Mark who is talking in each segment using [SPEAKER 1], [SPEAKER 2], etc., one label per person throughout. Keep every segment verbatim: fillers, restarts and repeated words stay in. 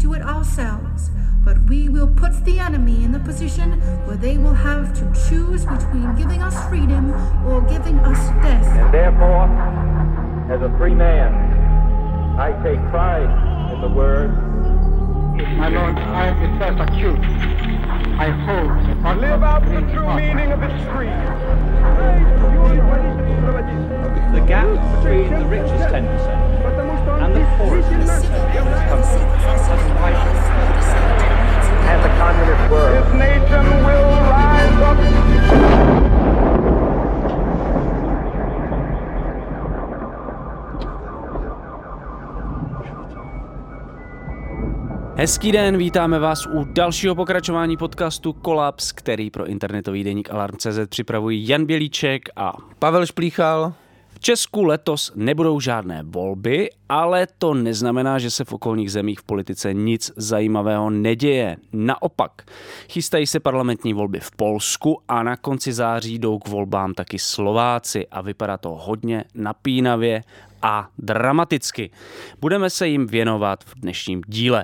[SPEAKER 1] do it ourselves, but we will put the enemy in the position where they will have to choose between giving us freedom or giving us death.
[SPEAKER 2] And therefore, as a free man, I take pride in the word.
[SPEAKER 3] My Lord, I am the first accused. I hold
[SPEAKER 2] I live out the true meaning of its creed.
[SPEAKER 4] The gap between the richest ten percent and the poorest ten percent of this country has widened.
[SPEAKER 2] And the communist world. This nation will rise up.
[SPEAKER 5] Hezký den, vítáme vás u dalšího pokračování podcastu Kolaps, který pro internetový deník Alarm tečka cé zet připravují Jan Bělíček a
[SPEAKER 6] Pavel Šplíchal.
[SPEAKER 5] V Česku letos nebudou žádné volby, ale to neznamená, že se v okolních zemích v politice nic zajímavého neděje. Naopak, chystají se parlamentní volby v Polsku a na konci září jdou k volbám taky Slováci a vypadá to hodně napínavě a dramaticky. Budeme se jim věnovat v dnešním díle.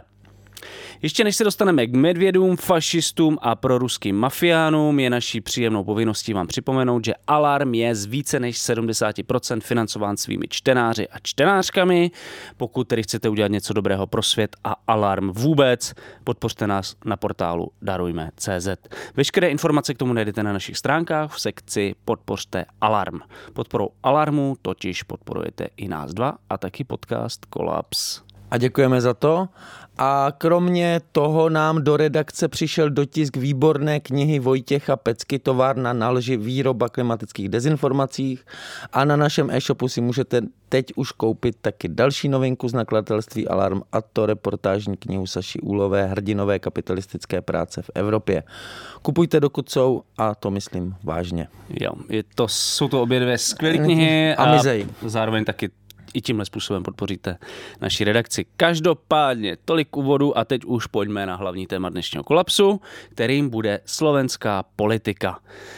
[SPEAKER 5] Ještě než se dostaneme k medvědům, fašistům a proruským mafiánům, je naší příjemnou povinností vám připomenout, že Alarm je z více než sedmdesát procent financován svými čtenáři a čtenářkami. Pokud tedy chcete udělat něco dobrého pro svět a Alarm vůbec, podpořte nás na portálu darujme tečka cé zet. Veškeré informace k tomu najdete na našich stránkách v sekci Podpořte Alarm. Podporou Alarmu totiž podporujete i nás dva a taky podcast Kolaps.
[SPEAKER 6] A děkujeme za to. A kromě toho nám do redakce přišel dotisk výborné knihy Vojtěcha Pecky Továrna na lži, výroba klimatických dezinformací a na našem e-shopu si můžete teď už koupit taky další novinku z nakladatelství Alarm, a to reportážní knihu Saši Úlové Hrdinové kapitalistické práce v Evropě. Kupujte, dokud jsou, a to myslím vážně.
[SPEAKER 5] Jo, je to, jsou to obě dvě skvělé knihy
[SPEAKER 6] a, a mizej.
[SPEAKER 5] Zároveň taky i tímhle způsobem podpoříte naši redakci. Každopádně tolik úvodu a teď už pojďme na hlavní téma dnešního kolapsu, kterým bude slovenská politika.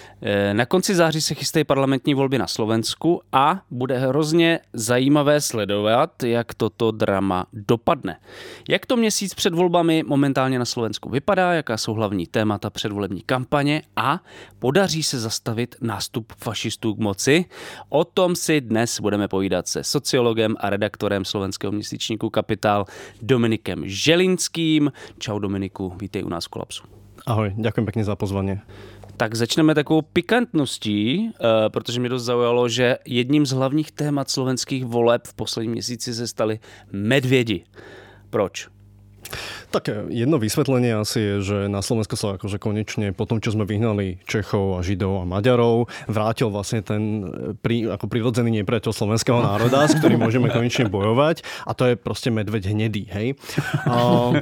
[SPEAKER 5] Na konci září se chystají parlamentní volby na Slovensku a bude hrozně zajímavé sledovat, jak toto drama dopadne. Jak to měsíc před volbami momentálně na Slovensku vypadá, jaká jsou hlavní témata předvolební kampaně a podaří se zastavit nástup fašistů k moci? O tom si dnes budeme povídat se sociologem a redaktorem slovenského měsíčníku Kapitál Dominikem Želinským. Čau Dominiku, vítej u nás v Kolapsu.
[SPEAKER 7] Ahoj, ďakujem pekne za pozvanie.
[SPEAKER 5] Tak začneme takovou pikantností, protože mě dost zaujalo, že jedním z hlavních témat slovenských voleb v posledním měsíci se stali medvědi. Proč?
[SPEAKER 7] Tak jedno vysvetlenie asi je, že na Slovensku sa akože konečne po tom, čo sme vyhnali Čechov a Židov a Maďarov, vrátil vlastne ten prí, ako prirodzený nepriateľ slovenského národa, s ktorým môžeme konečne bojovať, a to je proste medveď hnedý, hej. A, a,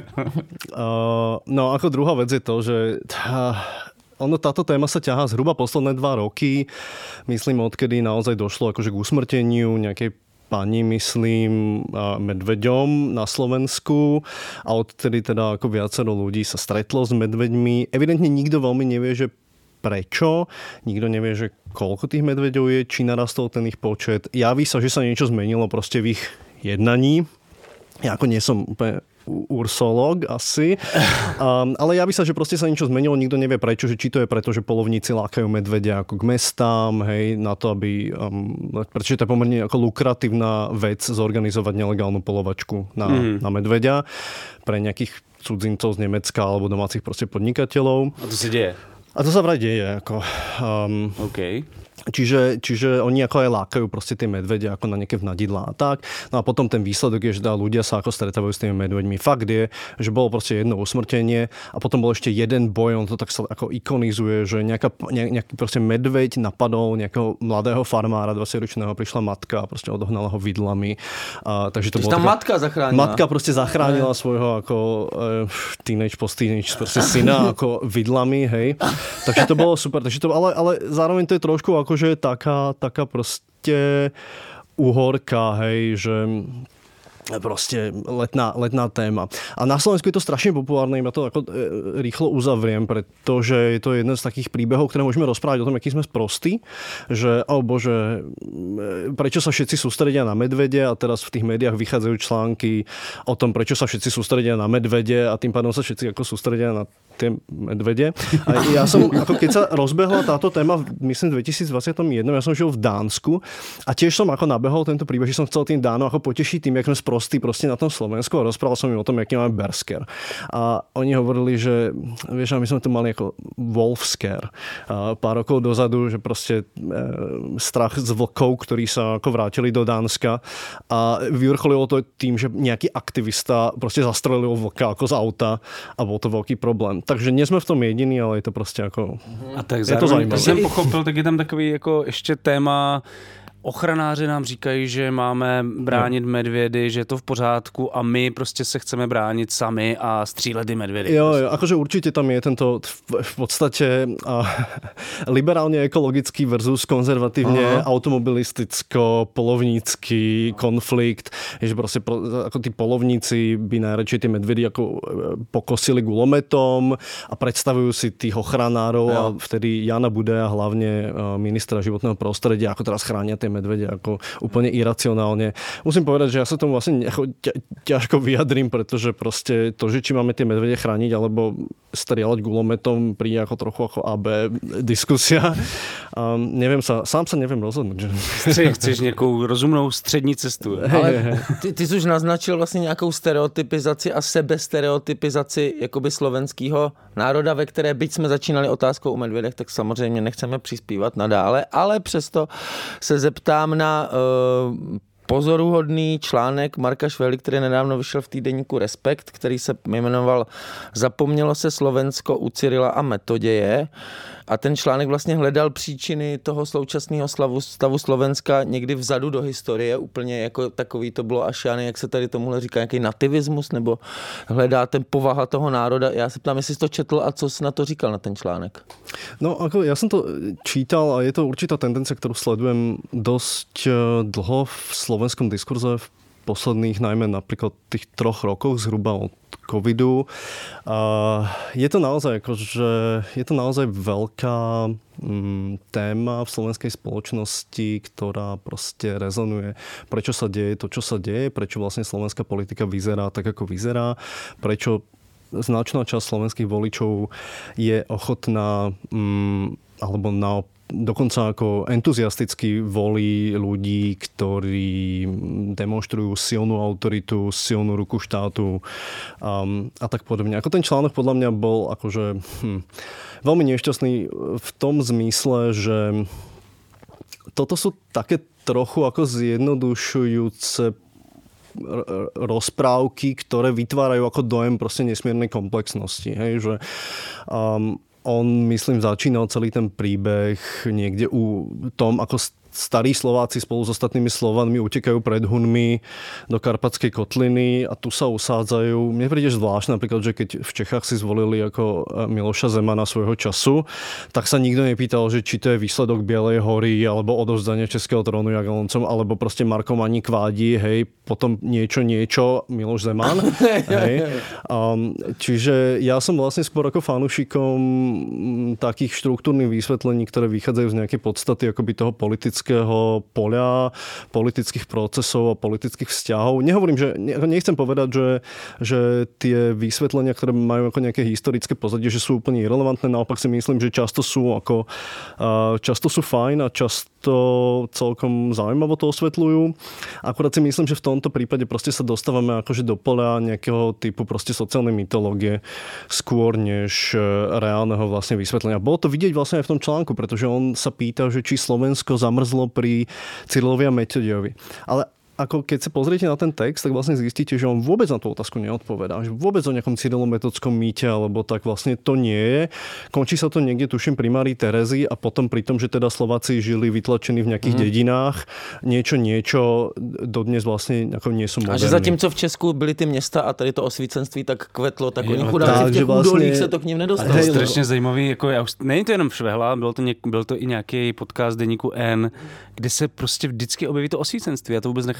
[SPEAKER 7] no ako druhá vec je to, že tá, ono, táto téma sa ťahá zhruba posledné dva roky, myslím, odkedy naozaj došlo akože k usmrteniu nejakej pani, myslím, medveďom na Slovensku, a odtedy teda ako viacero ľudí sa stretlo s medveďmi. Evidentne nikto veľmi nevie, že prečo, nikto nevie, že koľko tých medveďov je, či narastol ten ich počet. Javí sa, že sa niečo zmenilo proste v ich jednaní. Ja ako nie som úplne ursológ asi, um, ale javí sa, že proste sa niečo zmenilo, nikto nevie prečo, že či to je preto, že polovníci lákajú medvedia ako k mestám, hej, na to, aby, um, prečo je to pomerne ako lukratívna vec zorganizovať nelegálnu polovačku na, mm. na medvedia pre nejakých cudzincov z Nemecka alebo domácich proste podnikateľov.
[SPEAKER 5] A to sa deje?
[SPEAKER 7] A to sa vraj deje, ako... Um,
[SPEAKER 5] OK.
[SPEAKER 7] Čiže, čiže oni ako aj lákajú proste tie medvede ako na nejaké vnadidlá a tak. No a potom ten výsledok je, že dá ľudia sa ako stretávajú s tými medveďmi. Fakt je, že bolo proste jedno usmrtenie a potom bol ešte jeden boj, on to tak sa ako ikonizuje, že nejaká, nejaký proste medveď napadol nejakého mladého farmára, dvadsaťročného, prišla matka a proste odohnala ho vidlami. A, takže to
[SPEAKER 6] bolo
[SPEAKER 7] tá
[SPEAKER 6] matka zachránila.
[SPEAKER 7] Matka proste zachránila aj svojho ako e, teenage, post-teenage proste syna ako vidlami, hej. Takže to bolo super. Takže to, ale, ale zároveň to je trošku ako že taká, taká proste uhorka, hej, že proste letná, letná téma. A na Slovensku je to strašne populárne, iba to ako rýchlo uzavriem, pretože je to jeden z takých príbehov, ktoré môžeme rozprávať o tom, aký sme sprostí, že, oh bože, prečo sa všetci sústredia na medvede a teraz v tých médiách vychádzajú články o tom, prečo sa všetci sústredia na medvede a tým pádom sa všetci ako sústredia na tie medvede. A ja som, ako keď sa rozbehla táto téma, myslím v dvetisícdvadsaťjeden, ja som žil v Dánsku a tiež som ako nabehol tento príbeh, že som chcel tým Dánov ako potešiť tým, jak sme sprostí proste na tom Slovensku a rozprával som im o tom, aký máme bersker. A oni hovorili, že vieš, my sme to mali ako wolfscare. A pár rokov dozadu, že proste e, strach z vlkov, ktorí sa ako vrátili do Dánska a vyvrcholilo to tým, že nejaký aktivista proste zastrelil vlka ako z auta a bol to veľký problém. Takže nie sme v tom jediní, ale je to prostě jako...
[SPEAKER 5] A tak zároveň, když jsem pochopil, tak je tam takový jako ještě téma, ochranáři nám říkají, že máme bránit medvědy, že je to v pořádku a my prostě se chceme bránit sami a střílet ty medvědy.
[SPEAKER 7] Jo, jo, akože určite tam je tento v podstate a, liberálne ekologický versus konzervatívne automobilisticko-polovnícky konflikt, je, že proste ako tí polovníci by najradšej tie medvedy ako pokosili gulometom a predstavujú si tých ochranárov jo. A vtedy Jana Budaja, hlavne ministra životného prostredia, ako teraz chránia tie medvede ako úplne iracionálne. Musím povedať, že ja sa tomu vlastne ťažko vyjadrím, pretože proste to, že či máme tie medvede chrániť alebo strieľať gulometom, príde ako trochu ako á bé diskusia. Um, neviem sa, sám sa neviem rozhodnúť.
[SPEAKER 5] Chceš, chceš nejakou rozumnou střední cestu.
[SPEAKER 6] Ale ty, ty jsi už naznačil vlastně nějakou stereotypizaci a sebestereotypizaci jakoby slovenského národa, ve které byť jsme začínali otázkou o medvědech, tak samozřejmě nechceme přispívat nadále, ale přesto se zeptám na uh, pozoruhodný článek Marka Švehly, který nedávno vyšel v týdeníku Respekt, který se jmenoval Zapomnělo se Slovensko u Cyrila a Metoděje. A ten článek vlastně hledal příčiny toho současného stavu, stavu Slovenska někdy vzadu do historie, úplně jako takový to bylo až, jak se tady tomuhle říká, nějaký nativismus, nebo hledá ten povaha toho národa. Já se ptám, jestli jsi to četl a co jsi na to říkal, na ten článek?
[SPEAKER 7] No, ako ja som to čítal a je to určitá tendencia, ktorú sledujem dosť dlho v slovenskom diskurze v posledných, najmä napríklad tých troch rokoch zhruba od covidu. Je to naozaj, akože, je to naozaj veľká mm, téma v slovenskej spoločnosti, ktorá proste rezonuje. Prečo sa deje to, čo sa deje, prečo vlastne slovenská politika vyzerá tak, ako vyzerá, prečo značná časť slovenských voličov je ochotná mm, alebo na dokonca ako entuziasticky volí ľudí, ktorí demonstrujú silnú autoritu, silnú ruku štátu um, a tak podobne. Ako ten článok podľa mňa bol akože hm, veľmi nešťastný v tom zmysle, že toto sú také trochu ako zjednodušujúce rozprávky, ktoré vytvárajú ako dojem proste nesmiernej komplexnosti. Hej, že um, on, myslím, začínal celý ten príbeh niekde u tom, ako starí Slováci spolu s ostatnými Slovanmi utekajú pred Hunmi do Karpatskej kotliny a tu sa usádzajú. Mne príde zvláštne napríklad, že keď v Čechách si zvolili ako Miloša Zemana svojho času, tak sa nikto nepýtal, že či to je výsledok Bielej hory alebo odovzdanie Českého trónu Jagelloncom, alebo proste Marko Maník Vádi, hej, potom niečo, niečo, Miloš Zeman. Hej. Um, čiže ja som vlastne skôr ako fanúšikom takých štruktúrnych vysvetlení, ktoré vychádzajú z nejakej podstaty akoby toho politického poľa, politických procesov a politických vzťahov. Nehovorím, že nechcem povedať, že, že tie vysvetlenia, ktoré majú ako nejaké historické pozadie, že sú úplne irelevantné. Naopak si myslím, že často sú ako často sú fajn a často celkom zaujímavo to osvetľujú. Akurát si myslím, že v tomto prípade proste sa dostávame akože do poľa nejakého typu proste sociálnej mytológie skôr než reálneho vlastne vysvetlenia. Bolo to vidieť vlastne aj v tom článku, pretože on sa pýta, že či Slovensko zamrzlo pri Cyrilovi a Metodiovi. Ale ako keď sa pozriete na ten text, tak vlastne zistíte, že on vôbec na tú otázku neodpovedá. Že vôbec o nejakom cyrilometodskom mýte, alebo tak vlastne to nie je. Končí sa to niekde, tuším, pri Márii Terezy a potom pri tom, že teda Slováci žili vytlačení v nejakých mm. dedinách. Niečo, niečo dodnes vlastne ako nie sú moderní.
[SPEAKER 6] A že zatímco v Česku byly ty města a tady to osvícenství tak kvetlo, tak oni chudáci v těch vlastně, údolích se to k ním nedostalo.
[SPEAKER 5] To je strašně zajímavý. Jako já už, není to jenom Švehla, byl to, něk, byl to i nějaký podcast deníku N, kde se prostě vždycky objeví to osvícenství. Já to vůbec nechápu.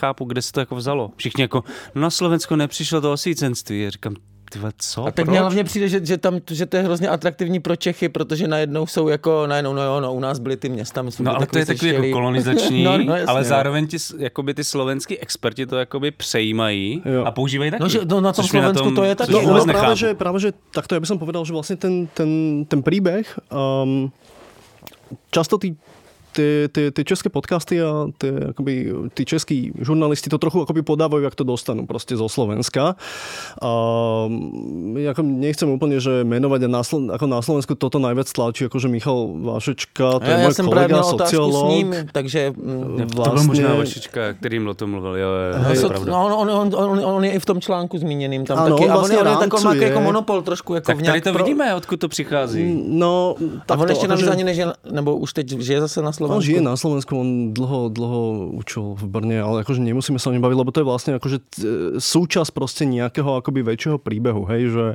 [SPEAKER 5] nechápu, kde se to jako vzalo. Všichni jako, no na Slovensko nepřišlo to osvícenství. Já říkám, tyhle, co?
[SPEAKER 6] A tak mně hlavně přijde, že, že, tam, že to je hrozně atraktivní pro Čechy, protože najednou jsou jako, najednou, no jo, no u nás byly ty města. My jsme
[SPEAKER 5] no ale to je takový jako kolonizační, no, no, jasně, ale zároveň ti, jakoby ty slovenský experti to jakoby přejímají jo. a používají taky.
[SPEAKER 6] No, že, no na tom Slovensku
[SPEAKER 5] tom,
[SPEAKER 6] to je taky.
[SPEAKER 7] No, no práve, že, práve, že takto ja by som povedal, že vlastne ten, ten, ten príbeh um, často tí Ty, ty, ty české podcasty a ty, akoby, tí českí žurnalisti to trochu akoby podávajú, jak to dostanú proste zo Slovenska. A, ako nechcem úplne, že menovať a na, ako na Slovensku toto najviac tlačí, akože Michal Vašečka, to je
[SPEAKER 6] ja,
[SPEAKER 7] môj
[SPEAKER 6] ja
[SPEAKER 7] kolega, sociológ.
[SPEAKER 6] S ním, takže
[SPEAKER 5] vlastne... To byl možná Vašečka, kterým o tom mluvil. Jo, jo,
[SPEAKER 6] no,
[SPEAKER 5] je
[SPEAKER 6] so,
[SPEAKER 5] pravda.
[SPEAKER 6] no, on, on, on, on, on je i v tom článku zmíněným tam
[SPEAKER 7] ano,
[SPEAKER 6] taky.
[SPEAKER 7] On
[SPEAKER 6] vlastne
[SPEAKER 7] a on,
[SPEAKER 6] on je
[SPEAKER 7] takový
[SPEAKER 6] má jako monopol trošku. Jako
[SPEAKER 5] tak tady to
[SPEAKER 6] pro...
[SPEAKER 5] vidíme, odkud to přichází.
[SPEAKER 7] No,
[SPEAKER 6] tak a on
[SPEAKER 7] to,
[SPEAKER 6] ještě navíc
[SPEAKER 7] že...
[SPEAKER 6] ani nežije, nebo už teď žije zase na Slovensku.
[SPEAKER 7] On žije na Slovensku, on dlho, dlho učil v Brne, ale akože nemusíme sa o ňom baviť, lebo to je vlastne akože súčasť proste nejakého akoby väčšieho príbehu, hej, že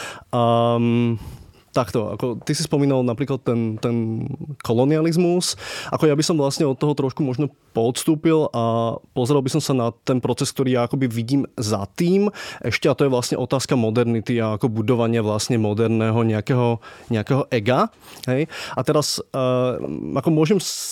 [SPEAKER 7] um, takto, ako ty si spomínal napríklad ten, ten kolonializmus, ako ja by som vlastne od toho trošku možno poodstúpil a pozrel by som sa na ten proces, ktorý ja akoby vidím za tým ešte, a to je vlastne otázka modernity a ako budovania vlastne moderného nejakého, nejakého ega, hej, a teraz uh, ako môžem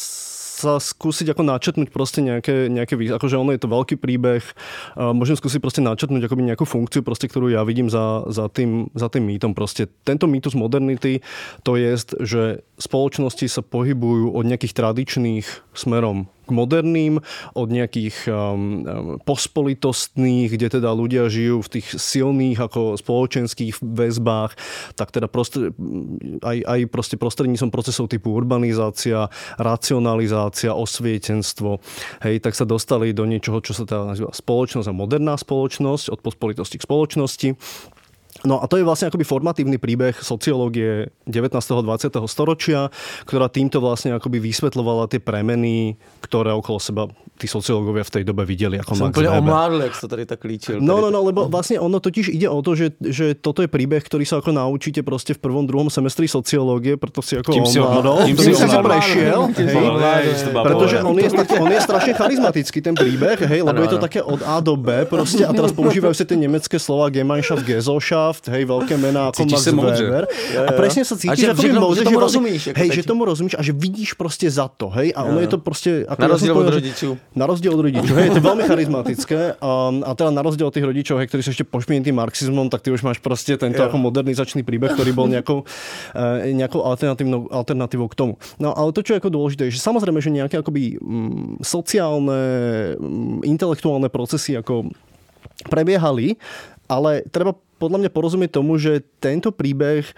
[SPEAKER 7] sa skúsiť ako načetnúť proste nejaké, nejaké akože ono je to veľký príbeh, môžem skúsiť proste načetnúť akoby nejakú funkciu proste, ktorú ja vidím za, za, tým, za tým mýtom. Proste tento mýtus modernity, to je, že spoločnosti sa pohybujú od nejakých tradičných smerom k moderným, od nejakých um, pospolitostných, kde teda ľudia žijú v tých silných ako spoločenských väzbách, tak teda proste, aj, aj proste prostredníctvom procesov typu urbanizácia, racionalizácia, osvietenstvo, hej, tak sa dostali do niečoho, čo sa teda nazýva spoločnosť a moderná spoločnosť, od pospolitosti k spoločnosti. No a to je vlastne akoby formatívny príbeh sociológie devätnásteho dvadsiateho storočia, ktorá týmto vlastne akoby vysvetľovala tie premeny, ktoré okolo seba tí sociológovia v tej dobe videli. Ako
[SPEAKER 6] som úplne omládl, jak to tady tak líčil.
[SPEAKER 7] No, no, no, lebo vlastne ono totiž ide o to, že, že toto je príbeh, ktorý sa ako naučíte proste v prvom, druhom semestri sociológie, preto si ako omládol.
[SPEAKER 5] Tým
[SPEAKER 7] si
[SPEAKER 5] si
[SPEAKER 7] prešiel. Pretože on je, on je strašne charizmatický ten príbeh, hej, lebo je to také od A do B proste a teraz používajú sa tie nemecké slova Gemeinschaft, Gesellschaft, hej, veľké mená ako Max Weber. A presne sa cítiš, ako by moudře, že tomu rozumíš. Hej, že tomu rozumíš a že vidíš proste za to, hej, a ono je to proste...
[SPEAKER 6] Na rozdiel od rodičov.
[SPEAKER 7] Na rozdiel od rodičov, hej, je to veľmi charizmatické a, a teda na rozdiel od tých rodičov, hej, ktorí sú ešte pošmienitým marxizmom, tak ty už máš proste tento ako modernizačný príbeh, ktorý bol nejakou, nejakou alternatívnou, alternatívou k tomu. No ale to, čo je ako dôležité, je, že samozrejme, že nejaké akoby m, sociálne, m, intelektuálne procesy ako prebiehali, ale treba podľa mňa porozumieť tomu, že tento príbeh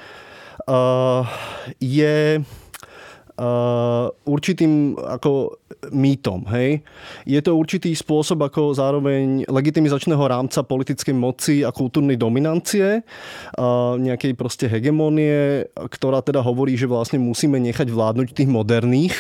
[SPEAKER 7] uh, je Uh, určitým ako mýtom, hej. Je to určitý spôsob ako zároveň legitimizačného rámca politickej moci a kultúrnej dominancie, uh, nejakej proste hegemónie, ktorá teda hovorí, že vlastne musíme nechať vládnuť tých moderných,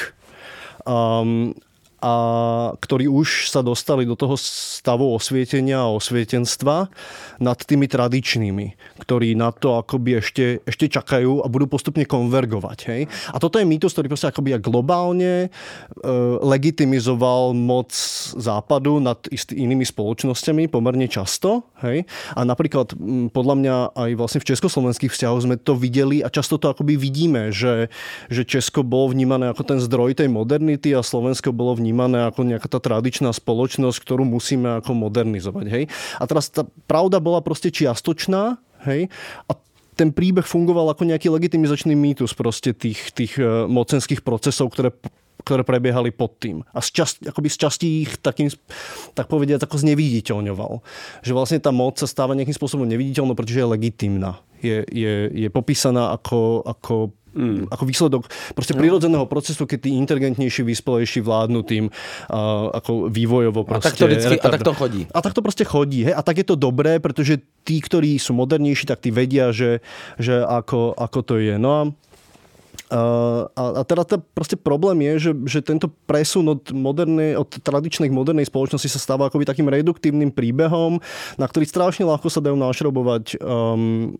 [SPEAKER 7] um, a ktorí už sa dostali do toho stavu osvietenia a osvietenstva nad tými tradičnými, ktorí na to akoby ešte, ešte čakajú a budú postupne konvergovať. Hej? A toto je mýtus, ktorý proste akoby globálne e, legitimizoval moc západu nad ist, inými spoločnosťami pomerne často. Hej? A napríklad podľa mňa aj vlastne v československých vzťahoch sme to videli a často to akoby vidíme, že, že Česko bolo vnímané ako ten zdroj tej modernity a Slovensko bolo vnímané vnímané ako nejaká tá tradičná spoločnosť, ktorú musíme ako modernizovať. Hej? A teraz tá pravda bola proste čiastočná, hej? A ten príbeh fungoval ako nejaký legitimizačný mýtus proste tých, tých mocenských procesov, ktoré ktoré prebiehali pod tým. A z časti, akoby z časti ich takým, tak povediať, ako zneviditeľňoval. Že vlastne tá moc sa stáva nejakým spôsobom neviditeľnou, pretože je legitímna. Je, je, je popísaná ako, ako, mm. ako výsledok proste no. prirodzeného procesu, keď tí inteligentnejší, vyspelejší vládnu tým uh, ako vývojovo proste.
[SPEAKER 6] A tak to vždycky, a tak to chodí.
[SPEAKER 7] A tak to proste chodí. Hej? A tak je to dobré, pretože tí, ktorí sú modernejší, tak tí vedia, že, že ako, ako to je. No a A, a teda tá proste problém je, že, že tento presun od, modernej, od tradičnej k modernej spoločnosti sa stáva akoby takým reduktívnym príbehom, na ktorý strašne ľahko sa dajú našrobovať um,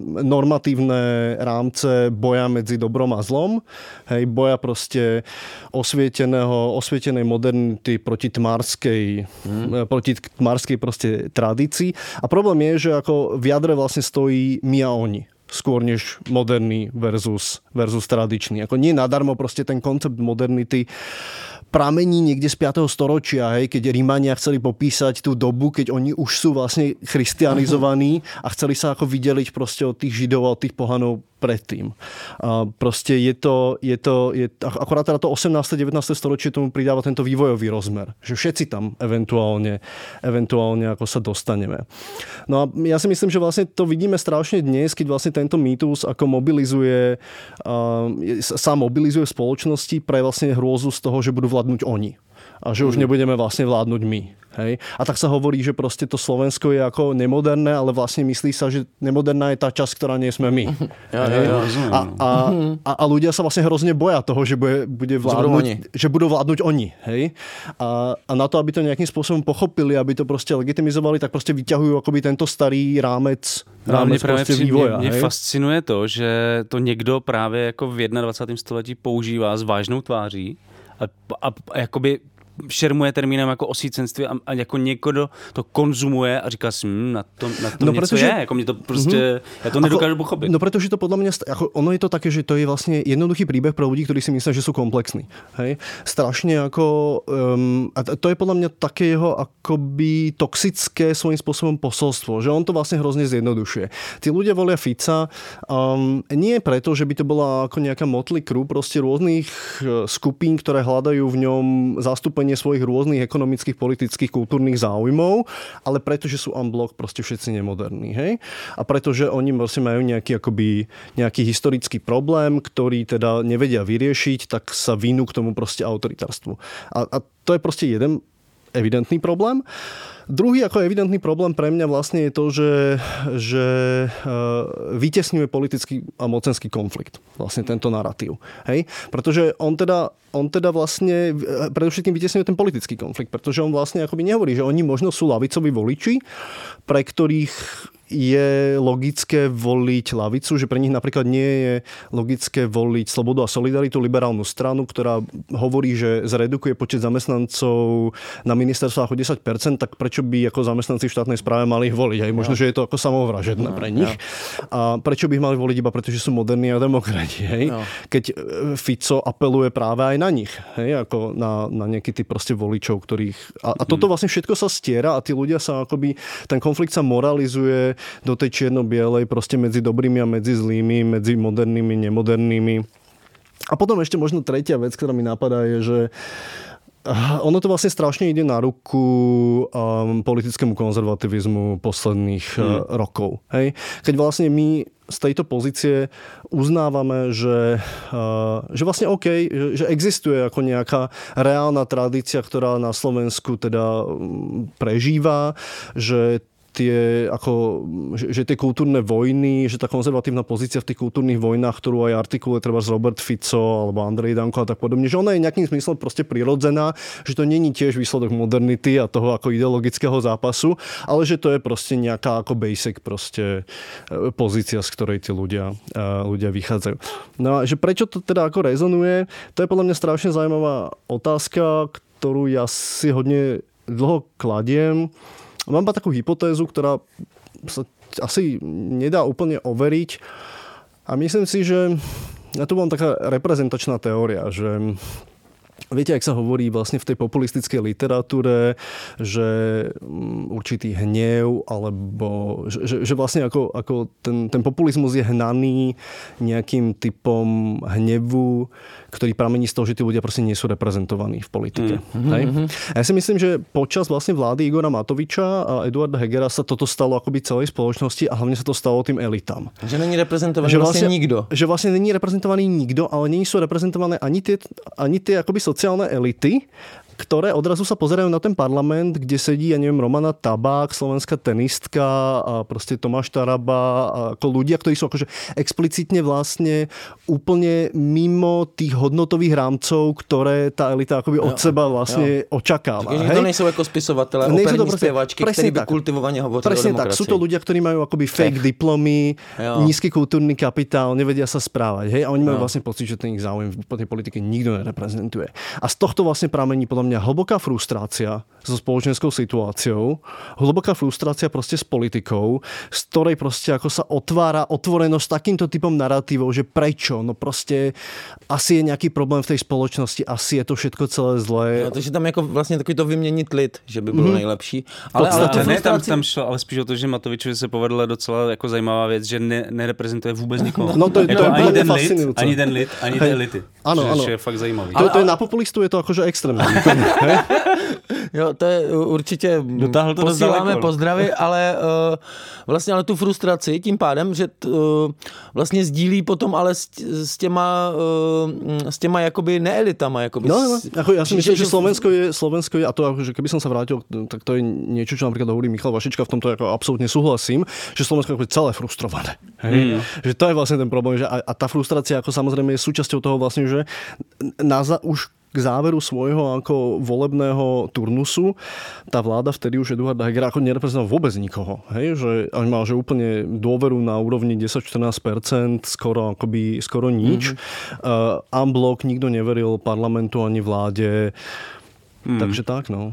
[SPEAKER 7] normatívne rámce boja medzi dobrom a zlom. Hej, boja proste osvieteného, osvietenej modernity proti tmárskej, hmm. proti tmárskej proste tradícii. A problém je, že ako v jadre vlastne stojí my a oni. Skôr než moderný versus, versus tradičný. Ako nie nadarmo proste ten koncept modernity pramení niekde z piateho storočia, hej, keď Rímania chceli popísať tú dobu, keď oni už sú vlastne christianizovaní a chceli sa ako vydeliť proste od tých Židov a od tých pohanov predtým. A proste je to, je to je, akorát teda to osemnáste devätnáste storočie tomu pridáva tento vývojový rozmer, že všetci tam eventuálne, eventuálne ako sa dostaneme. No a ja si myslím, že vlastne to vidíme strašne dnes, keď vlastne tento mýtus ako mobilizuje, uh, sa mobilizuje v spoločnosti pre vlastne hrôzu z toho, že budú vládnuť oni. A že už nebudeme vlastne vládnuť my. Hej? A tak sa hovorí, že proste to Slovensko je ako nemoderné, ale vlastne myslí sa, že nemoderná je tá časť, ktorá nie sme my.
[SPEAKER 6] Ja, ja, ja,
[SPEAKER 7] a, a, a, a ľudia sa vlastne hrozne boja toho, že, bude, bude vládnuť, že budú vládnuť oni. Hej? A, a na to, aby to nejakým spôsobom pochopili, aby to proste legitimizovali, tak proste vyťahujú akoby tento starý rámec, rámec proste vývoja.
[SPEAKER 5] Mě, mě fascinuje to, že to někdo právě jako v dvacátém prvním století používá s vážnou tváří a, a, a jakoby šermuje termínem jako osvícenství a, a jako někdo to konzumuje a říká si, hm, na tom, na tom
[SPEAKER 7] no,
[SPEAKER 5] něco
[SPEAKER 7] pretože,
[SPEAKER 5] je, jako mě to prostě, mm-hmm. ja to nedokážu
[SPEAKER 7] ako,
[SPEAKER 5] pochopit.
[SPEAKER 7] No pretože to podľa mňa, ako, ono je to také, že to je vlastne jednoduchý príbeh pre ľudí, ktorí si myslia, že sú komplexní. Hej? Strašne ako, um, a to je podľa mňa také jeho akoby toxické svojím spôsobom posolstvo, že on to vlastne hrozne zjednodušuje. Tí ľudia volia Fica um, nie preto, že by to bola ako nejaká motley crew proste rôznych skupín, ktoré hľadajú v ňom zastúpenie svojich rôznych ekonomických, politických, kultúrnych záujmov, ale preto, že sú en bloc proste všetci nemoderní. Hej? A preto, že oni vlastne majú nejaký, akoby, nejaký historický problém, ktorý teda nevedia vyriešiť, tak sa vínú k tomu proste autoritárstvu. A, a to je proste jeden evidentný problém. Druhý ako evidentný problém pre mňa vlastne je to, že, že vytesňuje politický a mocenský konflikt. Vlastne tento narratív. Hej? Pretože on teda, on teda vlastne predovšetkým vytesňuje ten politický konflikt, pretože on vlastne akoby nehovorí, že oni možno sú lavicoví voliči, pre ktorých je logické voliť lavicu, že pre nich napríklad nie je logické voliť Slobodu a solidaritu, liberálnu stranu, ktorá hovorí, že zredukuje počet zamestnancov na ministerstvách o desať percent, tak prečo by ako zamestnanci v štátnej správe mali ich voliť? Aj možno, ja. že je to ako samovražedné ja. pre nich. Ja. A prečo by ich mali voliť iba preto, že sú moderní a demokrati? Hej? Ja. Keď Fico apeluje práve aj na nich, hej? Ako na, na nejaký typ proste voličov, ktorých... A, a toto vlastne všetko sa stiera a tí ľudia sa akoby... Ten konflikt sa moralizuje do tej čierno-bielej, proste medzi dobrými a medzi zlými, medzi modernými, nemodernými. A potom ešte možno tretia vec, ktorá mi napadá, je, že ono to vlastne strašne ide na ruku um, politickému konzervativizmu posledných hmm. uh, rokov. Hej? Keď vlastne my z tejto pozície uznávame, že, uh, že vlastne OK, že, že existuje ako nejaká reálna tradícia, ktorá na Slovensku teda um, prežíva, že tie, ako, že, že tie kultúrne vojny, že tá konzervatívna pozícia v tých kultúrnych vojnách, ktorú aj artikuluje treba Robert Fico alebo Andrej Danko a tak podobne, že ona je nejakým smyslom proste prirodzená, že to není tiež výsledok modernity a toho ako ideologického zápasu, ale že to je proste nejaká ako basic proste pozícia, z ktorej tí ľudia, ľudia vychádzajú. No a že prečo to teda ako rezonuje, to je podľa mňa strašne zaujímavá otázka, ktorú ja si hodne dlho kladiem. Mám pa takú hypotézu, ktorá sa asi nedá úplne overiť. A myslím si, že ja to bola taká reprezentačná teória, že viete, ak sa hovorí vlastne v tej populistickej literatúre, že určitý hnev, alebo že, že vlastne ako, ako ten, ten populizmus je hnaný nejakým typom hnevu, ktorý pramení z toho, že tí ľudia proste nie sú reprezentovaní v politike. Mm. Hej? Mm-hmm. Ja si myslím, že počas vlastne vlády Igora Matoviča a Eduarda Hegera sa toto stalo akoby celej spoločnosti a hlavne sa to stalo tým elitám.
[SPEAKER 6] Že není reprezentovaný
[SPEAKER 7] že
[SPEAKER 6] vlastne, vlastne nikto.
[SPEAKER 7] Že vlastne není reprezentovaný nikto, ale nie sú reprezentované ani tie, ani tie akoby sociálne elity, ktoré odrazu sa pozerajú na ten parlament, kde sedí, ja neviem, Romana Tabák, slovenská tenistka a proste Tomáš Taraba a ako ľudia, ktorí sú akože explicitne vlastne úplne mimo tých hodnotových rámcov, ktoré tá elita akoby od jo, seba vlastne jo. očakáva.
[SPEAKER 6] Hej? To nejsou ako spisovatelé, operní spievačky, ktorí by kultivovaně hovořili o demokracii.
[SPEAKER 7] Tak, sú to ľudia, ktorí majú akoby fake diplomy, jo. nízky kultúrny kapitál, nevedia sa správať. Hej? A oni majú jo. vlastne pocit, že ten ich záujem po tej politike nikto nereprezentuje. A z tohto vlastne pramení podľa mňa hlboká frustrácia so spoločenskou situáciou, hlboká frustrácia proste s politikou, z ktorej proste ako sa otvára otvorenosť takýmto typom narratívov, že prečo? No proste asi je nejaký problém v tej spoločnosti, asi je to všetko celé zlé.
[SPEAKER 6] No, takže tam jako vlastně takový to vyměnit lid, že by bylo mm. nejlepší. Ale, ale,
[SPEAKER 5] ale ne, tam, tam šlo, ale spíš o to, že Matovičovi se povedla docela jako zajímavá věc, že ne, nereprezentuje vůbec nikoho.
[SPEAKER 7] No to,
[SPEAKER 5] jako
[SPEAKER 7] to je
[SPEAKER 5] ani ten
[SPEAKER 7] lid,
[SPEAKER 5] ani ten lid, ani ty elity.
[SPEAKER 7] Ano, ano.
[SPEAKER 5] Je fakt zajímavý.
[SPEAKER 7] To, to je na populistu, je to akože extrémně.
[SPEAKER 6] Jo, to je určitě,
[SPEAKER 5] dotáhl to
[SPEAKER 6] posíláme pozdravy, ale uh, vlastně ale tu frustraci tím pádem, že t, uh, vlastně sdílí potom ale s, s těma uh, s těma jakoby neelitama. Jakoby
[SPEAKER 7] no, no, ako ja si myslím, že, že Slovensko je, Slovensko je, a to akože keby som sa vrátil, tak to je niečo, čo napríklad hovorí Michal Vašička, v tomto ako absolútne súhlasím, že Slovensko je celé frustrované. Hej? Mm. Že to je vlastne ten problém, že a, a tá frustrácia ako samozrejme je súčasťou toho vlastne, že na, už k záveru svojho ako volebného turnusu tá vláda vtedy už Eduarda Hegera ako nereprezentoval vôbec nikoho. Hej? Že on mal že úplne dôveru na úrovni desať až štrnásť percent, skoro, akoby, skoro nič. Mm-hmm. Uh, Unblock, nikto neveril parlamentu ani vláde. Mm. Takže tak, no.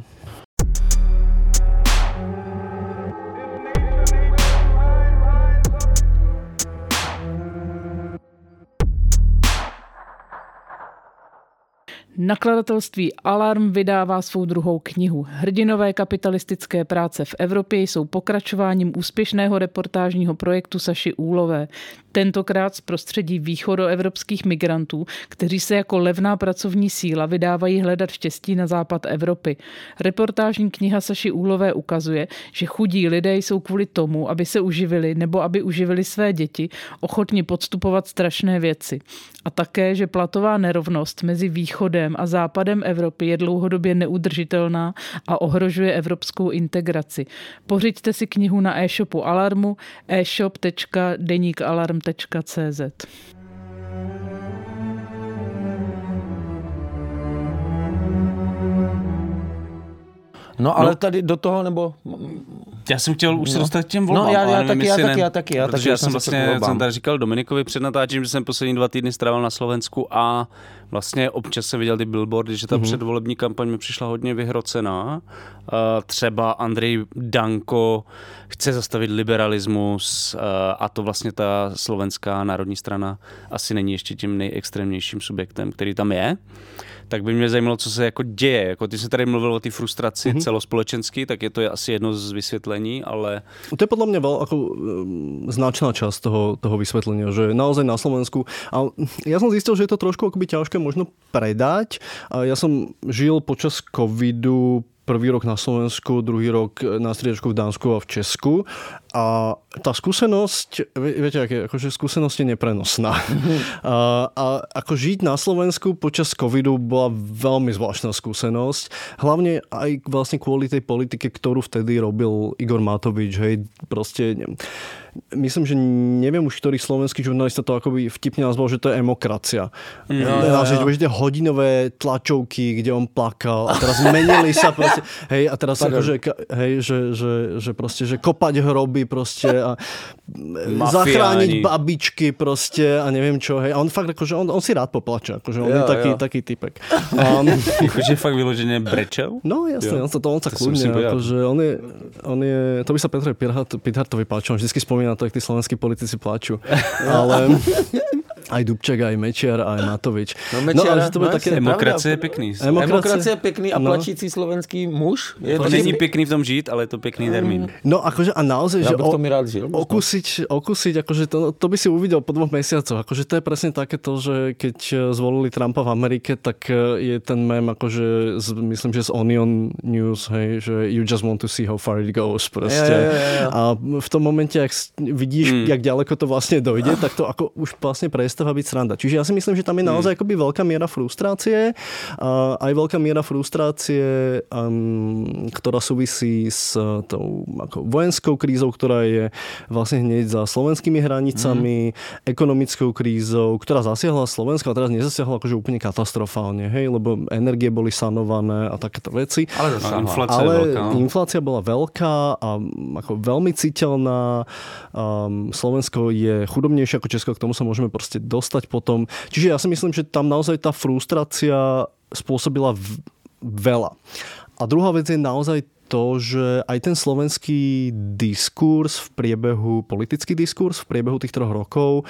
[SPEAKER 8] Nakladatelství Alarm vydává svou druhou knihu. Hrdinové kapitalistické práce v Evropě jsou pokračováním úspěšného reportážního projektu Saši Úlové. Tentokrát z prostředí východoevropských migrantů, kteří se jako levná pracovní síla vydávají hledat štěstí na západ Evropy. Reportážní kniha Saši Úlové ukazuje, že chudí lidé jsou kvůli tomu, aby se uživili nebo aby uživili své děti, ochotni podstupovat strašné věci. A také, že platová nerovnost mezi východem a západem Evropy je dlouhodobě neudržitelná a ohrožuje evropskou integraci. Pořiďte si knihu na e-shopu Alarmu e-shop tečka deník alarm tečka cé zet.
[SPEAKER 6] No ale no. tady do toho, nebo...
[SPEAKER 5] Já jsem chtěl už se dostat k těm volbám.
[SPEAKER 6] No já, já,
[SPEAKER 5] nevím,
[SPEAKER 6] taky, já,
[SPEAKER 5] ne,
[SPEAKER 6] taky, já taky, já
[SPEAKER 5] protože
[SPEAKER 6] taky.
[SPEAKER 5] já jsem vlastně, jsem tady říkal Dominikovi před natáčením, že jsem poslední dva týdny strávil na Slovensku a vlastně občas jsem viděl ty billboardy, že ta mm-hmm. předvolební kampaň mi přišla hodně vyhrocená. Třeba Andrej Danko chce zastavit liberalismus a to vlastně ta Slovenská národní strana asi není ještě tím nejextrémnějším subjektem, který tam je. Tak by mě zajímalo, co se jako děje. Jako ty jsi tady mluvil o té frustraci mm-hmm. celospolečenský, tak je to asi jedno z vysvětlení, ale...
[SPEAKER 7] To je podľa mňa veľ, ako, značná časť toho, toho vysvetlenia, že naozaj na Slovensku... A ja som zistil, že je to trošku akoby ťažké možno predať. A ja som žil počas covidu prvý rok na Slovensku, druhý rok na striedačku v Dánsku a v Česku. A tá skúsenosť, viete, aké, akože skúsenosť je neprenosná. A, a ako žiť na Slovensku počas covidu bola veľmi zvláštna skúsenosť. Hlavne aj vlastne kvôli tej politike, ktorú vtedy robil Igor Matovič. Hej, proste... Myslím, že neviem už, ktorý slovenský žurnalista to akoby vtipne nazval, že to je emokracia. Mm. Ja, ja, ja. Že hodinové tlačovky, kde on plakal a teraz menili sa proste, hej, a teraz akože, hej, že, že, že proste, že kopať hroby proste a Mafiáni. Zachrániť babičky proste a neviem čo, hej. A on fakt akože, on, on si rád poplače, akože on ja, je taký, ja. taký typek. Um,
[SPEAKER 5] akože fakt vyložené brečel?
[SPEAKER 7] No jasne, on sa to on sa kľudne, akože on je, on je, to by sa Petrovi Pithardtovi páčilo, vždycky spomína na to, jak tí slovenskí politici pláču. Ale aj Dubček, aj Mečiar, aj Matovič.
[SPEAKER 6] No, Mečiar,
[SPEAKER 5] no, to no, také... Demokracie je pekný.
[SPEAKER 6] Demokracie, demokracie je pekný a no. plačící slovenský muž.
[SPEAKER 5] Je to není pekný v tom žít, ale je to pekný termín.
[SPEAKER 7] No akože a naozaj,
[SPEAKER 6] ja
[SPEAKER 7] že o,
[SPEAKER 6] rád žil,
[SPEAKER 7] okusiť, okusiť, akože to, to by si uvidel po dvoch mesiacoch. Akože to je presne také to, že keď zvolili Trumpa v Amerike, tak je ten mém, akože z, myslím, že z Onion News, hej, že you just want to see how far it goes proste. Ja, ja, ja, ja. A v tom momente, ak vidíš, mm. jak ďaleko to vlastne dojde, tak to ako už vlastne presne prestáva byť sranda. Čiže ja si myslím, že tam je naozaj akoby veľká miera frustrácie, a aj veľká miera frustrácie, um, ktorá súvisí s tou ako vojenskou krízou, ktorá je vlastne hneď za slovenskými hranicami, mm. ekonomickou krízou, ktorá zasiahla Slovensko a teraz nezasiahla akože úplne katastrofálne, hej, lebo energie boli sanované a takéto veci.
[SPEAKER 5] Ale, inflácia,
[SPEAKER 7] Ale
[SPEAKER 5] veľká.
[SPEAKER 7] inflácia bola veľká a ako veľmi citeľná. Um, Slovensko je chudobnejšie ako Česko, k tomu sa môžeme proste dostať potom. Čiže ja si myslím, že tam naozaj tá frustrácia spôsobila v- veľa. A druhá vec je naozaj to, že aj ten slovenský diskurs v priebehu, politický diskurs v priebehu tých troch rokov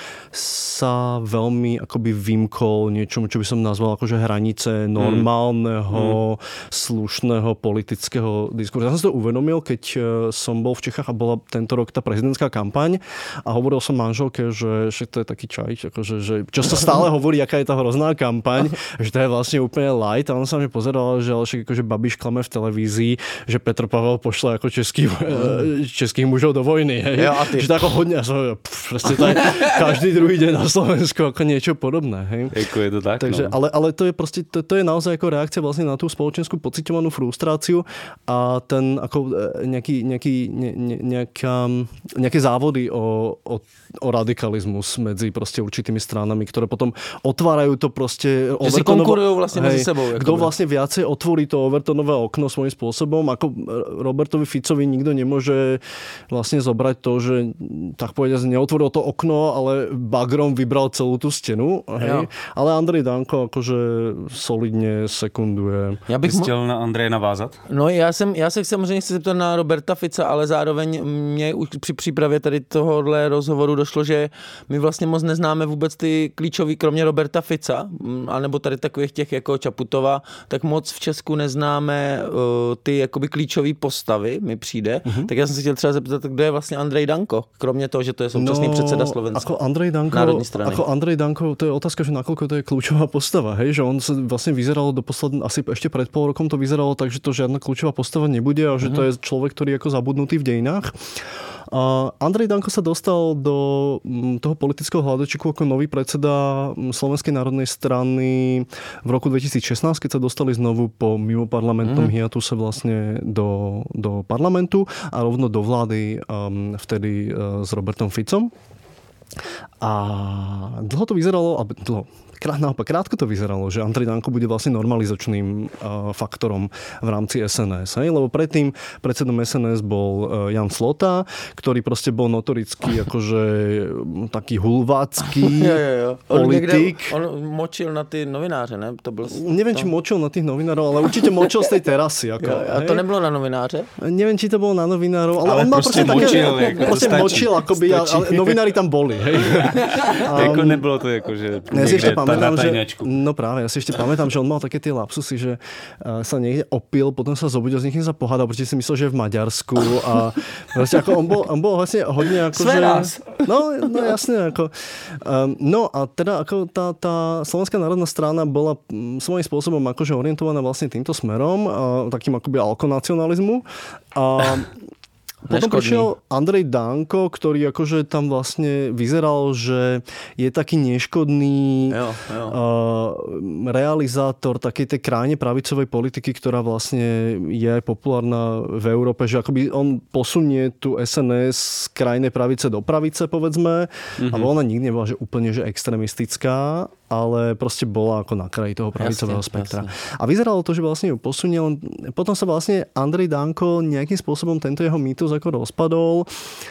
[SPEAKER 7] sa veľmi akoby vymkol niečomu, čo by som nazval akože hranice normálneho, mm. slušného politického diskursu. Ja som si to uvedomil, keď som bol v Čechách a bola tento rok tá prezidentská kampaň a hovoril som manželke, že, že to je taký čaj, akože, že často stále hovorí, aká je tá hrozná kampaň, že to je vlastne úplne light a on sa mi pozeral, že ale však akože Babiš klame v televízii, že Petr Pavel pošle ako český, mm. českých mužov do vojny. Hej? Ja, a ty. Že to ako hodne, proste to je každý druhý deň na Slovensku ako niečo podobné. Hej?
[SPEAKER 5] Jako je to tak.
[SPEAKER 7] Takže,
[SPEAKER 5] no.
[SPEAKER 7] ale, ale to je proste, to, to je naozaj ako reakcia vlastne na tú spoločenskú pociťovanú frustráciu a ten ako nejaký, nejaký, ne, ne, nejaká, nejaké závody o, o, o radikalizmus medzi proste určitými stranami, ktoré potom otvárajú to proste
[SPEAKER 6] Overtonovo... Že si konkurujú vlastne medzi sebou.
[SPEAKER 7] Kto vlastne viacej otvorí to Overtonové okno svojím spôsobom, ako Robertovi Ficovi nikto nemôže vlastne zobrať to, že tak povedať, neotvoril to okno, ale bagrom vybral celú tú stenu. Hej? Ale Andrej Danko akože solidně sekunduje.
[SPEAKER 6] Já bych
[SPEAKER 5] Ty chtěl mo- na Andreje navázat?
[SPEAKER 6] No já jsem, já se samozřejmě chci zeptat na Roberta Fica, ale zároveň mě už při přípravě tady tohohle rozhovoru došlo, že my vlastně moc neznáme vůbec ty klíčový, kromě Roberta Fica, anebo tady takových těch jako Čaputova, tak moc v Česku neznáme uh, ty jakoby klíčové postavy, mi přijde. Mm-hmm. Tak já jsem se chtěl třeba zeptat, kdo je vlastně Andrej Danko, kromě toho, že to je současný no, předseda Slovenska.
[SPEAKER 7] Ako Andrej Danko,
[SPEAKER 6] národní strany.
[SPEAKER 7] Ako Andrej Danko, to je otázka, že nakoľko to je kľúčová postava, hej, že on sa vlastne vyzeral do posledn- asi ešte pred pol rokom to vyzeralo tak, že to žiadna kľúčová postava nebude a že mm-hmm. to je človek, ktorý je ako zabudnutý v dejinách. A Andrej Danko sa dostal do toho politického hľadačiku ako nový predseda Slovenskej národnej strany v roku dvetisícšestnásť, keď sa dostali znovu po mimoparlamentnom mm. hiatuse vlastne do, do parlamentu a rovno do vlády um, vtedy uh, s Robertom Ficom. A dlho to vyzeralo, a dlho, krát, naopak, krátko to vyzeralo, že Andrej Danko bude vlastne normalizačným uh, faktorom v rámci es en es. Hej? Lebo predtým predsedom es en es bol uh, Jan Slota, ktorý proste bol notorický akože taký hulvácky
[SPEAKER 6] jo, jo, jo.
[SPEAKER 7] politik.
[SPEAKER 6] On, niekde, on močil na ty novináře, ne? To byl,
[SPEAKER 7] Neviem, to... či močil na tých novinárov, ale určite močil z tej terasy. Ako,
[SPEAKER 6] jo, a to hej? Nebylo na novináře?
[SPEAKER 7] Neviem, či to bolo na novinárov, ale, ale on mal proste
[SPEAKER 5] močil,
[SPEAKER 7] také...
[SPEAKER 5] Jako
[SPEAKER 7] proste močil, akoby, ale novinári tam boli. Hej?
[SPEAKER 5] um, jako nebylo to jako, že
[SPEAKER 7] ja si ešte pamätám, že, no práve, ja si ešte pamätám, že on mal také tie lapsusy, že uh, sa niekde opil, potom sa zobudil, s niekým sa pohádal, pretože si myslel, že je v Maďarsku a vlastne ako on bol, on bol vlastne hodne ako, že... No, no jasne, ako... Um, no a teda ako tá, tá Slovenská národná strana bola svojím spôsobom akože orientovaná vlastne týmto smerom, uh, takým akoby alkonacionalizmu a potom prišiel Andrej Danko, ktorý akože tam vlastne vyzeral, že je taký neškodný jo, jo. Uh, realizátor takej tej krajne pravicovej politiky, ktorá vlastne je aj populárna v Európe, že akoby on posunie tú es en es z krajnej pravice do pravice, povedzme, mm-hmm. ale ona nikdy nebola že úplne že extremistická, ale proste bola ako na kraji toho pravicového jasne, spektra. Jasne. A vyzeralo to, že vlastne ju posunil. Potom sa vlastne Andrej Danko nejakým spôsobom tento jeho mýtus ako rozpadol.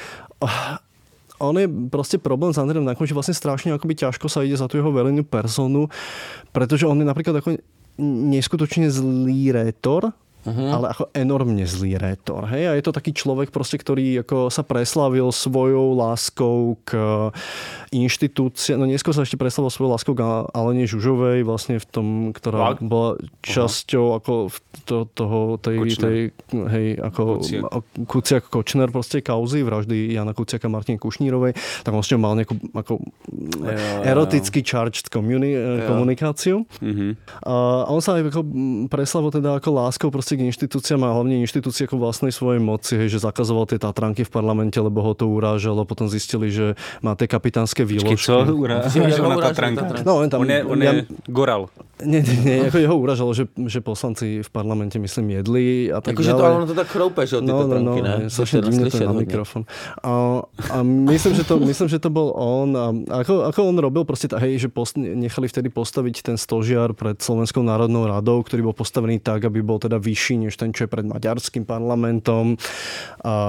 [SPEAKER 7] On je proste problém s Andrejom Dankom, že vlastne strašne akoby ťažko sa ide za tú jeho verejnú personu, pretože on je napríklad ako neskutočne zlý rétor, Uh-huh. ale ako enormne zlý rétor. Hej? A je to taký človek, proste, ktorý ako sa preslavil svojou láskou k inštitúcii. No neskôr sa ešte preslavil svojou láskou k Alene Žužovej, vlastne v tom, ktorá Fakt? bola časťou uh-huh. ako to, toho, tej, tej hej, ako Kuciak Kočner proste kauzy, vraždy Jana Kuciaka a Martiny Kušnírovej, tak on s ňou mal nejakú ako jo, eroticky jo. charged communi- komunikáciu. Uh-huh. A on sa aj ako preslavil teda ako láskou proste proste k inštitúciám a hlavne inštitúcie ako vlastnej svojej moci, hej, že zakazoval tie Tatranky v parlamente, lebo ho to urážalo, potom zistili, že má tie kapitánske výložky.
[SPEAKER 5] Počkej, co? Urážal na Tatranka?
[SPEAKER 7] No, on tam,
[SPEAKER 5] on je, on je ja, goral.
[SPEAKER 7] Nie, nie, nie, ako jeho urážalo, že, že poslanci v parlamente, myslím, jedli a tak
[SPEAKER 6] jako,
[SPEAKER 7] ďalej.
[SPEAKER 6] Že to, ale ono to tak chroupe, že od ty
[SPEAKER 7] no,
[SPEAKER 6] Tatranky,
[SPEAKER 7] no, no,
[SPEAKER 6] ne?
[SPEAKER 7] Strašne divne to na mikrofón. A, a myslím, že to, myslím, že to bol on. A ako, ako on robil proste, hej, že post, nechali vtedy postaviť ten stožiar pred Slovenskou národnou radou, ktorý bol postavený tak, aby bol teda vyšší než ten, čo je pred maďarským parlamentom. A, a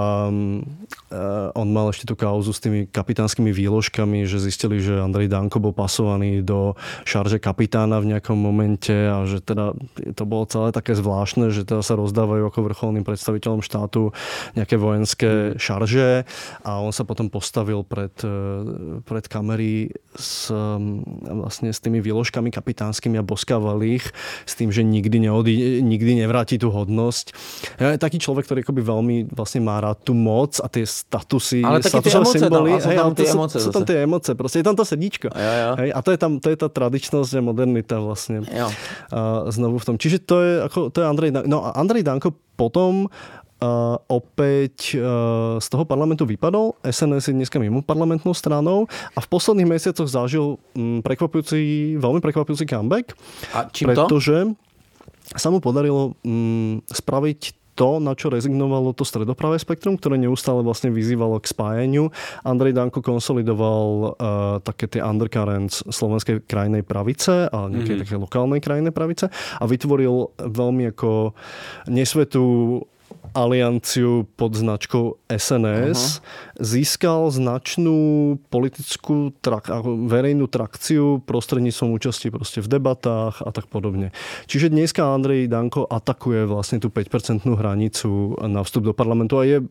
[SPEAKER 7] on mal ešte tú kauzu s tými kapitánskymi výložkami, že zistili, že Andrej Danko bol pasovaný do šarže kapitána v nejakom momente a že teda to bolo celé také zvláštne, že teda sa rozdávajú ako vrcholným predstaviteľom štátu nejaké vojenské šarže a on sa potom postavil pred, pred kamery s, vlastne s tými výložkami kapitánskymi a boskával ich s tým, že nikdy, neodí, nikdy nevráti tú hodnosť. Ja je taký človek, ktorý akoby veľmi vlastne má rád tú moc a tie statusy,
[SPEAKER 6] ale
[SPEAKER 7] statusové symboly.
[SPEAKER 6] Tam, hej, ale tie emoce
[SPEAKER 7] sú, sú tam tie emoce. Proste je tam to srdíčko.
[SPEAKER 6] Ja, ja.
[SPEAKER 7] Hej, a to je, tam, to je tá tradičnosť a modernita vlastne.
[SPEAKER 6] Ja.
[SPEAKER 7] A znovu v tom. Čiže to je, ako, to je Andrej Danko. No a Andrej Danko potom Uh, opäť uh, z toho parlamentu vypadol. es en es je dneska mimo parlamentnou stranou a v posledných mesiacoch zažil um, prekvapujúci, veľmi prekvapujúci comeback.
[SPEAKER 6] A čím
[SPEAKER 7] pretože to? Sa mu podarilo um, spraviť to, na čo rezignovalo to stredopravé spektrum, ktoré neustále vlastne vyzývalo k spájeniu. Andrej Danko konsolidoval uh, také tie undercurrents slovenskej krajnej pravice a nejakej mm-hmm. také lokálnej krajnej pravice a vytvoril veľmi ako nesvetú alianciu pod značkou es en es, uh-huh. získal značnú politickú trak- verejnú trakciu prostredníctvom účasti proste v debatách a tak podobne. Čiže dneska Andrej Danko atakuje vlastne tú päť percentnú hranicu na vstup do parlamentu a je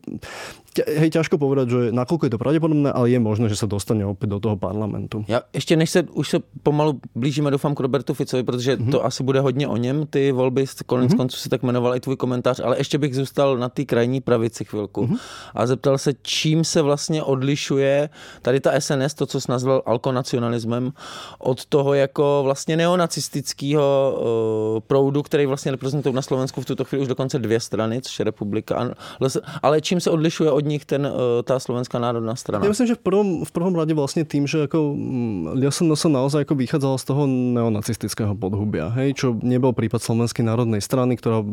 [SPEAKER 7] hej, ťažko povedať, že nakoľko je to pravdepodobné, ale je možné, že sa dostane opäť do toho parlamentu.
[SPEAKER 6] Já ještě než se, už se pomalu blížíme, doufám, k Robertu Ficovi, protože mm-hmm. to asi bude hodně o něm, ty volby, konec mm-hmm. konců si tak jmenoval i tvůj komentář, ale ještě bych zůstal na té krajní pravici chvilku mm-hmm. a zeptal se, čím se vlastně odlišuje tady ta es en es, to, co jsi nazval alkonacionalismem, od toho jako vlastně neonacistického uh, proudu, který vlastně reprezentují na Slovensku v tuto chvíli už dokonce dvě strany, což je Republika, ale čím se odlišuje od nich ten, tá Slovenská národná strana?
[SPEAKER 7] Ja myslím, že v prvom, v prvom rade vlastne tým, že ako es en es naozaj ako vychádzala z toho neonacistického podhubia, hej, čo nebol prípad Slovenskej národnej strany, ktorá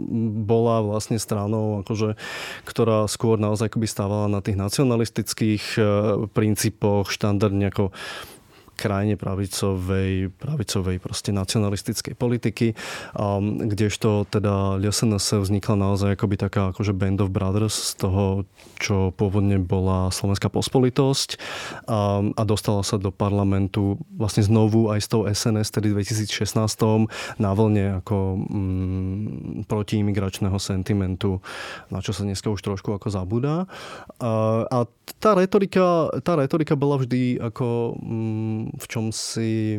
[SPEAKER 7] bola vlastne stranou, akože, ktorá skôr naozaj akoby stávala na tých nacionalistických princípoch, štandardne ako krajine pravicovej, pravicovej proste nacionalistickej politiky, um, kdežto teda es en es vznikla naozaj akoby taká akože band of brothers z toho, čo pôvodne bola Slovenská pospolitosť um, a dostala sa do parlamentu vlastne znovu aj s tou es en es, tedy dvetisícšestnásť na vlne ako um, protiimigračného sentimentu, na čo sa dneska už trošku ako zabúda. Uh, a tá retorika, tá retorika bola vždy ako um, v čom si...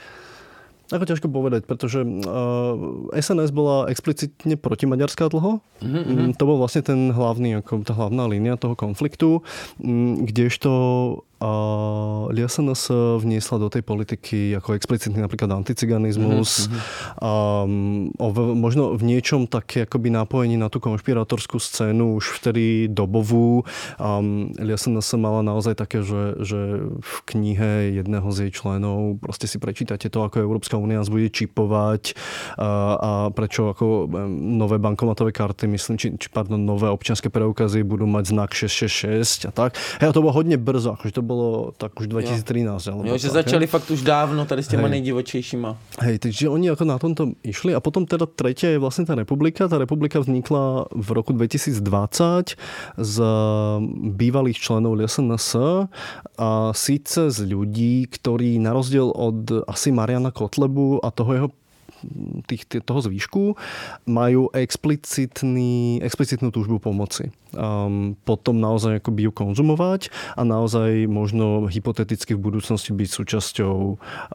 [SPEAKER 7] Ako ťažko povedať, pretože uh, es en es bola explicitne protimaďarská dlho. Mm-hmm. To bol vlastne ten hlavný, ako tá hlavná línia toho konfliktu, kdežto a es en es vniesla do tej politiky ako explicitný napríklad anticiganizmus mm-hmm. a o, možno v niečom také akoby nápojení na tú konšpirátorskú scénu už vtedy dobovú. A es en es mala naozaj také, že, že v knihe jedného z jej členov proste si prečítate to, ako Európska únia nás bude čipovať a, a prečo ako nové bankomatové karty, myslím, či, či pardon, nové občianske preukazy budú mať znak šesť šesť šesť a tak. Hej, a to bolo hodne brzo, akože to bolo tak už dvetisíctrinásť.
[SPEAKER 6] Jo, jo že tak, začali hej. Fakt už dávno tady s těma nejdivočejšíma.
[SPEAKER 7] Hej, takže oni ako na tomto išli a potom teda tretia je vlastne tá republika. Tá republika vznikla v roku dvetisícdvadsať z bývalých členov es en es a síce z ľudí, ktorí na rozdiel od asi Mariana Kotlebu a toho jeho Tých, toho zvýšku majú explicitný, explicitnú túžbu pomoci. um, potom naozaj akoby ju konzumovať a naozaj možno hypoteticky v budúcnosti byť súčasťou uh,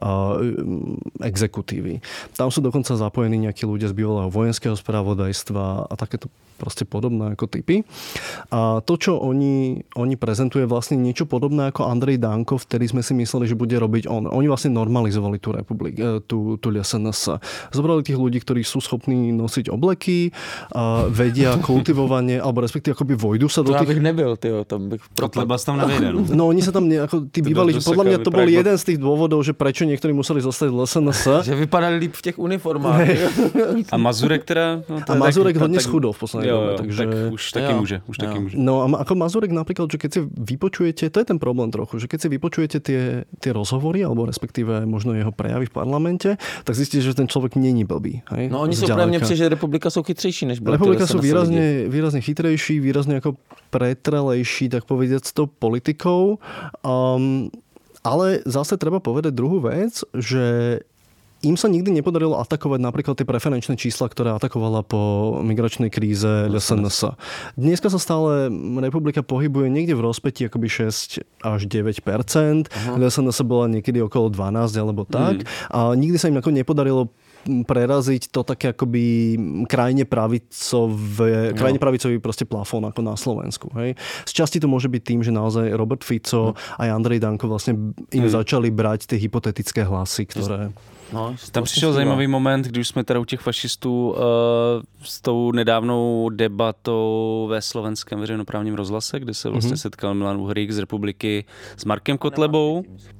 [SPEAKER 7] exekutívy. Tam sú dokonca zapojení nejakí ľudia z bývalého vojenského spravodajstva a takéto proste podobné ako typy. A to, čo oni, oni prezentujú, je vlastne niečo podobné ako Andrej Danko, vtedy sme si mysleli, že bude robiť on. Oni vlastne normalizovali tú republik, tú, tú es en es. Zobrali tých ľudí, ktorí sú schopní nosiť obleky, a vedia kultivovanie, alebo respektíve akoby vojdu sa do
[SPEAKER 6] tých... To
[SPEAKER 7] tých...
[SPEAKER 6] bych nebyl, tyjo, tam bych...
[SPEAKER 5] Kotleba tam nevejde. No.
[SPEAKER 7] no oni sa tam, ne, ako tí bývali, podľa mňa to bol jeden z tých dôvodov, že prečo niektorí museli zostať v es en es.
[SPEAKER 6] Že vypadali líp v těch uniformách.
[SPEAKER 5] A Mazurek teda... No,
[SPEAKER 7] a Mazurek hodne schudol v poslednej
[SPEAKER 5] Jo,
[SPEAKER 7] dobe,
[SPEAKER 5] jo,
[SPEAKER 7] takže...
[SPEAKER 5] tak už taky jo, může. Už taky může.
[SPEAKER 7] No a ako Mazurek napríklad, že keď si vypočujete, to je ten problém trochu, že keď si vypočujete tie, tie rozhovory, alebo respektíve možno jeho prejavy v parlamente, tak zistíte, že ten človek není blbý. Hej?
[SPEAKER 6] No oni sú pre mňa že republika sú chytřejší, než byla.
[SPEAKER 7] Republika sú výrazne, výrazne chytrejší, výrazne ako pretrelejší, tak povediac, s tou politikou. Um, ale zase treba povedať druhú vec, že im sa nikdy nepodarilo atakovať napríklad tie preferenčné čísla, ktoré atakovala po migračnej kríze es en es. Dneska sa stále republika pohybuje niekde v rozpätí akoby šesť až deväť percent. Uh-huh. es en es bola niekedy okolo dvanásť alebo tak. Mm. A nikdy sa im ako nepodarilo preraziť to také akoby krajne pravicové, krajne pravicový proste plafón ako na Slovensku. Hej. Z časti to môže byť tým, že naozaj Robert Fico mm. aj Andrej Danko vlastne im mm. začali brať tie hypotetické hlasy, ktoré...
[SPEAKER 5] No, tam přišel zajímavý moment, když jsme teda u těch fašistů uh, s tou nedávnou debatou ve slovenském veřejnoprávním rozhlase, kde se vlastně mm-hmm. setkal Milan Uhrík z Republiky s Markem Kotlebou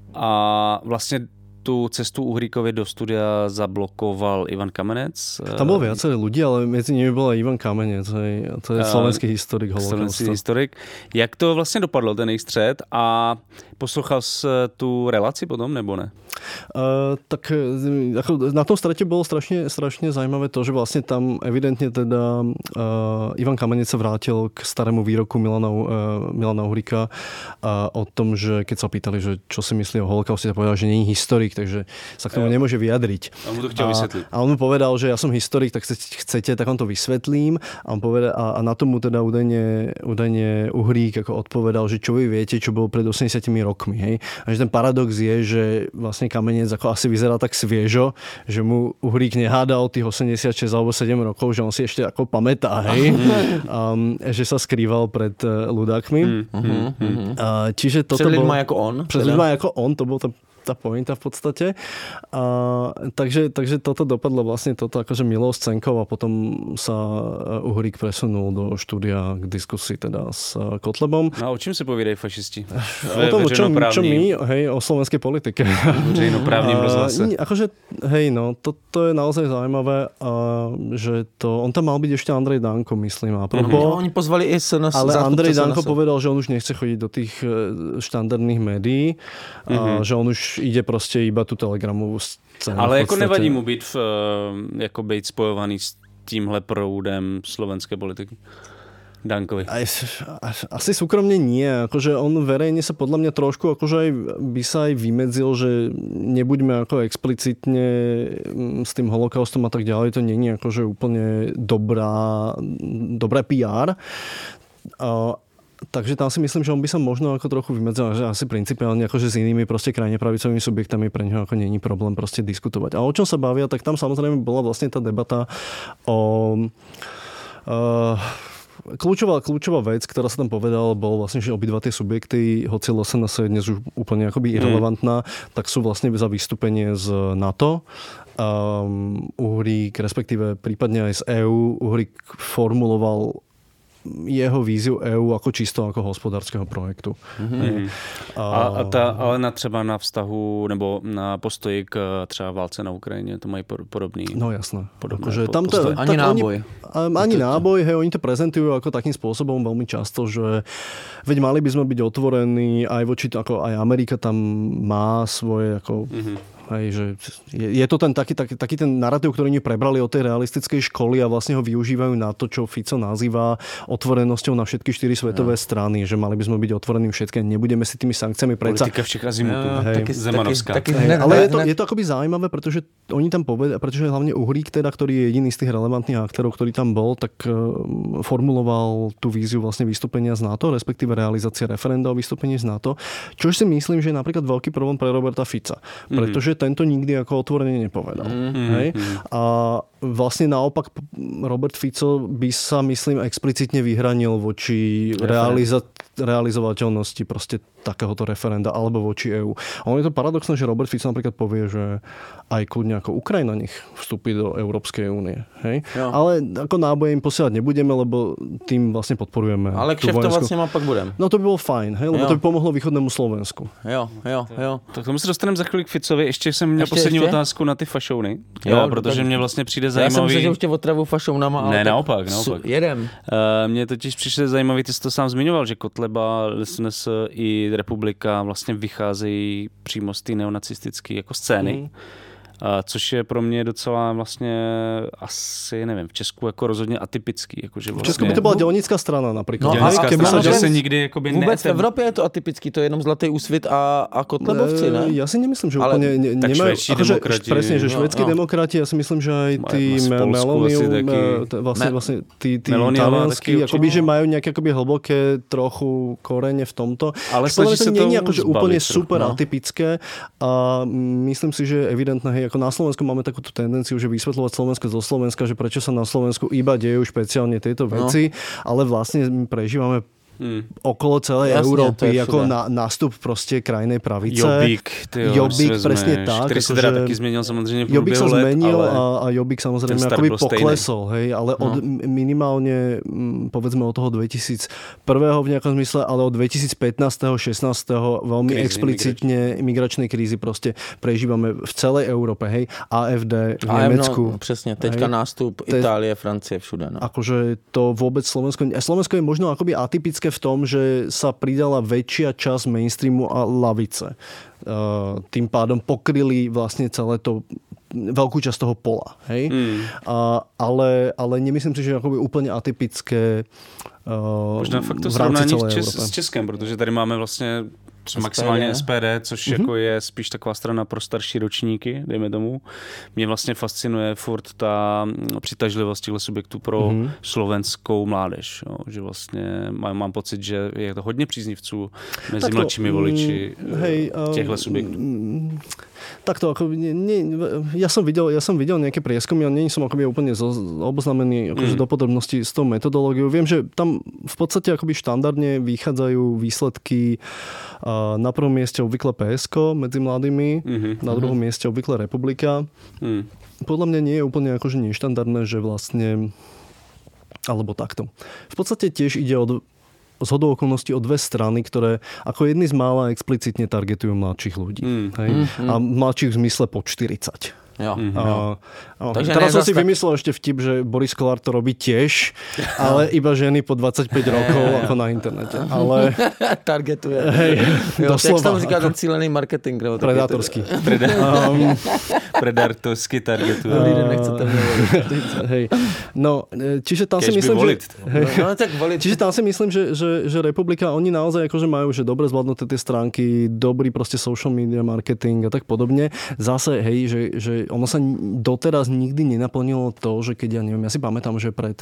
[SPEAKER 5] a vlastně tu cestu Uhríkovi do studia zablokoval Ivan Kamenec.
[SPEAKER 7] Tam bol viaceré ľudí, ale medzi nimi bol aj Ivan Kamenec. Hej. To je slovenský historik holokaustu.
[SPEAKER 5] Slovenský historik. Jak to vlastně dopadlo, ten jejich střet? A poslouchal jsi tu relaci potom, nebo ne?
[SPEAKER 7] Uh, tak ako, na tom strete bolo strašne, strašne zaujímavé to, že vlastne tam evidentne teda uh, Ivan Kamenec sa vrátil k starému výroku Milana, uh, Milana Uhríka uh, o tom, že keď sa pýtali, že čo si myslí o holokauste, tak povedal, že nie je historik, takže sa k tomu nemôže vyjadriť.
[SPEAKER 5] A on mu to chtěl vysvetliť.
[SPEAKER 7] A on mu povedal, že ja som historik, tak chcete, tak on to vysvetlím. A, on povedal, a, a na tomu teda údajne, údajne Uhrík ako odpovedal, že čo vy viete, čo bolo pred osemdesiatimi rokmi. Hej? A že ten paradox je, že vlastne Kamenec ako asi vyzerá tak sviežo, že mu Uhrík nehádal tých osemdesiatšesť alebo sedem rokov, že on si ešte ako pamätá, hej? um, že sa skrýval pred ľudákmi.
[SPEAKER 6] Uh-huh, uh-huh.
[SPEAKER 7] Uh, čiže toto
[SPEAKER 6] Před ľuďma
[SPEAKER 7] bol,
[SPEAKER 6] ako on?
[SPEAKER 7] Před teda? ľuďma ako on, to bol tá tá pointa v podstate. A, takže, takže toto dopadlo vlastne toto akože milou scénkou a potom sa Uhrík presunul do štúdia k diskusii teda s Kotlebom.
[SPEAKER 5] No a o čím si povídají fašisti?
[SPEAKER 7] O tom, čo, čo my, hej, o slovenskej politike.
[SPEAKER 5] Veřejnoprávnym rozhlase.
[SPEAKER 7] Akože, hej, no, toto je naozaj zaujímavé, a, že to, on tam mal byť ešte Andrej Danko, myslím. A
[SPEAKER 6] mm-hmm. no, oni pozvali i es en es.
[SPEAKER 7] Ale Andrej Danko povedal, že on už nechce chodiť do tých štandardných médií, mm-hmm. a, že on už ide prostě iba tu telegramovou scénu.
[SPEAKER 5] Ale jako nevadí mu být, v, jako být spojovaný s tímhle proudem slovenské politiky? Dankovi.
[SPEAKER 7] Asi súkromne nie. Akože on verejne sa podľa mňa trošku akože aj, by sa aj vymedzil, že nebuďme ako explicitne s tým holokaustom a tak ďalej. To nie je akože úplne dobrá, dobré pé er. A takže tam si myslím, že on by sa možno ako trochu vymedzil, že asi principiálne akože s inými proste krajne pravicovými subjektami pre neho ako není problém proste diskutovať. A o čom sa bavia, tak tam samozrejme bola vlastne tá debata o uh, Kľúčová, kľúčová vec, ktorá sa tam povedala, bol vlastne, že obidva tie subjekty, hoci es en es je dnes už úplne akoby irrelevantná, mm. tak sú vlastne za vystúpenie z NATO. Um, Uhrík, respektíve prípadne aj z é ú, Uhrík formuloval jeho víziu é ú ako čisto ako hospodářského projektu.
[SPEAKER 5] Mm-hmm. A, a ta, ale na třeba na vztahu nebo na postoji k třeba válce na Ukrajině, to mají podobný.
[SPEAKER 7] No jasné.
[SPEAKER 5] Podobné
[SPEAKER 7] akože
[SPEAKER 5] po,
[SPEAKER 7] tam to,
[SPEAKER 6] ani náboj.
[SPEAKER 7] Oni, ani náboj, hej, oni to prezentujú ako takým spôsobom veľmi často, že veď mali by sme byť otvorení aj voči, ako aj Amerika tam má svoje ako mm-hmm. Hej, že je, je to ten taký, taký, taký ten narratív, ktorý oni prebrali od tej realistickej školy a vlastne ho využívajú na to, čo Fico nazýva otvorenosťou na všetky štyri svetové no. strany, že mali by sme byť otvorení všetkým, nebudeme si tými sankciami predsa...
[SPEAKER 5] Politika všech azimutů,
[SPEAKER 7] no,
[SPEAKER 5] hej, Zemanovská.
[SPEAKER 7] Taky, taky, hej, ale je to, je to akoby zaujímavé, pretože oni tam povedali, pretože hlavne Uhrík, teda, ktorý je jediný z tých relevantných aktérov, ktorý tam bol, tak uh, formuloval tú víziu vlastne vystúpenia z NATO, respektíve realizácia referenda o vystúpení z NATO, čož si myslím, že je napríklad veľký problém pre Roberta Fica, pretože mm-hmm. tento nikdy ako otvorene nepovedal. Mm-hmm. Hej? A vlastne naopak Robert Fico by sa, myslím, explicitne vyhranil voči realiza- realizovateľnosti proste takéhoto referenda alebo voči EÚ. A on je to paradoxné, že Robert Fico napríklad povie, že aj kľudne ako Ukrajina nech vstúpi do Európskej únie. Hej? Ale ako náboje im posielať nebudeme, lebo tým vlastne podporujeme.
[SPEAKER 6] Ale kšeftovať s nima pak budem.
[SPEAKER 7] No to by bolo fajn, hej? Lebo jo. to by pomohlo východnému Slovensku.
[SPEAKER 6] Jo, jo, jo.
[SPEAKER 5] Tak tomu se dostaneme za chvíli k Ficovi. Ještě jsem měl ještě, poslední ještě? otázku na ty fašouny. Jo, jo protože tak... mě vlastně přijde zajímavý...
[SPEAKER 6] Já jsem myslel, že už tě otravu fašounama.
[SPEAKER 5] Ne, naopak, naopak.
[SPEAKER 6] Jedem. Uh,
[SPEAKER 5] mně totiž přišlo zajímavý, ty jsi to sám zmiňoval, že Kotleba, L S N S i Republika vlastně vycházejí přímo z té neonacistické jako scény. Mm. Uh, což je pro mě docela vlastně asi, nevím, v Česku jako rozhodně atypický. Jako, že vlastně...
[SPEAKER 7] V Česku by to byla dělnická strana například.
[SPEAKER 5] No, dělnická strana, že se nikdy jakoby
[SPEAKER 6] vůbec neetem... v Evropě je to atypický, to je jenom Zlatý úsvit a, a Kotlebovci, ne?
[SPEAKER 7] Já si nemyslím, že ale... úplně ne, nemají...
[SPEAKER 5] demokrati.
[SPEAKER 7] Presně, že švédský no, no. demokrati, já si myslím, že aj ty Melonium, vlastně, vlastně ty, ty talianský, jakoby, že mají nějaké jakoby hlboké trochu koreně v tomto.
[SPEAKER 5] Ale snaží se to
[SPEAKER 7] není jakože úplně super atypické a myslím si, že evidentné, ako na Slovensku máme takúto tendenciu, že vysvetľovať Slovensko zo Slovenska, že prečo sa na Slovensku iba dejú špeciálne tieto veci, no. ale vlastne my prežívame Hmm. okolo celej Jasne, Európy, ako na, nástup proste krajnej pravice.
[SPEAKER 5] Jobbik, tyjo,
[SPEAKER 7] Jobbik, presne tak.
[SPEAKER 5] Ktorý sa teda taky zmenil samozrejme v
[SPEAKER 7] Jobbik sa zmenil
[SPEAKER 5] let,
[SPEAKER 7] a, a Jobbik samozrejme akoby poklesol, hej, ale od no. minimálne, povedzme od toho dvetisícjeden v nejakom zmysle, ale od dvetisícpätnásť šestnásť veľmi krízy, explicitne imigračnej krízy proste prežívame v celej Európe, hej, á ef dé v Nemecku.
[SPEAKER 6] No, presne, teďka hej, nástup Itálie, Francie, všude. No.
[SPEAKER 7] Akože to vôbec Slovensko, Slovensko je možno akoby atypické v tom, že sa pridala väčšia časť mainstreamu a lavice. Tým pádom pokryli vlastne celé to veľkú časť toho pola. Hej? Mm. A, ale, ale nemyslím si, že je akoby úplne atypické uh,
[SPEAKER 5] možná fakt to srovnání s Českem, protože tady máme vlastně maximálně S P D, což mm-hmm. jako je spíš taková strana pro starší ročníky, dejme tomu. Mě vlastně fascinuje furt ta přitažlivost těchto subjektů pro mm-hmm. slovenskou mládež. Jo? Že vlastně mám, mám pocit, že je to hodně příznivců mezi tak to, mladšími voliči hej, těchto subjektů. Um,
[SPEAKER 7] Takto, ako, nie, nie, ja, som videl, ja som videl nejaké prieskumy, ale nie som akoby úplne oboznámený akože mm. do podrobností s tou metodológiou. Viem, že tam v podstate akoby štandardne vychádzajú výsledky uh, na prvom mieste obvykle pé es ká medzi mladými, mm-hmm. na druhom mm-hmm. mieste obvykle Republika. Mm. Podľa mňa nie je úplne akože neštandardné, že vlastne alebo takto. V podstate tiež ide o zhodou okolností o dve strany, ktoré ako jedny z mála explicitne targetujú mladších ľudí. Mm. Hej? Mm. A mladších v zmysle po štyridsať.
[SPEAKER 6] Jo.
[SPEAKER 7] Mm-hmm. A, a, teraz som si tak... vymyslel ešte vtip, že Boris Kollár to robí tiež, ale iba ženy po dvadsaťpäť rokov ako na internete. Ale...
[SPEAKER 6] Targetuje.
[SPEAKER 7] Hej,
[SPEAKER 6] jo, doslova. Jak sa to říká, ten cílený marketing.
[SPEAKER 7] Predátorský.
[SPEAKER 5] Preda- um, Predátorský targetuje.
[SPEAKER 6] Lidé nechcete volit.
[SPEAKER 7] Hej. No, čiže tam
[SPEAKER 5] Kež
[SPEAKER 7] si myslím,
[SPEAKER 5] volit.
[SPEAKER 7] že... Hej,
[SPEAKER 6] no, tak volit.
[SPEAKER 7] Čiže tam si myslím, že, že, že Republika, oni naozaj akože majú že dobre zvládnuté tie stránky, dobrý proste social media marketing a tak podobne. Zase, hej, že, že ono sa doteraz nikdy nenaplnilo to, že keď ja neviem, ja si pamätám, že pred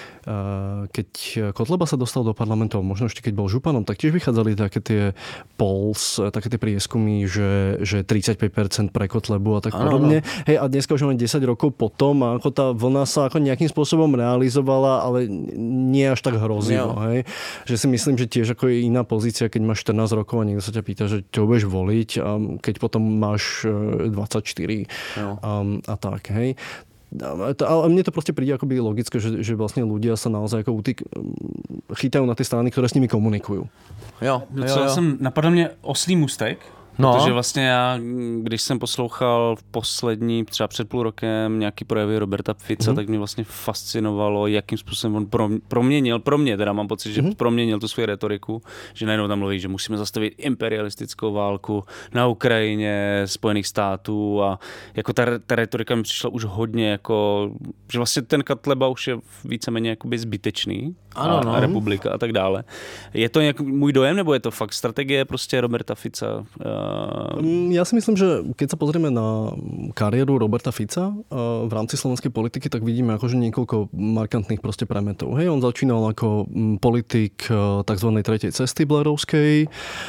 [SPEAKER 7] keď Kotleba sa dostal do parlamentu, možno ešte keď bol županom, tak tiež vychádzali také tie polls, také tie prieskumy, že, že tridsaťpäť percent pre Kotlebu a tak ano, podobne. No. Hej, a dneska už máme desať rokov potom a ako tá vlna sa ako nejakým spôsobom realizovala, ale nie až tak hrozivo. Hej. Že si myslím, že tiež ako je iná pozícia, keď máš štrnásť rokov a niekto sa ťa pýta, že čo budeš voliť a keď potom máš dvadsaťštyri a, a tak. Hej. Ale mne to proste príde akoby logické, že, že vlastne ľudia sa naozaj ako utyk, chytajú na tie strany, ktoré s nimi komunikujú.
[SPEAKER 6] Jo,
[SPEAKER 5] Docela jo, jo. jsem, napadl mě oslý můstek,
[SPEAKER 6] No.
[SPEAKER 5] Protože vlastně já, když jsem poslouchal v poslední, třeba před půl rokem nějaký projevy Roberta Fica, mm-hmm. tak mě vlastně fascinovalo, jakým způsobem on proměnil, pro mě teda mám pocit, že mm-hmm. proměnil tu svou retoriku, že najednou tam mluví, že musíme zastavit imperialistickou válku na Ukrajině, Spojených států a jako ta, ta retorika mi přišla už hodně jako, že vlastně ten Kotleba už je víceméně jakoby zbytečný
[SPEAKER 6] ano,
[SPEAKER 5] a,
[SPEAKER 6] no.
[SPEAKER 5] a republika a tak dále. Je to nějak můj dojem, nebo je to fakt strategie prostě Roberta Fica? Uh...
[SPEAKER 7] Ja si myslím, že keď sa pozrieme na kariéru Roberta Fica uh, v rámci slovenskej politiky, tak vidíme akože niekoľko markantných proste premetov. Hej, on začínal ako politik uh, tzv. Tretej cesty Blairovskej.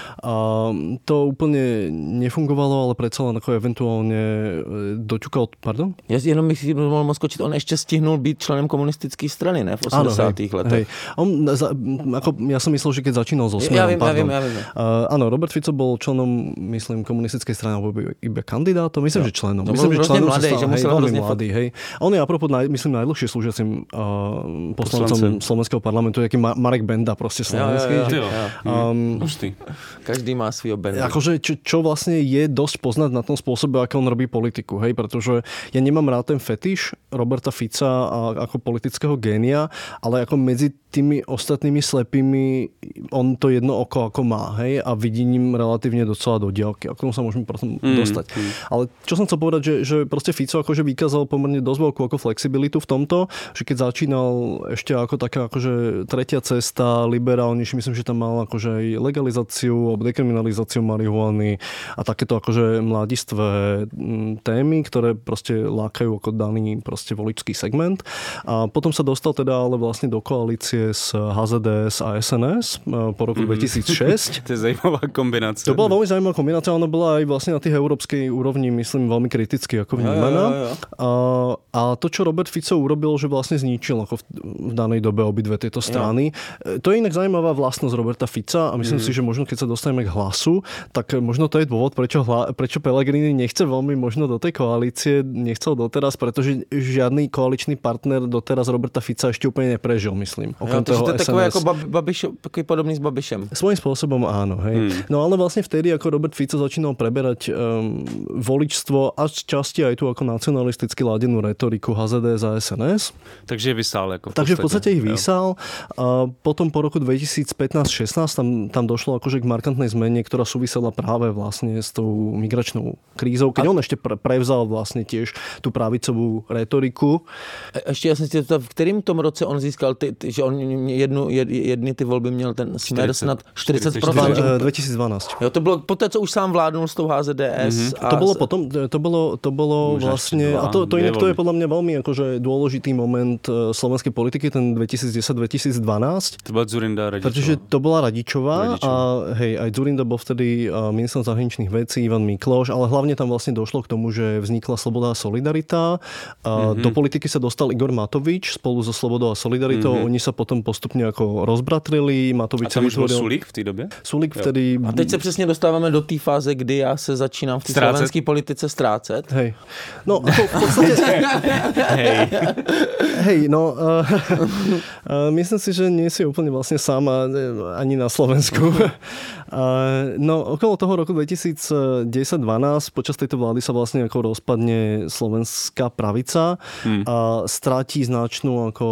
[SPEAKER 7] Uh, to úplne nefungovalo, ale predsa len ako eventuálne doťukal, pardon?
[SPEAKER 6] Ja jenom bych si mohl moskočiť, on ešte stihnul byť členem komunistickej strany, ne? V osemdesiatych letech.
[SPEAKER 7] Hej. On, za, ako, ja som myslel, že keď začínal so Smerom,
[SPEAKER 6] ja viem,
[SPEAKER 7] pardon.
[SPEAKER 6] Ja viem, ja viem.
[SPEAKER 7] Uh, áno, Robert Fico bol členom, myslím, komunistickej strany, alebo iba kandidátom. Myslím,
[SPEAKER 6] no.
[SPEAKER 7] že členom.
[SPEAKER 6] No,
[SPEAKER 7] myslím, že členom
[SPEAKER 6] mladý,
[SPEAKER 7] sa stal,
[SPEAKER 6] že
[SPEAKER 7] hej, veľmi mladý, hej. On je apropos, naj, myslím, najdlhšie slúžiacim uh, poslancom Poslancem. slovenského parlamentu, jaký Ma- Marek Benda, proste slovenský.
[SPEAKER 6] Ja, ja, ja, ja.
[SPEAKER 7] Um,
[SPEAKER 6] Každý má svýho Benda.
[SPEAKER 7] Akože, čo, čo vlastne je dosť poznať na tom spôsobe, ako on robí politiku, hej, pretože ja nemám rád ten fetiš Roberta Fica a, ako politického génia, ale ako medzi tými ostatnými slepými on to jedno oko ako má, hej, a vidí ním relatívne docela do diaľky. A k tomu sa môžeme potom mm, dostať. Mm. Ale čo som chcel povedať, že, že proste Fico akože vykázal pomerne dosť veľkú ako flexibilitu v tomto, že keď začínal ešte ako taká akože tretia cesta, liberálnejší, myslím, že tam mal akože aj legalizáciu alebo dekriminalizáciu marihuany a takéto akože mladistvé témy, ktoré proste lákajú ako daný proste voličský segment. A potom sa dostal teda ale vlastne do koalície s há zet dé es a es en es po roku mm-hmm. dvetisícšesť.
[SPEAKER 5] To je zajímavá kombinácia.
[SPEAKER 7] To bola veľmi zaujímavá kombinácia, ona bola aj vlastne na tých európskej úrovni, myslím, veľmi kriticky ako vnímaná. Ja, ja, ja. A, a to, čo Robert Fico urobil, že vlastne zničil ako v, v danej dobe obidve tieto strany. Ja. To je inak zaujímavá vlastnosť Roberta Fica a myslím mm. si, že možno keď sa dostaneme k Hlasu, tak možno to je dôvod, prečo, hla, prečo Pellegrini nechce veľmi možno do tej koalície, nechcel doteraz, pretože žiadny koaličný partner doteraz Roberta Fica ešte úplne neprežil, myslím.
[SPEAKER 6] Ja, to je takové ako Babiš, taký podobný s Babišem.
[SPEAKER 7] Svojím spôsobom áno, hej. Hmm. No ale vlastne vtedy, ako Robert Fico začínal preberať um, voličstvo a z časti aj tú ako nacionalisticky ladenú retoriku há zet dé es a es en es.
[SPEAKER 5] Takže je vysál. Ako v
[SPEAKER 7] Takže v podstate ich vysál. A potom po roku dvetisícpätnásť šestnásť tam, tam došlo akože k markantnej zmene, ktorá súvisela práve vlastne s tou migračnou krízou, keď a... on ešte pre, prevzal vlastne tiež tú pravicovú retoriku.
[SPEAKER 6] E, ešte ja som si to, v ktorým tom roce on získal, ty, ty, že on jednu, jedny ty volby měl ten Smer snad čtyřicet procent.
[SPEAKER 7] dvetisícdvanásť.
[SPEAKER 6] Jo, to bylo poté, co už sám vládnul s tou há zet dé es. Mm-hmm. A
[SPEAKER 7] to bolo potom, to bolo, to bolo vlastne, a to, to inak to je podľa mňa veľmi akože dôležitý moment slovenskej politiky, ten dvetisícdesať dvetisícdvanásť.
[SPEAKER 5] To bola Dzurinda Radičová.
[SPEAKER 7] Pretože to bola Radičová, Radičová. A hej, aj Dzurinda bol vtedy ministrom zahraničných vecí, Ivan Mikloš, ale hlavne tam vlastne došlo k tomu, že vznikla Sloboda a Solidarita. Mm-hmm. Do politiky sa dostal Igor Matovič spolu so Slobodou a Solidaritou. Mm-hmm. Oni sa potom postupne ako rozbratrili. Matovič
[SPEAKER 5] a tam už bol Sulík v té době?
[SPEAKER 7] Sulík vtedy...
[SPEAKER 6] A teď se přesně dostáváme do té fáze, kdy já se začínám v té slovenské politice ztrácet.
[SPEAKER 7] Hej. No, ako v podstate...
[SPEAKER 5] Hej.
[SPEAKER 7] Hej, no... Uh, uh, myslím si, že nie si úplne vlastne sama ani na Slovensku. Uh, no, okolo toho roku dvetisícdesať dvanásť počas tejto vlády sa vlastne ako rozpadne slovenská pravica hmm. a stratí značnú ako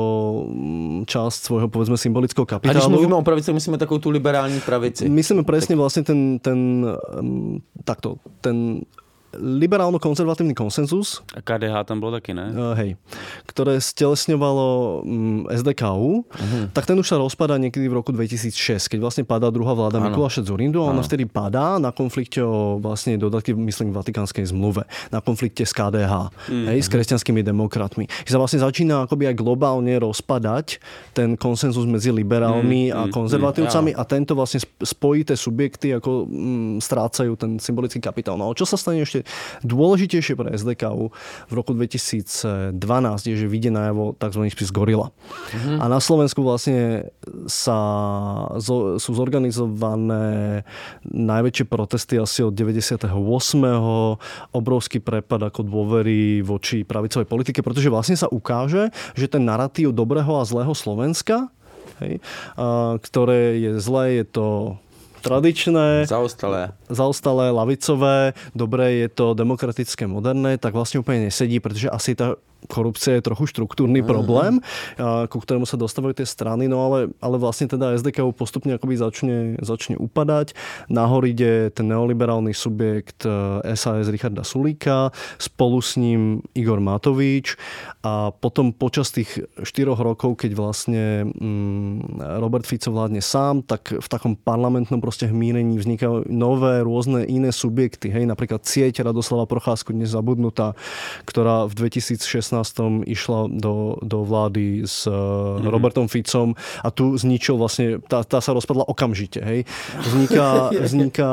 [SPEAKER 7] časť svojho, povedzme, symbolického kapitálu.
[SPEAKER 6] A když mluvíme o pravici, myslíme takovou tu liberální pravici.
[SPEAKER 7] Myslíme presne tak. vlastne ten, ten um, takto, ten liberálno-konzervatívny konsenzus.
[SPEAKER 5] A ká dé há tam bolo taky, ne?
[SPEAKER 7] Uh, hej. Ktoré stelesňovalo um, es dé ká ú. Uh-huh. Tak ten už sa rozpadá niekedy v roku dvetisícšesť, keď vlastne padá druhá vláda Mikuláša Dzurindu a ona vtedy padá na konflikte o vlastne dodatky, myslím, v Vatikánskej zmluve. Na konflikte s ká dé há. Uh-huh. Hej, s kresťanskými demokratmi. Keď sa vlastne začína akoby aj globálne rozpadať ten konsenzus medzi liberálmi uh-huh. a konzervatívcami uh-huh. a tento vlastne spojité subjekty ako um, strácajú ten symbolický kapitál. No čo sa stane ešte dôležitejšie pre es dé ká ú v roku dvetisícdvanásť je, že vyjde najavo tzv. Spis Gorila. Mm-hmm. A na Slovensku vlastne sa zo, sú zorganizované najväčšie protesty asi od deväťdesiateho ôsmeho obrovský prepad ako dôvery voči pravicovej politike, pretože vlastne sa ukáže, že ten naratív dobrého a zlého Slovenska, hej, a, ktoré je zlé, je to tradičné,
[SPEAKER 6] zaostalé,
[SPEAKER 7] zaostalé, lavicové, dobré, je to demokratické, moderné, tak vlastně úplně nesedí, protože asi ta korupcia je trochu štruktúrny problém, ku ktorému sa dostávajú tie strany, no ale, ale vlastne teda es dé ká postupne akoby začne, začne upadať. Nahor ide ten neoliberálny subjekt es a es Richarda Sulíka, spolu s ním Igor Matovič a potom počas tých štyroch rokov, keď vlastne mm, Robert Fico vládne sám, tak v takom parlamentnom proste hmírení vznikajú nové, rôzne iné subjekty. Hej, napríklad sieť Radoslava Procházku, dnes zabudnutá, ktorá v dvetisícšestnásť išla do, do vlády s mm-hmm. Robertom Ficom a tu zničil vlastne, tá, tá sa rozpadla okamžite, hej. Vzniká, vzniká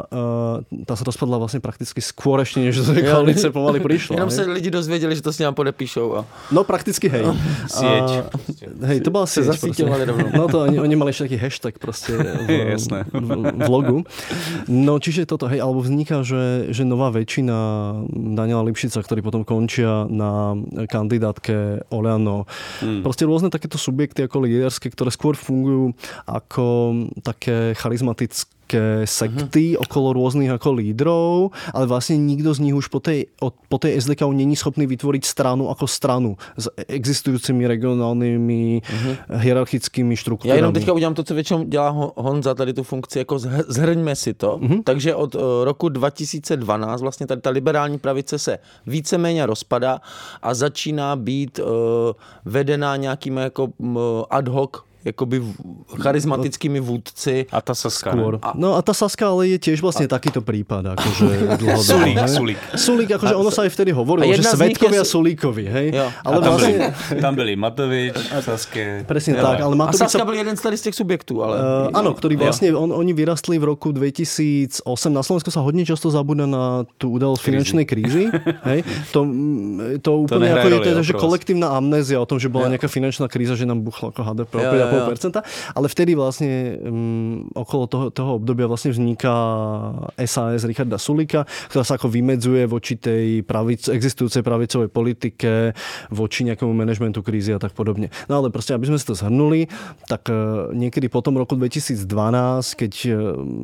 [SPEAKER 7] tá sa rozpadla vlastne prakticky skôr ešte, než do tej koalície pomaly prišla.
[SPEAKER 6] Jenom sa lidi dozvedeli, že to s ním podepíšou. A...
[SPEAKER 7] No prakticky, hej.
[SPEAKER 5] Sieť.
[SPEAKER 7] A, hej, to bola sieť. No to oni, oni mali ešte taký hashtag proste v, v, v logu. No čiže toto, hej, alebo vzniká, že, že nová väčšina Daniela Lipšica, ktorí potom končia na kandidátke Oľano. Hmm. Proste rôzne takéto subjekty ako líderské, ktoré skôr fungujú ako také charizmatické sekty uh-huh. okolo rôznych ako lídrov, ale vlastne nikto z nich už po tej, po tej es dé ká není schopný vytvoriť stranu ako stranu s existujúcimi regionálnymi uh-huh. hierarchickými štruktúrami.
[SPEAKER 6] Já jenom teďka udělám to, co většinou dělá Honza, tady tu funkci, jako zhrňme si to. Uh-huh. Takže od roku dva tisíce dvanáct vlastně tady ta liberální pravice se víceméně rozpadá a začíná být uh, vedená nějakými jako uh, ad hoc jakoby charizmatickými vůdci.
[SPEAKER 5] A ta Saska.
[SPEAKER 7] A... No a ta Saska ale je tiež vlastne a... takýto prípad. Akože dlhodobo.
[SPEAKER 5] Sulík, Sulík.
[SPEAKER 7] Sulík, akože ono sa aj vtedy hovorilo, že svedkovia je... Sulíkovi, hej?
[SPEAKER 6] Jo.
[SPEAKER 7] Ale
[SPEAKER 5] tam,
[SPEAKER 7] vlastne...
[SPEAKER 5] byli, tam byli Matovič, Saske.
[SPEAKER 7] Presne tak. Ale
[SPEAKER 6] Matovič a Saska
[SPEAKER 7] sa...
[SPEAKER 6] byl jeden z tady z těch subjektů. Ale...
[SPEAKER 7] Uh, áno, ktorí vlastne, on, oni vyrastli v roku dvetisícosem. Na Slovensku sa hodne často zabúda na tú udalosť finančnej krízy. Hej? To, to úplne to ako je teda, že kolektívna amnézia o tom, že bola nejaká finančná kríza, že nám buchla ako há dé pé o päť celá päť percenta. Ale vtedy vlastne um, okolo toho, toho obdobia vlastne vzniká es a es Richarda Sulíka, ktorá sa ako vymedzuje voči tej pravic, existujúcej pravicovej politike, voči nejakému manažmentu krízy a tak podobne. No ale proste, aby sme si to zhrnuli, tak uh, niekedy po tom roku dvetisícdvanásť, keď uh,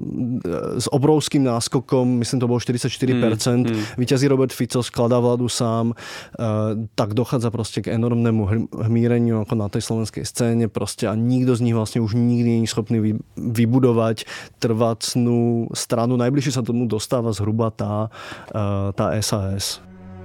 [SPEAKER 7] s obrovským náskokom, myslím to bolo štyridsaťštyri percent, mm, mm. víťazí Robert Fico, skladá vládu sám, uh, tak dochádza proste k enormnému hmíreniu ako na tej slovenskej scéne proste a nikto z nich vlastne už nikdy nie je schopný vybudovať trvácnú stranu. Najbližšie sa tomu dostáva zhruba tá, tá es a es.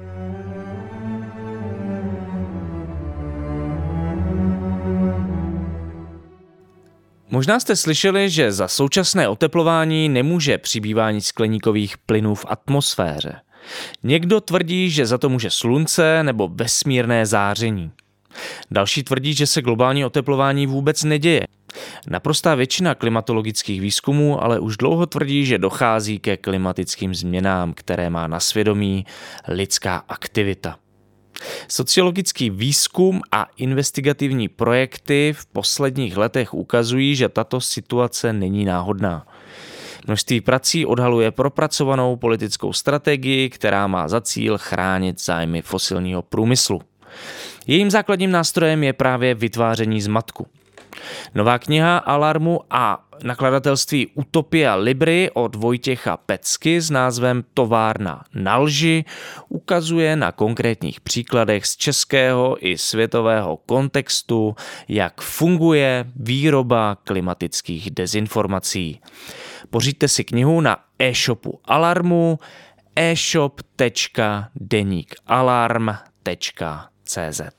[SPEAKER 5] Možná jste slyšeli, že za současné oteplování nemůže přibývání skleníkových plynů v atmosféře. Někdo tvrdí, že za to může slunce nebo vesmírné záření. Další tvrdí, že se globální oteplování vůbec neděje. Naprostá většina klimatologických výzkumů ale už dlouho tvrdí, že dochází ke klimatickým změnám, které má na svědomí lidská aktivita. Sociologický výzkum a investigativní projekty v posledních letech ukazují, že tato situace není náhodná. Množství prací odhaluje propracovanou politickou strategii, která má za cíl chránit zájmy fosilního průmyslu. Jejím základním nástrojem je právě vytváření zmatku. Nová kniha Alarmu a nakladatelství Utopia Libry od Vojtěcha Pecky s názvem Továrna na lži ukazuje na konkrétních příkladech z českého i světového kontextu, jak funguje výroba klimatických dezinformací. Pořiďte si knihu na e-shopu Alarmu e-shop tečka deník alarm tečka cé zet.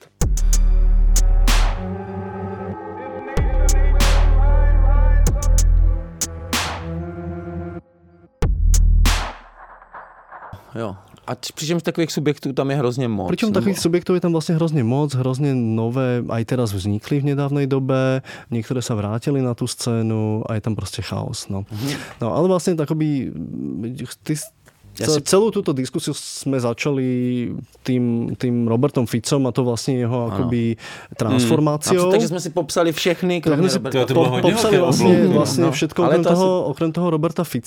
[SPEAKER 6] Jo. A přičemž takových subjektů tam je hrozně moc.
[SPEAKER 7] Pričom
[SPEAKER 6] nebo...
[SPEAKER 7] takových subjektov je tam vlastne hrozne moc, hrozne nové, aj teraz vznikli v nedávnej dobe, niektoré sa vrátili na tú scénu a je tam proste chaos. No, mm-hmm. no ale vlastne takoby ty, ja si... celú túto diskusiu sme začali tým, tým Robertom Ficom a to vlastne jeho akoby transformáciou.
[SPEAKER 6] Mm. Takže sme si popsali všechny, kromě
[SPEAKER 7] si
[SPEAKER 6] Roberta.
[SPEAKER 7] Po, popsali vlastne, vlastne no. všetko okrem toho, okrem toho Roberta Fica.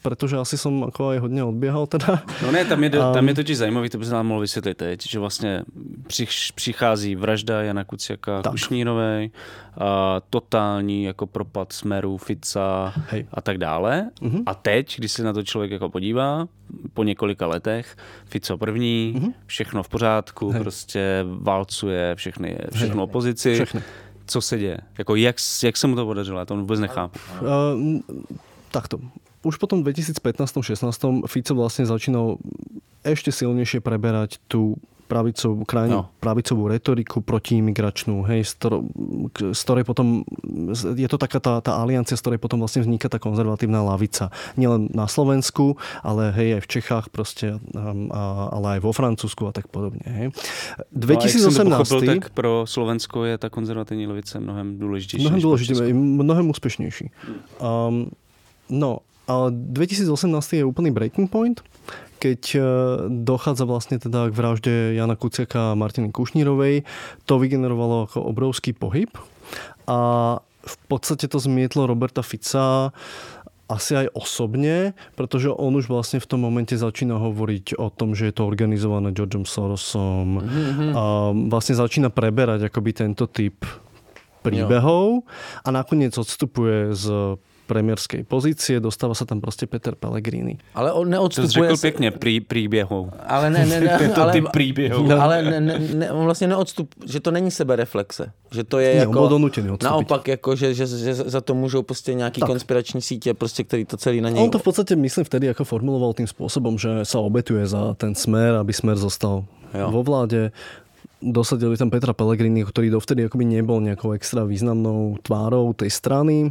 [SPEAKER 7] pretože asi som ako aj hodně odběhal teda.
[SPEAKER 5] No ne, tam je, tam je totiž zajímavý, to by se nám mohlo vysvětlit teď, že vlastně přichází vražda Jana Kuciaka, Kušnírovej, a totální jako propad Smeru, Fica Hej. a tak dále. Uh-huh. A teď, když se na to člověk jako podívá, po několika letech, Fico první, uh-huh. všechno v pořádku, Hej. prostě válcuje všechny, všechnu opozici. Všechny. Co se děje? Jako jak, jak se mu to podařilo? Já to vůbec nechápu. Uh,
[SPEAKER 7] takto. Už potom v dvetisícpätnásť šestnásť Fico vlastne začínal ešte silnejšie preberať tú pravicovú, krajnú no. pravicovú retoriku protiimigračnú, hej, z, toro, z ktorej potom, je to taká tá, tá aliancia, z ktorej potom vlastne vzniká tá konzervatívna lavica. Nielen na Slovensku, ale hej, aj v Čechách proste, a, ale aj vo Francúzsku a tak podobne. Hej. dvetisícosemnásť
[SPEAKER 5] No, tak pro Slovensko je tá konzervatívna lavica mnohem dôležitejšia.
[SPEAKER 7] Mnohem dôležitejšia, mnohem úspešnejší. Um, no, ale dvetisícosemnásť je úplný breaking point, keď dochádza vlastne teda k vražde Jana Kuciaka a Martiny Kušnírovej. To vygenerovalo ako obrovský pohyb a v podstate to zmietlo Roberta Fica asi aj osobne, pretože on už vlastne v tom momente začína hovoriť o tom, že je to organizované Georgeom Sorosom mm-hmm. a vlastne začína preberať akoby tento typ príbehov a nakoniec odstupuje z premiérskej pozície, dostáva sa tam proste Peter Pellegrini.
[SPEAKER 6] Ale on neodstupuje...
[SPEAKER 5] To řekl pěkně, prí, príběhou.
[SPEAKER 6] Ale ne, ne, ne.
[SPEAKER 5] to
[SPEAKER 6] ale,
[SPEAKER 5] ty príběhou.
[SPEAKER 6] No, ale ne, ne, ne, on vlastně neodstup, že to není sebereflexe. Že to je
[SPEAKER 7] ne,
[SPEAKER 6] jako... Naopak, jako, že, že, že za to můžou prostě nějaký tak. konspirační sítě, prostě, který to celý na něj...
[SPEAKER 7] On to v podstate, myslím, vtedy ako formuloval tým spôsobom, že sa obetuje za ten Smer, aby Smer zostal jo. vo vláde. Dosadili tam Petra Pellegrini, ktorý dovtedy akoby nebol nejakou extra významnou tvárou tej strany.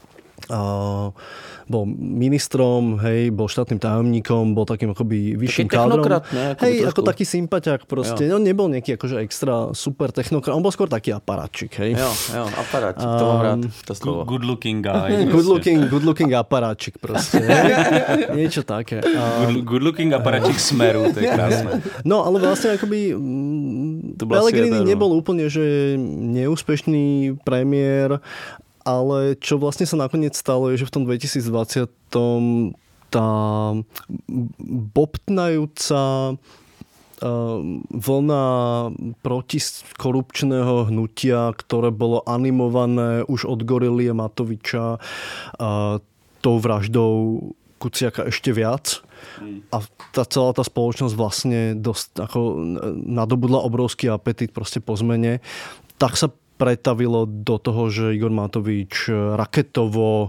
[SPEAKER 7] Uh, bol ministrom, hej, bol štátnym tajomníkom, bol takým akoby vyšším kádrom.
[SPEAKER 6] Ne,
[SPEAKER 7] ako hej, ako taký sympatiak proste. Jo. On nebol nejaký akože extra super technokrat. On bol skôr taký aparátčik, hej.
[SPEAKER 6] Jo, jo, aparátčik, to mám rád, to slovo.
[SPEAKER 5] Good looking guy.
[SPEAKER 7] Good looking, good looking aparátčik proste. Niečo také.
[SPEAKER 5] Um, good, good looking aparátčik Smeru, to je krásne.
[SPEAKER 7] No, ale vlastne akoby Pellegrini nebol úplne, že neúspešný premiér. Ale čo vlastne sa nakoniec stalo, je, že v tom dvetisícdvadsať tá bobtnajúca vlna protikorupčného hnutia, ktoré bolo animované už od Gorily a Matoviča tou vraždou Kuciaka ešte viac. A tá celá tá spoločnosť vlastne dosť, ako nadobudla obrovský apetit proste po zmene. Tak sa pretavilo do toho, že Igor Matovič raketovo uh,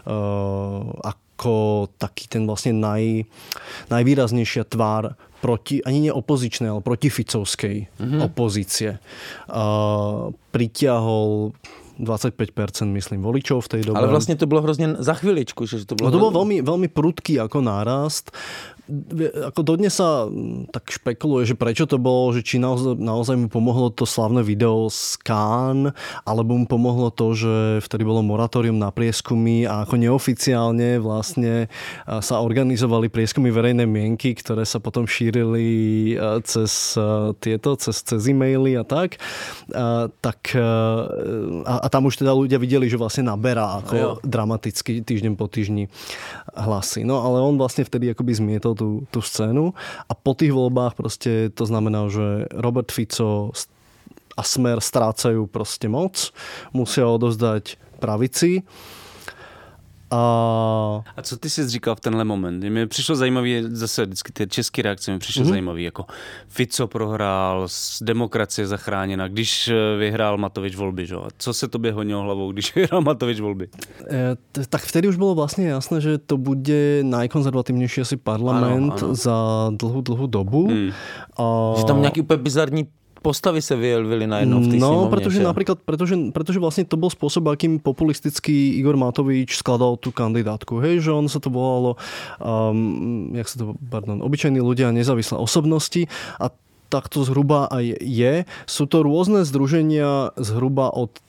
[SPEAKER 7] ako taký ten vlastne naj, najvýraznejšia tvár proti, ani nie opozičnej, ale proti ficovskej mm-hmm. opozície. Uh, pritiahol dvadsaťpäť percent, myslím, voličov v tej dobe.
[SPEAKER 6] Ale vlastne to bolo hrozne za chvíličku. Že to bolo,
[SPEAKER 7] no to bol veľmi, veľmi prudký ako nárast. Ako dodnes sa tak špekuluje, že prečo to bolo, že či naozaj, naozaj mu pomohlo to slavné video z Cannes, alebo mu pomohlo to, že vtedy bolo moratórium na prieskumy a ako neoficiálne vlastne sa organizovali prieskumy verejnej mienky, ktoré sa potom šírili cez tieto, cez, cez e-maily a tak. A, tak a, a tam už teda ľudia videli, že vlastne naberá ako dramaticky týždeň po týždni hlasy. No ale on vlastne vtedy akoby zmietol Tú, tú scénu a po tých voľbách proste to znamená, že Robert Fico a Smer strácajú proste moc, musia odovzdať pravici. A...
[SPEAKER 5] a co ty jsi říkal v tenhle moment? Mně přišlo zajímavý, zase vždycky ty české reakce mi přišlo mm-hmm. zajímavý, jako Fico prohrál, demokracie zachráněna, když vyhrál Matovič volby, že? Co se tobě honilo hlavou, když vyhrál Matovič volby?
[SPEAKER 7] E, t- tak vtedy už bolo vlastne jasné, že to bude najkonzervatívnejší asi parlament ano, ano. za dlhú, dlhú dobu. Hmm.
[SPEAKER 6] A... Že tam nejaký úplne bizarní postavy sa vyjavili najednou v tej
[SPEAKER 7] no,
[SPEAKER 6] sněmovně.
[SPEAKER 7] Pretože napríklad, pretože, pretože vlastne to bol spôsob, akým populistický Igor Matovič skladal tú kandidátku. Hej, že on sa to volalo um, jak sa to, pardon, obyčajní ľudia, nezávislé osobnosti a tak to zhruba aj je. Sú to rôzne združenia zhruba od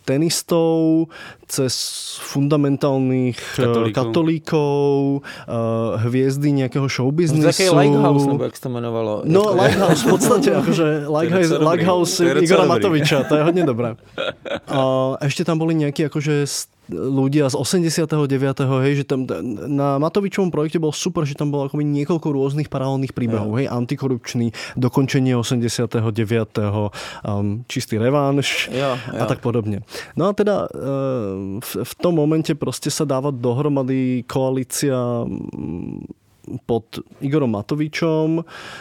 [SPEAKER 7] tenistov, cez fundamentálnych katolíkov, katolíkov hviezdy nejakého showbiznisu.
[SPEAKER 6] Taký Lighthouse, nebo jak to jmenovalo?
[SPEAKER 7] No, Lighthouse, v podstate, akože Lighthouse, Lighthouse Igora Matoviča, to je hodne dobré. A ešte tam boli nejakí akože ľudia z osemdesiateho deviateho hej, že tam na Matovičovom projekte bol super, že tam bolo akoby niekoľko rôznych paralelných príbehov, hej, antikorupčný, dokončenie osemdesiateho deviateho Um, čistý revanš
[SPEAKER 6] jo, jo.
[SPEAKER 7] a tak podobne. No a teda v, v tom momente proste sa dáva dohromady koalícia pod Igorom Matovičom,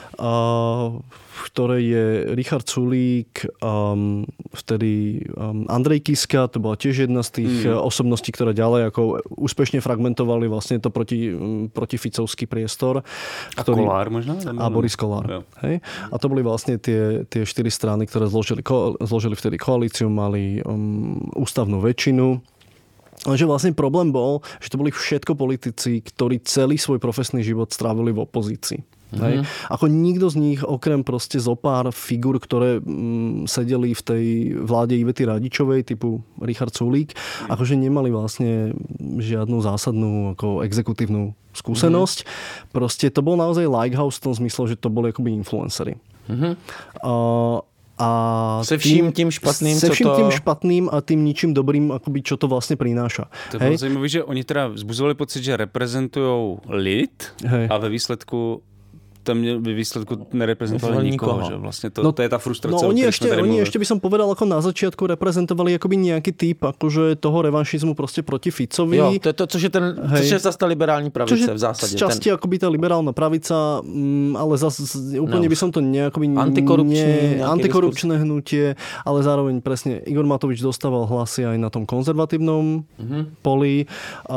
[SPEAKER 7] v ktorej je Richard Sulík, um, vtedy um, Andrej Kiska, to bola tiež jedna z tých mm. osobností, ktoré ďalej ako úspešne fragmentovali vlastne to proti, proti Ficovský priestor.
[SPEAKER 5] A ktorý, Kolár možno?
[SPEAKER 7] A Boris Kolár. Hej? A to boli vlastne tie, tie štyri strany, ktoré zložili, ko, zložili vtedy koalíciu, mali um, ústavnú väčšinu. Lenže vlastne problém bol, že to boli všetko politici, ktorí celý svoj profesný život strávili v opozícii. Mm-hmm. Hej. Ako nikto z nich, okrem proste zo pár figur, ktoré mm, sedeli v tej vláde Ivety Radičovej, typu Richard Sulík, mm-hmm. akože nemali vlastne žiadnu zásadnú ako exekutívnu skúsenosť. Mm-hmm. Proste to bol naozaj Lighthouse v tom zmysle, že to boli akoby influencery. Mm-hmm. Uh, A
[SPEAKER 6] se vším tím špatným,
[SPEAKER 7] se vším
[SPEAKER 6] co to...
[SPEAKER 7] tím špatným a tým ničím dobrým, akoby, čo to vlastne prináša.
[SPEAKER 5] To bylo zajímavé, že oni teda vzbuzovali pocit, že reprezentují lid Hej. a ve výsledku tam ve výsledku nereprezentovali nikoho, nikoho. Že vlastne to,
[SPEAKER 7] no,
[SPEAKER 5] to je tá frustrácia.
[SPEAKER 7] No oni, ešte, oni ešte by som povedal, ako na začiatku reprezentovali akoby nejaký typ akože toho revanšizmu proste proti Ficovi.
[SPEAKER 6] Jo, to je to, což je, ten, což je zase tá liberální pravice v zásade.
[SPEAKER 7] Z časti ten... akoby tá liberálna pravica, ale zase úplne no. by som to nejakoby
[SPEAKER 6] antikorupčný,
[SPEAKER 7] ne, antikorupčné hnutie, ale zároveň presne Igor Matovič dostával hlasy aj na tom konzervatívnom mm-hmm. poli.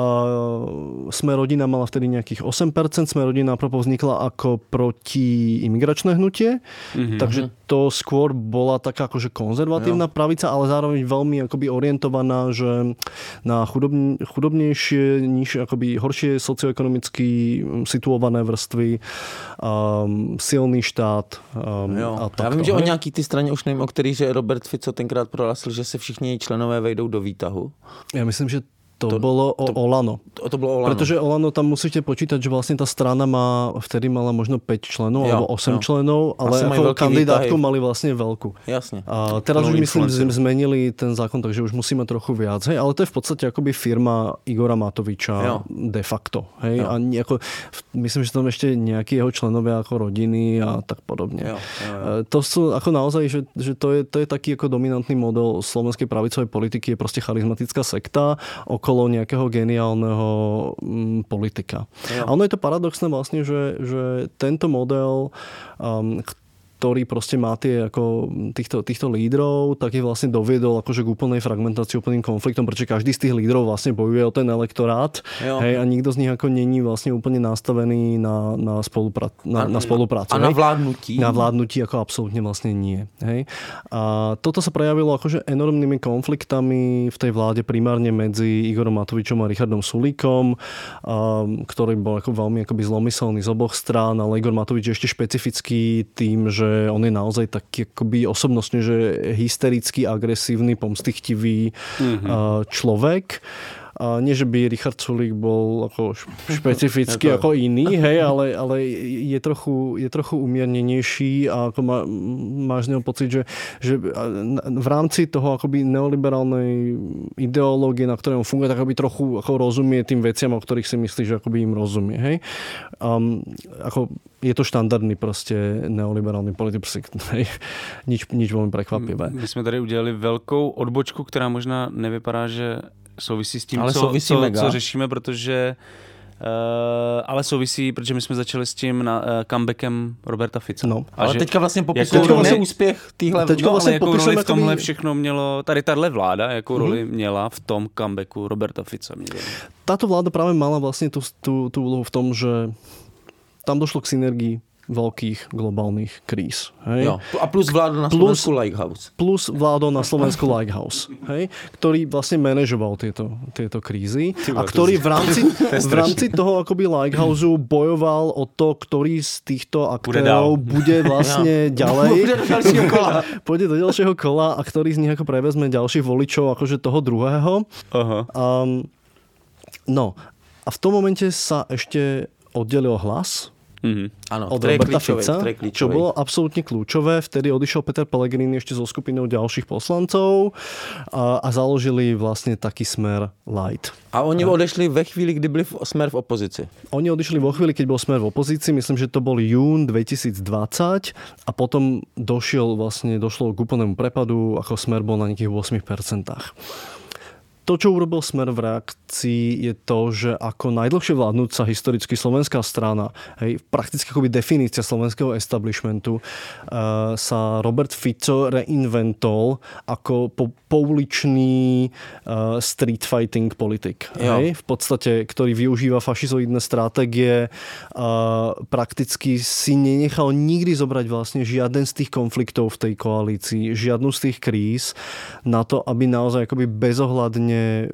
[SPEAKER 7] Uh, Sme rodina mala vtedy nejakých osem percent, Sme rodina propo vznikla ako proti imigračné hnutie, mm-hmm. takže to skôr bola taká akože konzervatívna jo. pravica, ale zároveň veľmi akoby orientovaná, že na chudobn, chudobnejšie, niž, akoby horšie socioekonomicky situované vrstvy, um, silný štát. Um,
[SPEAKER 6] jo.
[SPEAKER 7] A tak,
[SPEAKER 6] Já vím, že o nějaký ty straně už nevím, o který, že Robert Fico tenkrát prohlásil, že se všichni její členové vejdou do výtahu.
[SPEAKER 7] Ja myslím, že To, to bolo o to, Olano.
[SPEAKER 6] To, to bolo Olano.
[SPEAKER 7] Pretože Olano tam musíte počítať, že vlastne tá strana má, vtedy mala možno päť členov, jo, alebo osem jo. členov, ale ako kandidátku výtahy. Mali vlastne veľkú.
[SPEAKER 6] Jasne.
[SPEAKER 7] A teraz už myslím, že zmenili ten zákon, takže už musíme trochu viac. Hej, ale to je v podstate akoby firma Igora Matoviča jo. de facto. Hej, a ako, myslím, že tam ešte nejakí jeho členovia ako rodiny a tak podobne. Jo, jo, jo. To sú ako naozaj, že, že to, je, to je taký ako dominantný model slovenskej pravicovej politiky, je proste charizmatická sekta, okolo nejakého geniálneho mm, politika. Jo. A ono je to paradoxné vlastne, že, že tento model, um, ktorý proste má tie, ako, týchto, týchto lídrov, tak je vlastne doviedol akože k úplnej fragmentácii, úplným konfliktom, pretože každý z tých lídrov vlastne bojuje o ten elektorát, hej, a nikto z nich ako není vlastne úplne nastavený na, na, spoluprác, na, na spoluprácu.
[SPEAKER 6] A na vládnutí?
[SPEAKER 7] Na vládnutí ako absolútne vlastne nie. Hej. A toto sa prejavilo akože enormnými konfliktami v tej vláde primárne medzi Igorom Matovičom a Richardom Sulíkom, ktorý bol ako veľmi akoby zlomyselný z oboch strán, ale Igor Matovič je ešte špecifický tým, že on je naozaj taký akoby osobnostne, že hysterický, agresívny, pomstychtivý mm-hmm. človek. A nie, že by Richard Sulík bol ako špecificky ako iný, hej, ale, ale je, trochu, je trochu umiernenejší a ako má, máš z neho pocit, že, že v rámci toho akoby neoliberálnej ideológie, na ktorej on funguje, tak akoby trochu ako rozumie tým veciam, o ktorých si myslí, že akoby im rozumie. Hej. Um, ako je to štandardný proste neoliberálny politik. Hej. Nič, nič veľmi prekvapivé.
[SPEAKER 5] My sme tady udělali veľkou odbočku, která možná nevypadá, že souvisí s tím,
[SPEAKER 6] ale
[SPEAKER 5] co, co, co řešíme, protože uh, ale souvisí, protože my jsme začali s tím na, uh, comebackem Roberta Fica.
[SPEAKER 6] No, ale že, teďka vlastně popisujeme jako vlastně úspěch týhle
[SPEAKER 5] vlády. No, vlastně jakou roli v tomhle všechno mělo, tady tahle vláda, jakou mm-hmm. roli měla v tom comebacku Roberta Fica?
[SPEAKER 7] Táto vláda práve mala vlastne tú, tú, tú úlohu v tom, že tam došlo k synergii veľkých globálnych kríz. Hej?
[SPEAKER 6] Jo. A plus vládol na
[SPEAKER 7] plus,
[SPEAKER 6] Slovensku Lighthouse.
[SPEAKER 7] Plus vládol na Slovensku Lighthouse, hej? Ktorý vlastne manažoval tieto, tieto krízy a ktorý v rámci, v rámci toho akoby Lighthouseu bojoval o to, ktorý z týchto aktérov bude vlastne ďalej. Bude do ďalšieho kola. Pôjde do ďalšieho kola a ktorý z nich ako prevezme ďalších voličov akože toho druhého. Aha. Um, no a v tom momente sa ešte oddelil Hlas.
[SPEAKER 6] Mm-hmm. Áno,
[SPEAKER 7] od Roberta Fica, čo bolo absolútne kľúčové. Vtedy odišiel Peter Pellegrini ešte so skupinou ďalších poslancov a, a založili vlastne taký Smer Light.
[SPEAKER 6] A oni a... odešli ve chvíli, kdy byli Smer v opozici?
[SPEAKER 7] Oni odišli vo chvíli, keď bol Smer v opozícii. Myslím, že to bol jún dvetisícdvadsať a potom došiel vlastne, došlo k úplnému prepadu, ako Smer bol na nejakých osem percent. To, čo urobil Smer v reakcii, je to, že ako najdlhšie vládnúca historicky slovenská strana, hej, prakticky akoby definícia slovenského establishmentu, uh, sa Robert Fico reinventol ako po, pouličný uh, street fighting politik. Hej, v podstate, ktorý využíva fašizoidné stratégie, uh, prakticky si nenechal nikdy zobrať vlastne žiaden z tých konfliktov v tej koalícii, žiadnu z tých kríz na to, aby naozaj akoby bezohľadne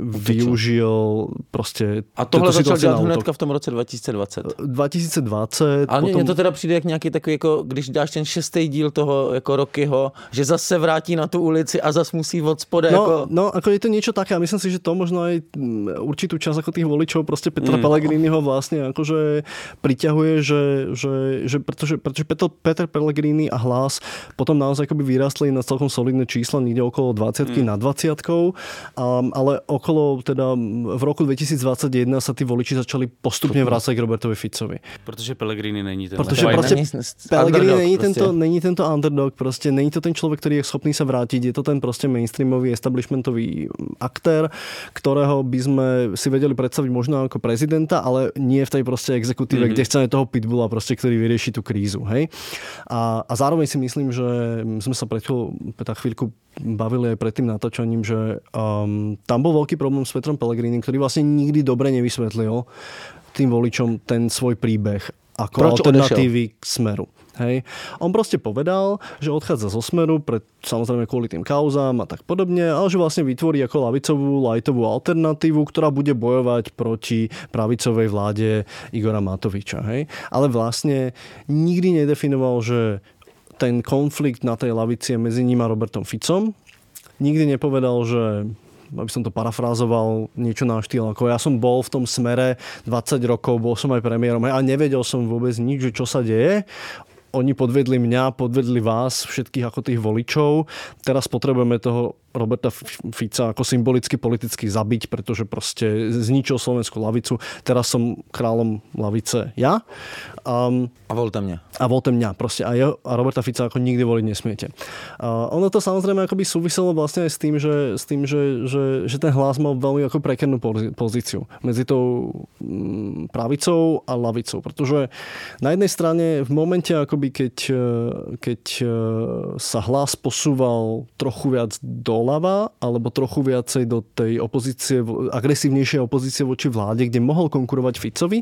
[SPEAKER 7] využil proste...
[SPEAKER 6] A tohle začal dělat hnedka v tom roce dvacet dvacet.
[SPEAKER 7] dvacet dvacet.
[SPEAKER 6] Ale
[SPEAKER 7] potom...
[SPEAKER 6] mně to teda přijde jak nějaký takový, jako když dáš ten šestý díl toho jako Rockyho, že zase se vrátí na tu ulici a zase musí od spode.
[SPEAKER 7] No,
[SPEAKER 6] jako...
[SPEAKER 7] no, ako je to niečo také a myslím si, že to možno aj určitú časť ako tých voličov proste Petra mm. Pellegriniho vlastne akože priťahuje, že, že, že pretože, pretože Peter, Peter Pellegrini a Hlas potom naozaj akoby vyrastli na celkom solidné čísla, niekde okolo dvadsiatky mm. nad dvadsiatkou, um, ale okolo teda v roku dvetisícdvadsaťjeden sa tí voliči začali postupne vrácať k Robertovi Ficovi.
[SPEAKER 5] Protože Pellegrini není ten
[SPEAKER 7] Protože prostě Pellegrini není tento, není tento underdog, prostě není to ten človek, ktorý je schopný sa vrátiť, je to ten prostě mainstreamový establishmentový aktér, ktorého by sme si vedeli predstaviť možno ako prezidenta, ale nie v tej prostě exekutíve, mm-hmm. kde chceme toho pitbulla, prostě, ktorý vyrieši tú krízu. Hej? A, a zároveň si myslím, že sme sa pred chvíľku bavili aj pred tým natáčaním, že um, tam bol veľký problém s Petrom Pellegrinim, ktorý vlastne nikdy dobre nevysvetlil tým voličom ten svoj príbeh ako Proč alternatívy odešel? K Smeru. Hej. On proste povedal, že odchádza zo Smeru pred, samozrejme kvôli tým kauzám a tak podobne, ale že vlastne vytvorí ako ľavicovú, lightovú alternatívu, ktorá bude bojovať proti pravicovej vláde Igora Matoviča. Hej. Ale vlastne nikdy nedefinoval, že ten konflikt na tej lavici je medzi ním a Robertom Ficom. Nikdy nepovedal, že, aby som to parafrázoval, niečo na štýl, ako ja som bol v tom Smere dvadsať rokov, bol som aj premiérom a nevedel som vôbec nič, že čo sa deje. Oni podvedli mňa, podvedli vás, všetkých ako tých voličov. Teraz potrebujeme toho Roberta Fica ako symbolicky politicky zabiť, pretože proste zničil slovenskú lavicu. Teraz som kráľom lavice ja. Um,
[SPEAKER 6] a volte mňa.
[SPEAKER 7] A volte mňa. Proste a, jeho, a Roberta Fica ako nikdy voliť nesmiete. Uh, ono to samozrejme akoby súviselo vlastne aj s tým, že, s tým, že, že, že ten Hlas mal veľmi ako prekernú pozíciu medzi tou um, pravicou a lavicou. Pretože na jednej strane v momente akoby keď, keď sa Hlas posúval trochu viac do doľava, alebo trochu viacej do tej opozície, agresívnejšej opozície voči vláde, kde mohol konkurovať Ficovi,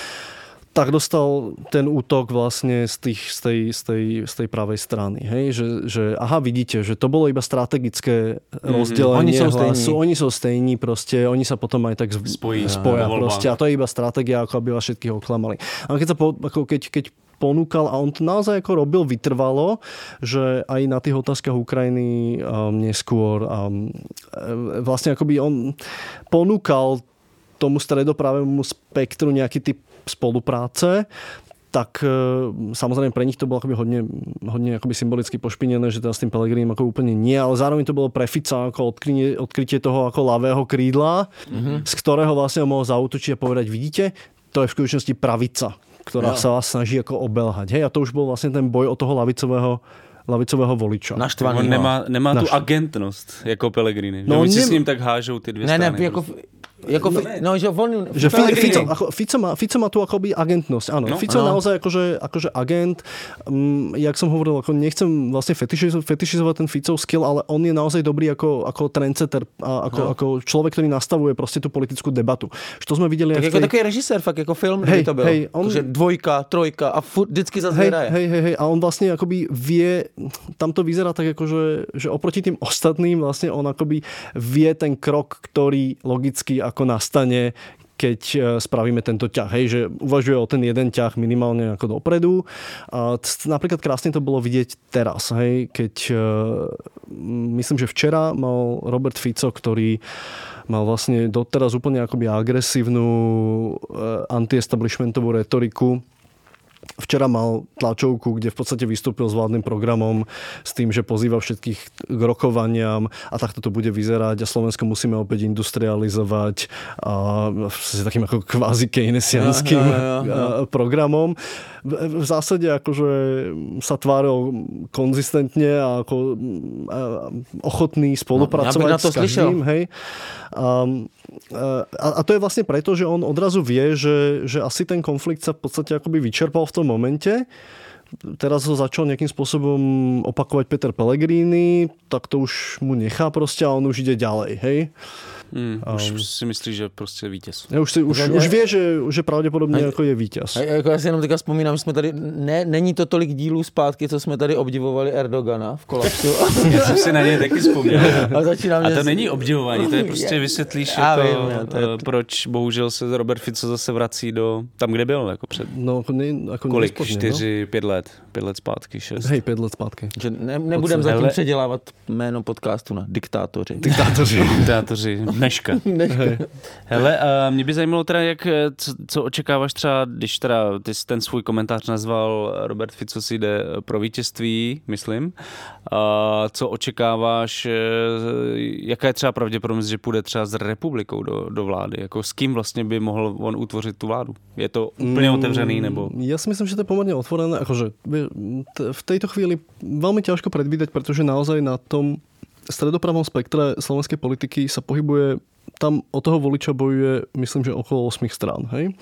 [SPEAKER 7] tak dostal ten útok vlastne z, tých, z, tej, z, tej, z tej pravej strany. Hej? Že, že aha, vidíte, že to bolo iba strategické rozdelenie
[SPEAKER 6] mm-hmm. oni
[SPEAKER 7] hlasu. Oni sú stejní, proste, oni sa potom aj tak
[SPEAKER 5] Spojí,
[SPEAKER 7] spoja. Proste, a to je iba stratégia, ako aby vás všetkých oklamali. A keď sa po, ako keď, keď ponúkal, a on to naozaj ako robil vytrvalo, že aj na tých otázkach Ukrajiny um, neskôr um, vlastne akoby on ponúkal tomu stredopravému spektru nejaký typ spolupráce, tak samozrejme pre nich to bolo akoby hodne, hodne akoby symbolicky pošpinené, že teda s tým Pellegrinim ako úplne nie, ale zároveň to bolo pre Fica ako odkrytie, odkrytie toho ako ľavého krídla, mm-hmm. z ktorého vlastne mohol zaútočiť a povedať, vidíte, to je v skutočnosti pravica, ktorá ja. sa vás snaží ako obelhať. Hej, a to už bol vlastne ten boj o toho ľavicového lavicového voliča.
[SPEAKER 5] On nemá, nemá tu agentnost jako Pellegrini. No, že my si ne... s ním tak hážou ty dvě
[SPEAKER 6] ne,
[SPEAKER 5] strany.
[SPEAKER 6] Ne, jako Jako, no, no, že on...
[SPEAKER 7] Že Fico, ako, Fico, má, Fico má tu akoby agentnosť, áno. No, Fico no. naozaj akože, akože agent, um, jak som hovoril, ako nechcem vlastne fetišizovať, fetišizovať ten Ficov skill, ale on je naozaj dobrý ako, ako trendsetter a ako, no. ako človek, ktorý nastavuje proste tú politickú debatu. Čo sme videli...
[SPEAKER 6] Tak ako tej... takový režisér, fakt ako film, hej, to byl. Hej, on... Že dvojka, trojka a furt vždycky zase hej, hraje.
[SPEAKER 7] Hej, hej, hej, a on vlastne akoby vie, tam to vyzerá tak akože, že oproti tým ostatným vlastne on akoby vie ten krok, ktorý logicky ako nastane, keď spravíme tento ťah. Hej, že uvažuje o ten jeden ťah minimálne ako dopredu. A napríklad krásne to bolo vidieť teraz. Hej, keď myslím, že včera mal Robert Fico, ktorý mal vlastne doteraz úplne akoby agresívnu anti-establishmentovú retoriku. Včera mal tlačovku, kde v podstate vystúpil s vládnym programom s tým, že pozýva všetkých k rokovaniam a takto to bude vyzerať a Slovensko musíme opäť industrializovať a s takým ako kvázi keynesianským ja, ja, ja, ja. programom. V zásade akože sa tváril konzistentne a ako ochotný spolupracovať no, ja s každým. Hej. A, a, a to je vlastne preto, že on odrazu vie, že, že asi ten konflikt sa v podstate akoby vyčerpal v tom momente. Teraz ho začal nejakým spôsobom opakovať Peter Pellegrini, tak to už mu nechá proste a on už ide ďalej. Hej.
[SPEAKER 5] Hmm, um, už si myslí, že prostě vítěz.
[SPEAKER 7] Už, si, už, už vie, že, že pravděpodobně jako je vítěz.
[SPEAKER 6] Jako já si jenom teďka vzpomínám, že jsme tady, ne, není to tolik dílů zpátky, co jsme tady obdivovali Erdogana v kolapsu.
[SPEAKER 5] Já jsem si na něj taky vzpomněl.
[SPEAKER 6] A,
[SPEAKER 5] a to není obdivování, to je prostě vysvětlíš, jako, vím, já, to je... proč bohužel se Robert Fico zase vrací do tam, kde byl. Jako před
[SPEAKER 7] no, ne, jako
[SPEAKER 5] kolik? Čtyři, no? pět let. Pět let zpátky, šest.
[SPEAKER 7] Hej, pět let zpátky.
[SPEAKER 6] Že ne, nebudem zatím hele... předělávat jméno podcastu na diktátoři.
[SPEAKER 7] Diktátoři.
[SPEAKER 5] Diktátoři. Dneška. Dneška. Hele, a mě by zajímalo teda, jak, co, co očekáváš třeba, když teda ty ten svůj komentář nazval Robert Fico si jde pro vítězství, myslím. A co očekáváš, jaká je třeba pravděpodobnost, že půjde třeba s republikou do, do vlády? Jako s kým vlastně by mohl on utvořit tu vládu? Je to úplně otevřený, nebo?
[SPEAKER 7] Ja si myslím, že to je pomerne otvorené. Akože v tejto chvíli veľmi ťažko predvídať, pretože naozaj na tom stredopravom spektre slovenskej politiky sa pohybuje, tam od toho voliča bojuje, myslím, že okolo osem strán. Hej?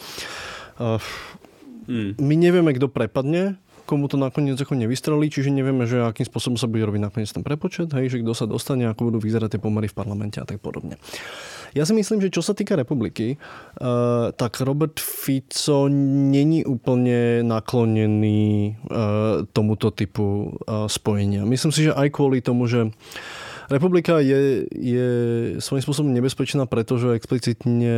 [SPEAKER 7] Hmm. My nevieme, kto prepadne, komu to nakoniec ako nevystrelí, čiže nevieme, že akým spôsobom sa bude robiť nakoniec ten prepočet, hej, že kto sa dostane, ako budú vyzerať tie pomery v parlamente a tak podobne. Ja si myslím, že čo sa týka republiky, uh, tak Robert Fico není úplne naklonený uh, tomuto typu uh, spojenia. Myslím si, že aj kvôli tomu, že republika je, je svojím spôsobom nebezpečná, pretože explicitne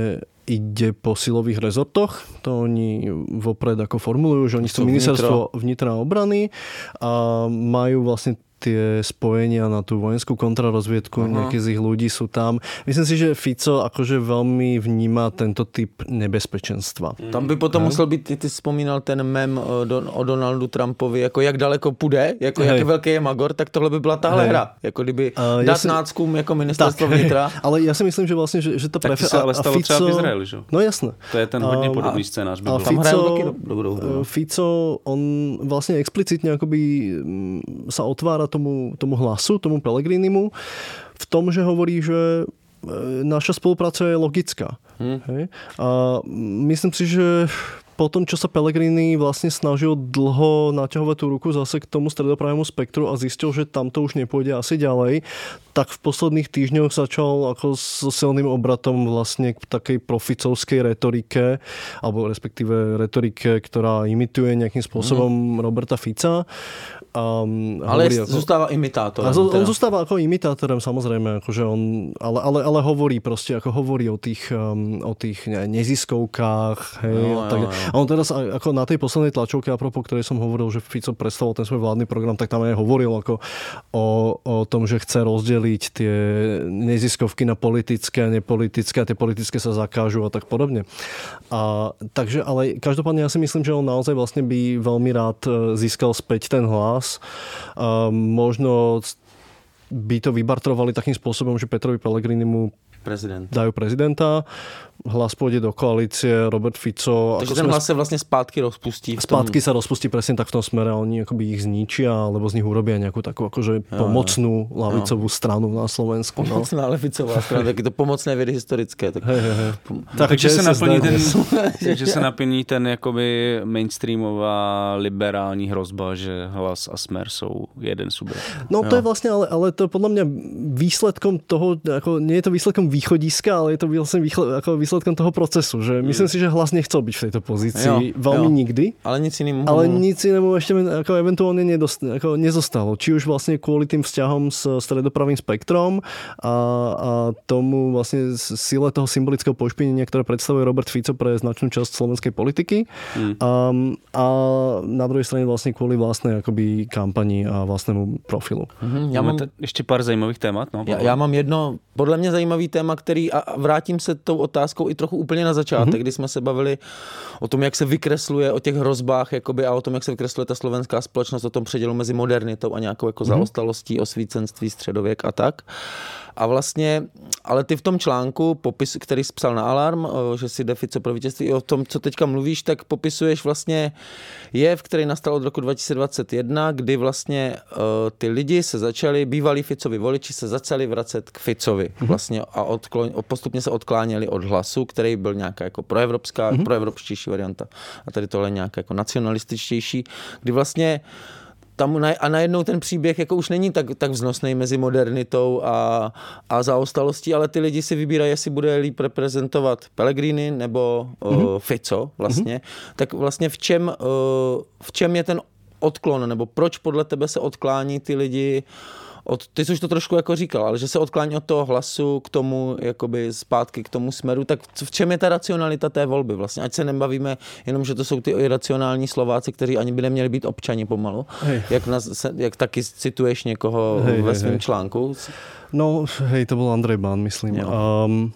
[SPEAKER 7] ide po silových rezortoch. To oni vopred ako formulujú, že oni sú ministerstvo vnitra a obrany a majú vlastne tie spojenia na tú vojenskú kontrarozviedku, nejaké z ich ľudí sú tam. Myslím si, že Fico akože veľmi vníma tento typ nebezpečenstva.
[SPEAKER 6] Tam by potom hmm. musel být, ty, ty vzpomínal ten mem o, Don, o Donaldu Trumpovi, jako jak daleko půjde, jako jak velký je Magor, tak tohle by byla tahle Hej. hra. Jako kdyby uh, dát si... náckům jako ministerstvo tak, vnitra.
[SPEAKER 7] Ale já si myslím, že vlastně, že, že to
[SPEAKER 5] prefer... Tak to se ale stalo Fico... třeba v Izraeli, že?
[SPEAKER 7] No jasné.
[SPEAKER 5] To je ten hodně podobný uh, scénář. By
[SPEAKER 6] tam hrajou taky dobrou hru.
[SPEAKER 7] Fico, on vlastně explicitně jakoby sa otvára tomu, tomu hlasu, tomu Pellegrinimu v tom, že hovorí, že naša spolupráca je logická. Hmm. Hej? A myslím si, že po tom, čo sa Pellegrini vlastne snažil dlho naťahovať tú ruku zase k tomu stredopravému spektru a zistil, že tamto už nepôjde asi ďalej, tak v posledných týždňoch začal ako so silným obratom vlastne k takej proficovskej retorike, alebo respektíve retorike, ktorá imituje nejakým spôsobom mm. Roberta Fica. Um,
[SPEAKER 6] ale ako, zostáva imitátorem.
[SPEAKER 7] Zo, on zostáva ako imitátorem, samozrejme, akože on, ale, ale, ale hovorí proste, ako hovorí o tých, um, o tých ne, neziskovkách. Hej, no, a, tak, no, no. a on teraz ako na tej poslednej tlačovke, apropo ktorej som hovoril, že Fico predstavoval ten svoj vládny program, tak tam aj hovoril ako o, o tom, že chce rozdeliť tie neziskovky na politické a nepolitické a tie politické sa zakážu a tak podobne. A, takže, ale každopádne ja si myslím, že on naozaj vlastne by veľmi rád získal späť ten hlas. A možno by to vybartrovali takým spôsobom, že Petrovi Pellegrinimu
[SPEAKER 6] Prezident.
[SPEAKER 7] dajú prezidenta. Hlas pôjde do koalície, Robert Fico...
[SPEAKER 6] Takže ten hlas sa vlastne spátky rozpustí. V tom...
[SPEAKER 7] Spátky sa rozpustí presne tak v tom smere, oni akoby ich zničia, alebo z nich urobia nejakú takú akože
[SPEAKER 6] jo,
[SPEAKER 7] pomocnú
[SPEAKER 6] jo.
[SPEAKER 7] ľavicovú stranu na Slovensku.
[SPEAKER 6] Pomocná no. ľavicová strana, taky to pomocné vědy historické. Tak...
[SPEAKER 7] Hej, hej, hej.
[SPEAKER 5] Tak, takže se naplní ten, takže se naplní ten jakoby mainstreamová liberální hrozba, že Hlas a Smer jsou jeden subjekt.
[SPEAKER 7] No to jo. je vlastne, ale, ale to je podľa mňa výsledkom toho, ako nie je to výsledkom východiska, ale je to vlastne výchled, ako výsledkom toho procesu, že myslím si, že Hlas nechcel byť v tejto pozícii jo, veľmi jo. nikdy.
[SPEAKER 6] Ale nic inému.
[SPEAKER 7] Ale nic inému ešte ako eventuálne nedost, ako nezostalo. Či už vlastne kvôli tým vzťahom s stredopravým spektrom a, a tomu vlastne sile toho symbolického pošpinenia, ktoré predstavuje Robert Fico pre značnú časť slovenskej politiky. Mm. A, a na druhej strane vlastne kvôli vlastnej akoby kampani a vlastnému profilu.
[SPEAKER 6] Mm-hmm. Já mám
[SPEAKER 5] ještě pár zajímavých témat. No,
[SPEAKER 6] já, já mám jedno, podle mě zajímavý téma, který, a vrátím se tou otázkou i trochu úplně na začátek, mm-hmm. kdy jsme se bavili o tom, jak se vykresluje, o těch hrozbách jakoby, a o tom, jak se vykresluje ta slovenská společnost, o tom předělu mezi modernitou a nějakou jako mm-hmm. zaostalostí, osvícenství, středověk a tak. A vlastně, ale ty v tom článku, popis, který jsi psal na Alarm, že si jde Fico pro vítězství, o tom, co teďka mluvíš, tak popisuješ vlastně jev, který nastal od roku dva tisíce dvacet jedna, kdy vlastně uh, ty lidi se začali, bývalí Ficovi voliči se začali vracet k Ficovi vlastně a odklon, postupně se odkláněli od Hlasu, který byl nějaká jako proevropská, mm-hmm. proevropštější varianta a tady tohle nějaká jako nacionalističtější, kdy vlastně tam a najednou ten příběh jako už není tak, tak vznosný mezi modernitou a, a zaostalostí, ale ty lidi si vybírají, jestli bude líp reprezentovat Pellegrini nebo mm-hmm. uh, Fico vlastně. Mm-hmm. Tak vlastně v čem, uh, v čem je ten odklon, nebo proč podle tebe se odklání ty lidi od, ty jsi už to trošku jako říkal, ale že se odklání od toho Hlasu k tomu, jakoby zpátky k tomu Smeru, tak v čem je ta racionalita té volby vlastně? Ať se nebavíme jenom, že to jsou ty iracionální Slováci, kteří ani by neměli být občani pomalu. Hej. Jak, nás, jak taky cituješ někoho hej, ve svém článku?
[SPEAKER 7] No, hej, to byl Andrej Bán, myslím. Um,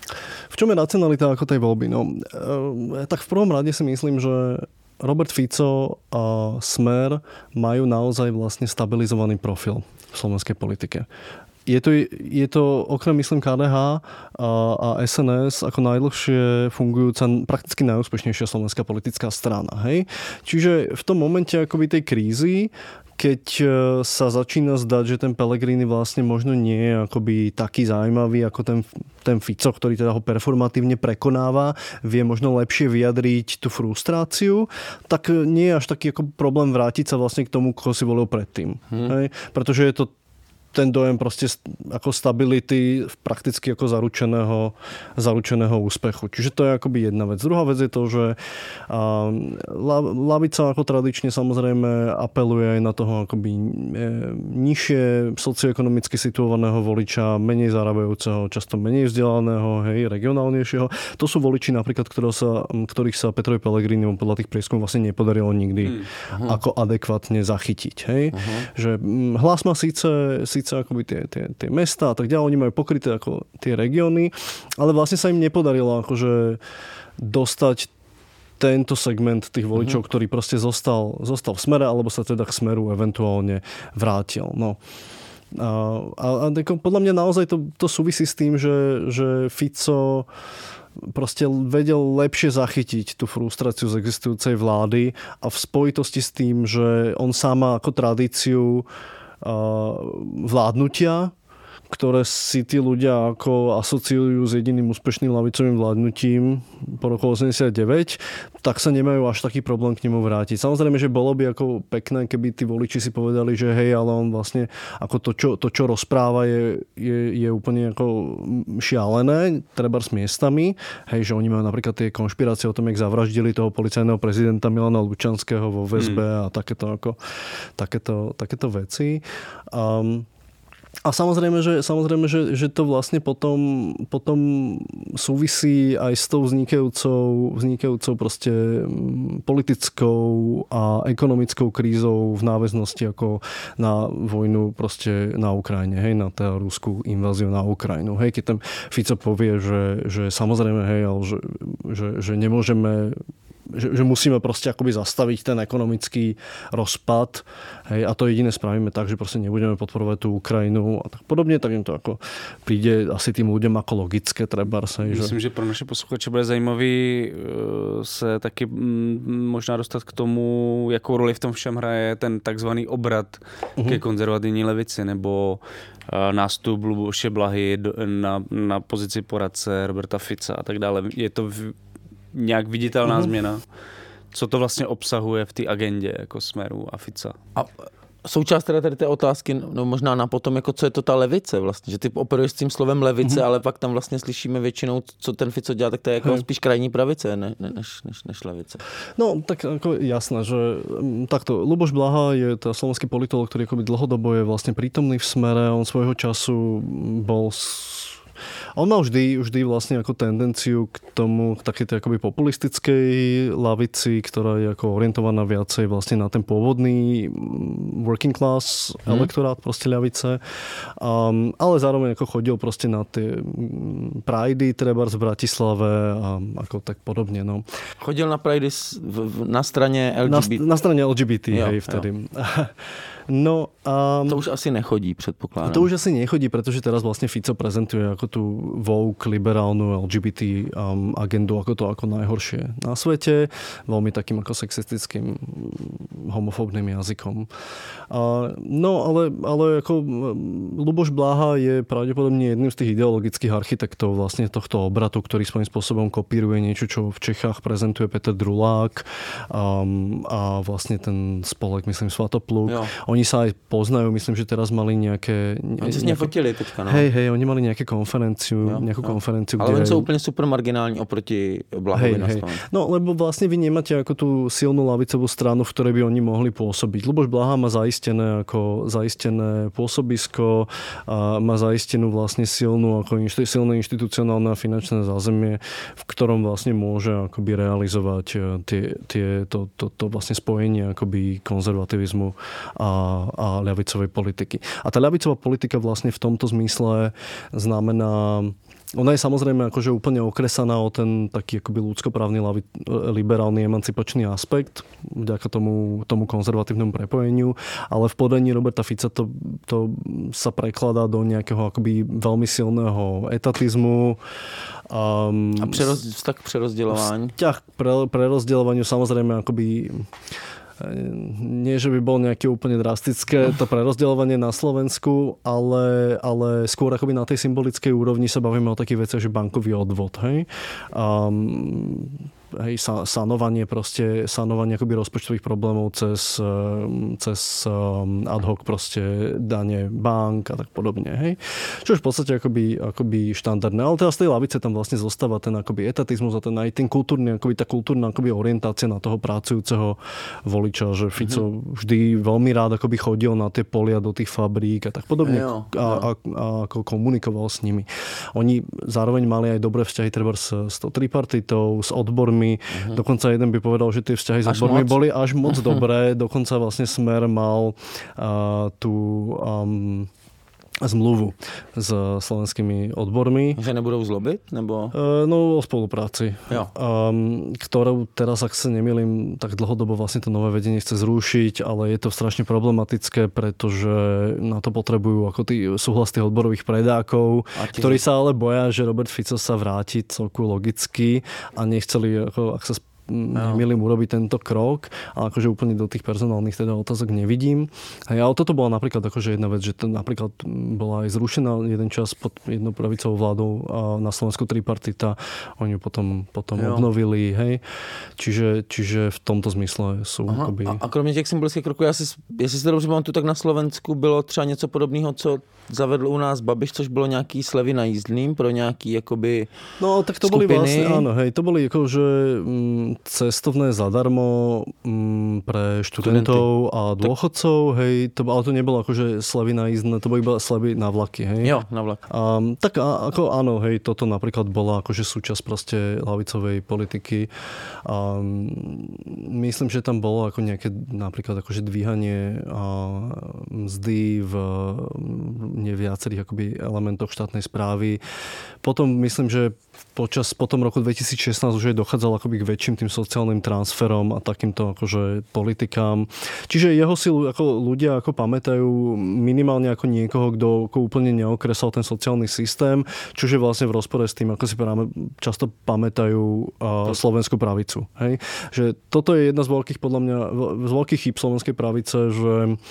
[SPEAKER 7] v čom je racionalita ako tej voľby? No, um, tak v prvom rade si myslím, že Robert Fico a Smer majú naozaj vlastne stabilizovaný profil v slovenskej politike. Je to, je to okrem, myslím, ká dé há a, a es en es ako najdlhšie fungujúca, prakticky najúspešnejšia slovenská politická strana. Hej? Čiže v tom momente akoby tej krízy, keď sa začína zdať, že ten Pellegrini vlastne možno nie je akoby taký zaujímavý ako ten, ten Fico, ktorý teda ho performatívne prekonáva, vie možno lepšie vyjadriť tú frustráciu, tak nie je až taký ako problém vrátiť sa vlastne k tomu, koho si volil predtým. Hmm. Hej? Pretože je to ten dojem proste ako stability prakticky ako zaručeného, zaručeného úspechu. Čiže to je akoby jedna vec. Druhá vec je to, že ľavica ako tradične samozrejme apeluje aj na toho akoby nižšie socioekonomicky situovaného voliča, menej zarábajúceho, často menej vzdelaného, hej, regionálnejšieho. To sú voliči napríklad, sa, ktorých sa Petrovi Pellegrini podľa tých prieskumov vlastne nepodarilo nikdy uh-huh. ako adekvátne zachytiť. Hej. Uh-huh. Že Hlas má síce, síce akoby tie, tie, tie mesta a tak ďalej, oni majú pokryté ako tie regióny, ale vlastne sa im nepodarilo akože dostať tento segment tých voličov, mm-hmm. ktorý proste zostal, zostal v Smere, alebo sa teda k Smeru eventuálne vrátil. No. A, a, a podľa mňa naozaj to, to súvisí s tým, že, že Fico proste vedel lepšie zachytiť tú frustráciu z existujúcej vlády a v spojitosti s tým, že on sám má ako tradíciu vládnutia, ktoré si tí ľudia ako asociujú s jediným úspešným ľavicovým vládnutím po roku osemdesiatdeväť, tak sa nemajú až taký problém k nemu vrátiť. Samozrejme, že bolo by ako pekné, keby tí voliči si povedali, že hej, ale on vlastne ako to, čo, to, čo rozpráva, je, je, je úplne ako šialené, treba s miestami. Hej, že oni majú napríklad tie konšpirácie o tom, jak zavraždili toho policajného prezidenta Milana Lučanského vo vé es bé hmm. a takéto, ako, takéto, takéto veci. Um, A samozrejme, že, samozrejme že, že to vlastne potom, potom súvisí aj s tou vznikajúcou, vznikajúcou proste politickou a ekonomickou krízou v náväznosti ako na vojnu proste na Ukrajine, hej, na tá ruskú inváziu na Ukrajinu. Hej, keď tam Fico povie, že, že samozrejme, hej, ale že, že, že nemôžeme že, že musíme proste akoby zastaviť ten ekonomický rozpad. Hej, a to jediné spravíme tak, že proste nebudeme podporovať tú Ukrajinu a tak podobne, tak im to ako príde asi tým ľuďom ako logické, treba sa.
[SPEAKER 5] Myslím, že pro naše posluchače bude zajímavý se taky možná dostat k tomu, jakou roli v tom všem hraje ten takzvaný obrat uh-huh. ke konzervativní levici, nebo nástup Luboše Blahy na, na pozici poradce Roberta Fica a tak dále. Je to v, nějak viditelná uh-huh. změna? Co to vlastně obsahuje v té agendě jako Smeru a Fica?
[SPEAKER 6] A součást teda tady té otázky, no možná na potom, jako co je to ta levice vlastně, že ty operuješ s tím slovem levice, mm-hmm. ale pak tam vlastně slyšíme většinou, co ten Fico dělá, tak to je jako Hej. spíš krajní pravice, ne, ne, než, než, než levice.
[SPEAKER 7] No, tak jako jasné, že takto, Luboš Blaha je to slovenský politolog, ktorý akoby dlhodobo je vlastne prítomný v Smere, on svojho času bol On mal vždy, vždy vlastne ako tendenciu k tomu, k takej tej akoby populistickej lavici, ktorá je ako orientovaná viacej vlastne na ten pôvodný working class hmm. elektorát proste ľavice. Um, ale zároveň ako chodil proste na tie pridey, trebárs v Bratislave a ako tak podobne. No.
[SPEAKER 6] Chodil na pridey na strane el gé bé té.
[SPEAKER 7] Na, na strane el gé bé té, jo, hej, vtedy. No, um,
[SPEAKER 6] to už asi nechodí, predpokladám.
[SPEAKER 7] To už asi nechodí, pretože teraz vlastne Fico prezentuje ako tú woke, liberálnu el gé bé té um, agendu ako to ako najhoršie na svete. Veľmi takým ako sexistickým, homofóbnym jazykom. Uh, no, ale, ale ako Luboš Blaha je pravdepodobne jedným z tých ideologických architektov vlastne tohto obratu, ktorý svojím spôsobom kopíruje niečo, čo v Čechách prezentuje Peter Drulák um, a vlastne ten spolek, myslím, Svatopluk. Jo. Oni sa aj poznajú, myslím, že teraz mali nejaké...
[SPEAKER 6] Oni sa s ním fotili teďka, no.
[SPEAKER 7] Hej, hej, oni mali nejaké konferenciu, jo, nejakú jo. konferenciu.
[SPEAKER 6] Ale oni sú úplne super marginálni oproti Blahovi na Slovensku.
[SPEAKER 7] No, lebo vlastne vy nemáte ako tú silnú ľavicovú stranu, v ktorej by oni mohli pôsobiť. Luboš Blaha má zaistené ako zaistené pôsobisko, a má zaistenú vlastne silnú, ako inšti, silné inštitucionálne a finančné zázemie, v ktorom vlastne môže akoby realizovať tie, tie, to, to, to vlastne spojenie akoby konzervativizmu a a ľavicovej politiky. A tá ľavicová politika vlastne v tomto zmysle znamená, ona je samozrejme akože úplne okresaná o ten taký akoby ľudskoprávny, liberálny, emancipačný aspekt vďaka tomu, tomu konzervatívnemu prepojeniu, ale v podaní Roberta Fica to, to sa prekladá do nejakého akoby veľmi silného etatizmu. Um,
[SPEAKER 6] a preroz, vztah k prerozdeľovaniu?
[SPEAKER 7] Vzťah k pre, prerozdeľovaniu samozrejme akoby nie, že by bol nejaké úplne drastické to prerozdeľovanie na Slovensku, ale, ale skôr akoby na tej symbolickej úrovni sa bavíme o takých veciach, že bankový odvod, hej. Um, hej, sanovanie proste, sanovanie akoby rozpočtových problémov cez, cez ad hoc proste dane bank a tak podobne, hej. Čo už v podstate akoby, akoby štandardné. Ale teraz z tej lavice tam vlastne zostáva ten akoby etatizmus a ten aj ten kultúrny, akoby tá kultúrna akoby orientácia na toho pracujúceho voliča, že Fico mm-hmm. vždy veľmi rád akoby chodil na tie polia do tých fabrík a tak podobne
[SPEAKER 6] jo,
[SPEAKER 7] a, a, a ako komunikoval s nimi. Oni zároveň mali aj dobré vzťahy treba s, s tou tripartitou, s odbormi. Uh-huh. Dokonca jeden by povedal, že tie vzťahy s odbormi boli až moc dobré. Dokonca vlastne Smer mal uh, tú um, zmluvu s slovenskými odbormi.
[SPEAKER 6] Že nebudou zlobit? Nebo?
[SPEAKER 7] Uh, no o spolupráci.
[SPEAKER 6] Jo.
[SPEAKER 7] Um, ktorú teraz, ak sa nemýlim, tak dlhodobo vlastne to nové vedenie chce zrušiť, ale je to strašne problematické, pretože na to potrebujú ako tí súhlas tých odborových predákov, tí... ktorí sa ale boja, že Robert Fico sa vráti celku logicky a nechceli, ako, ak sa nemýlim, urobiť tento krok, ale akože úplne do tých personálnych teda otázok nevidím. Hej, ale toto bola napríklad akože jedna vec, že to napríklad bola aj zrušená jeden čas pod jednou pravicovou vládou na Slovensku tripartita. Oni ju potom, potom obnovili, hej. Čiže, čiže v tomto zmysle sú
[SPEAKER 6] Aha,
[SPEAKER 7] akoby...
[SPEAKER 6] A, a kromě těch symbolických kroků, já si, jestli si to dobře pamatuju, tak na Slovensku bylo třeba něco podobného, co zavedl u nás Babiš, což bylo nějaký slevy na jízdným pro nějaký jakoby
[SPEAKER 7] No, tak to
[SPEAKER 6] skupiny.
[SPEAKER 7] boli vlastne, áno, hej, to boli akože mm, cestovné zadarmo mm, pre študentov a dôchodcov, hej, to, ale to nebolo akože slevy na jízdne, to boli iba slevy na vlaky, hej.
[SPEAKER 6] Jo, na vlak.
[SPEAKER 7] Um, tak a, ako áno, hej, toto napríklad bola akože súčasť proste ľavicovej politiky. Um, myslím, že tam bolo ako nejaké napríklad akože dvíhanie a mzdy v neviacerých akoby elementoch štátnej správy. Potom myslím, že počas potom roku dvetisícšestnásť už aj dochádzalo akoby k väčším tým sociálnym transferom a takýmto akože politikám. Čiže jeho si ako ľudia ako pamätajú minimálne ako niekoho, kto ako úplne neokresal ten sociálny systém, čože je vlastne v rozpore s tým, ako si práve často pamätajú uh, slovenskú pravicu. Hej? Že toto je jedna z veľkých, podľa mňa, z veľkých chýb slovenskej pravice, že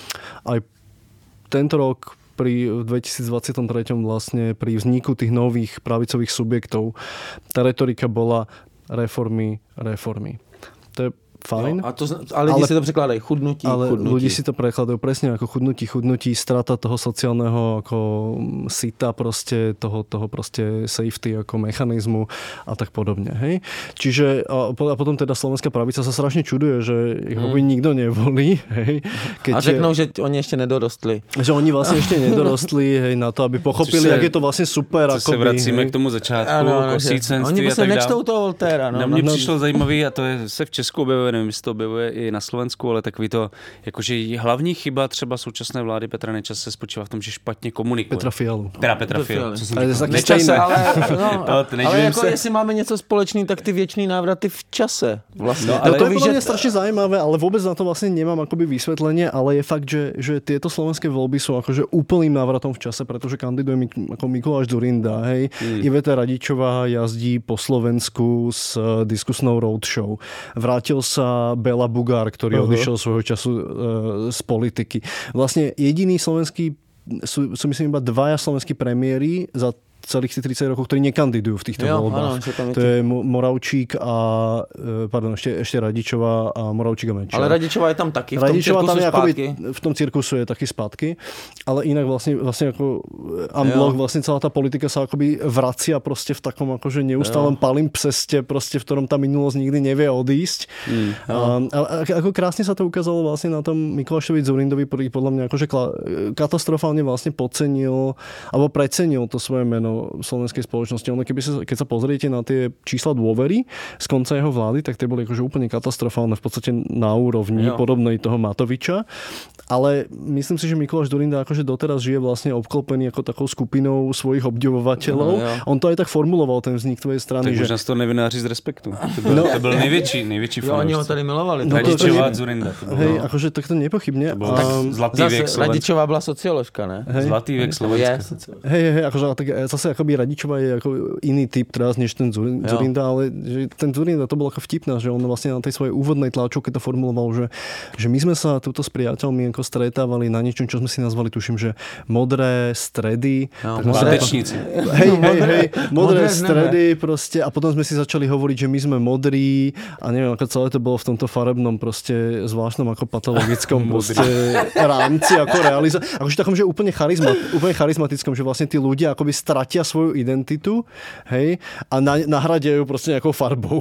[SPEAKER 7] aj tento rok pri v dvetisícdvadsaťtri vlastne pri vzniku tých nových pravicových subjektov tá retorika bola reformy, reformy. To je fajn.
[SPEAKER 6] No, a to, ale lidi ale, si to překládají chudnutí,
[SPEAKER 7] ale
[SPEAKER 6] chudnutí.
[SPEAKER 7] ľudí si to prekladajú presne ako chudnutí, chudnutí, strata toho sociálneho ako sita proste, toho, toho proste safety ako mechanizmu a tak podobne. Hej? Čiže a, a potom teda slovenská pravica sa strašne čuduje, že ich hmm. nikto nevolí. Hej? Keď
[SPEAKER 6] a řeknou, je, že oni ešte nedorostli.
[SPEAKER 7] Že oni vlastne ešte nedorostli, hej, na to, aby pochopili, jak je to vlastne super.
[SPEAKER 5] Co se vracíme hej? K tomu začátku, ano, kosícenství a tak dále.
[SPEAKER 6] Nečtou toho Voltaira. No,
[SPEAKER 5] na mě
[SPEAKER 6] no,
[SPEAKER 5] přišlo zajímavý, a to je, se v Česku objevuje, nevím, jestli to objevuje i na Slovensku, ale takový to, jakože hlavní chyba třeba současné vlády Petra Nečase spočívá v tom, že špatně komunikuje.
[SPEAKER 7] Petra Fialu.
[SPEAKER 5] Teda Petra Fialu.
[SPEAKER 6] Nečase, ale, no,
[SPEAKER 5] no,
[SPEAKER 6] ale jako se. Jestli máme něco společný, tak ty věčný návraty v čase. Vlastně.
[SPEAKER 7] No, ale to, to je podľa mňa strašne zaujímavé, ale vôbec na to vlastne nemám akoby vysvetlenie, ale je fakt, že, že tieto slovenské voľby sú akože úplným návratom v čase, pretože kandiduje ako Mikuláš Dzurinda, hej. Mm. Iveta Radičová jazdí po Slovensku s diskusnou roadshow. Vrátil sa Bela Bugár, ktorý uh-huh. odišiel svojho času e, z politiky. Vlastne jediný slovenský, sú, sú myslím iba dvaja slovenskí premiéri za celých tridsať rokov, ktorí nekandidujú v týchto jo, voľbách. Áno, to je Moravčík a pardon, ešte, ešte Radičová a Moravčík a Mečiar.
[SPEAKER 6] Ale Radičová je tam taky, v tom
[SPEAKER 7] Radičová
[SPEAKER 6] cirkusu
[SPEAKER 7] tam je
[SPEAKER 6] zpátky.
[SPEAKER 7] Akoby, v tom cirkusu je taky zpátky, ale inak vlastne, vlastne ako unblock, vlastne celá tá politika sa akoby vracia proste v takom akože neustálom palimpseste, proste v ktorom tá minulosť nikdy nevie odísť. Mm, a, a, ako krásne sa to ukázalo vlastne na tom Mikulášovi Dzurindovi, ktorý podľa mňa akože katastrofálne vlastne podcenil alebo precenil to svoje meno slovenskej spoločnosti. Ono, keby sa, keď sa pozriete na tie čísla dôvery z konca jeho vlády, tak tie boli akože úplne katastrofálne, v podstate na úrovni jo. Podobnej toho Matoviča. Ale myslím si, že Mikuláš Dzurinda akože doteraz žije vlastne obklopený ako takou skupinou svojich obdivovateľov. No, on to aj tak formuloval, ten vznik tvojej strany.
[SPEAKER 5] Tak možná že... to nevináři z Respektu. To byl, no, to byl největší, největší fanoušci.
[SPEAKER 6] Oni ho tady milovali.
[SPEAKER 5] No, Radičová Dzurinda.
[SPEAKER 7] Hej, akože tak to nepochybne.
[SPEAKER 5] To bol tak zlatý
[SPEAKER 6] zase
[SPEAKER 5] věk Slovenska.
[SPEAKER 6] Radičová byla socioložka, ne?
[SPEAKER 5] Hej. Zlatý věk Slovenska.
[SPEAKER 7] Hej, hej, akože tak zase akoby Radičová je ako iný typ teraz než ten Dzurinda, ale že ten Dzurinda to bolo ako vtipná, že on vlastne na tej svojej úvodnej tlačovke to formuloval, že, že my sme sa tuto s priateľmi ako stretávali na niečom, čo sme si nazvali, tuším, že modré stredy.
[SPEAKER 5] No, Mladečníci.
[SPEAKER 7] Hej, hej, hej, modré stredy proste a potom sme si začali hovoriť, že my sme modrí a neviem, ako celé to bolo v tomto farebnom proste zvláštnom ako patologickom proste rámci ako realizovať. Akože takom, že úplne, charizma, úplne charizmatickom, že vlastne tí ľudia akoby stratia svoju identitu, hej, a na, nahradia ju proste nejakou farbou.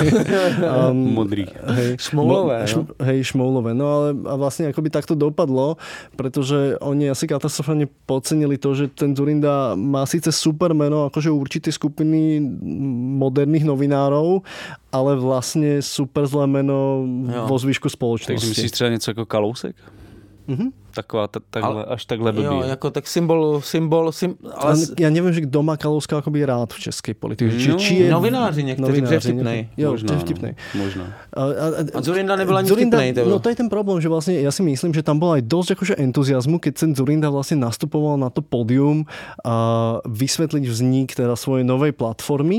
[SPEAKER 5] um, Modrý.
[SPEAKER 7] Hej,
[SPEAKER 6] šmoulové.
[SPEAKER 7] Mo, š, hej, šmoulové. No ale a vlastne akoby takto dopadlo, pretože oni asi katastrofálne podcenili to, že ten Dzurinda má síce super meno, akože určité skupiny moderných novinárov, ale vlastne super zlé meno jo. vo zvyšku spoločnosti.
[SPEAKER 5] Takže myslíš třeba něco jako Kalousek?
[SPEAKER 7] Mhm.
[SPEAKER 5] Taková, t- takhle, až takhle blbý.
[SPEAKER 6] Jo, jako tak symbol, symbol, symbol ale...
[SPEAKER 7] Ja neviem, že kto má Kalouska akoby rád v českej politike.
[SPEAKER 6] Či, no, či je... Novináři niektorí, že je vtipnej.
[SPEAKER 7] Jo,
[SPEAKER 5] možná,
[SPEAKER 7] je vtipnej.
[SPEAKER 5] Možná.
[SPEAKER 7] A, a,
[SPEAKER 6] a Dzurinda nebyla ani vtipnej. To
[SPEAKER 7] no to je ten problém, že vlastne ja si myslím, že tam bol aj dosť akože entuziazmu, keď ten Dzurinda vlastne nastupoval na to pódium a vysvetliť vznik teda svojej novej platformy.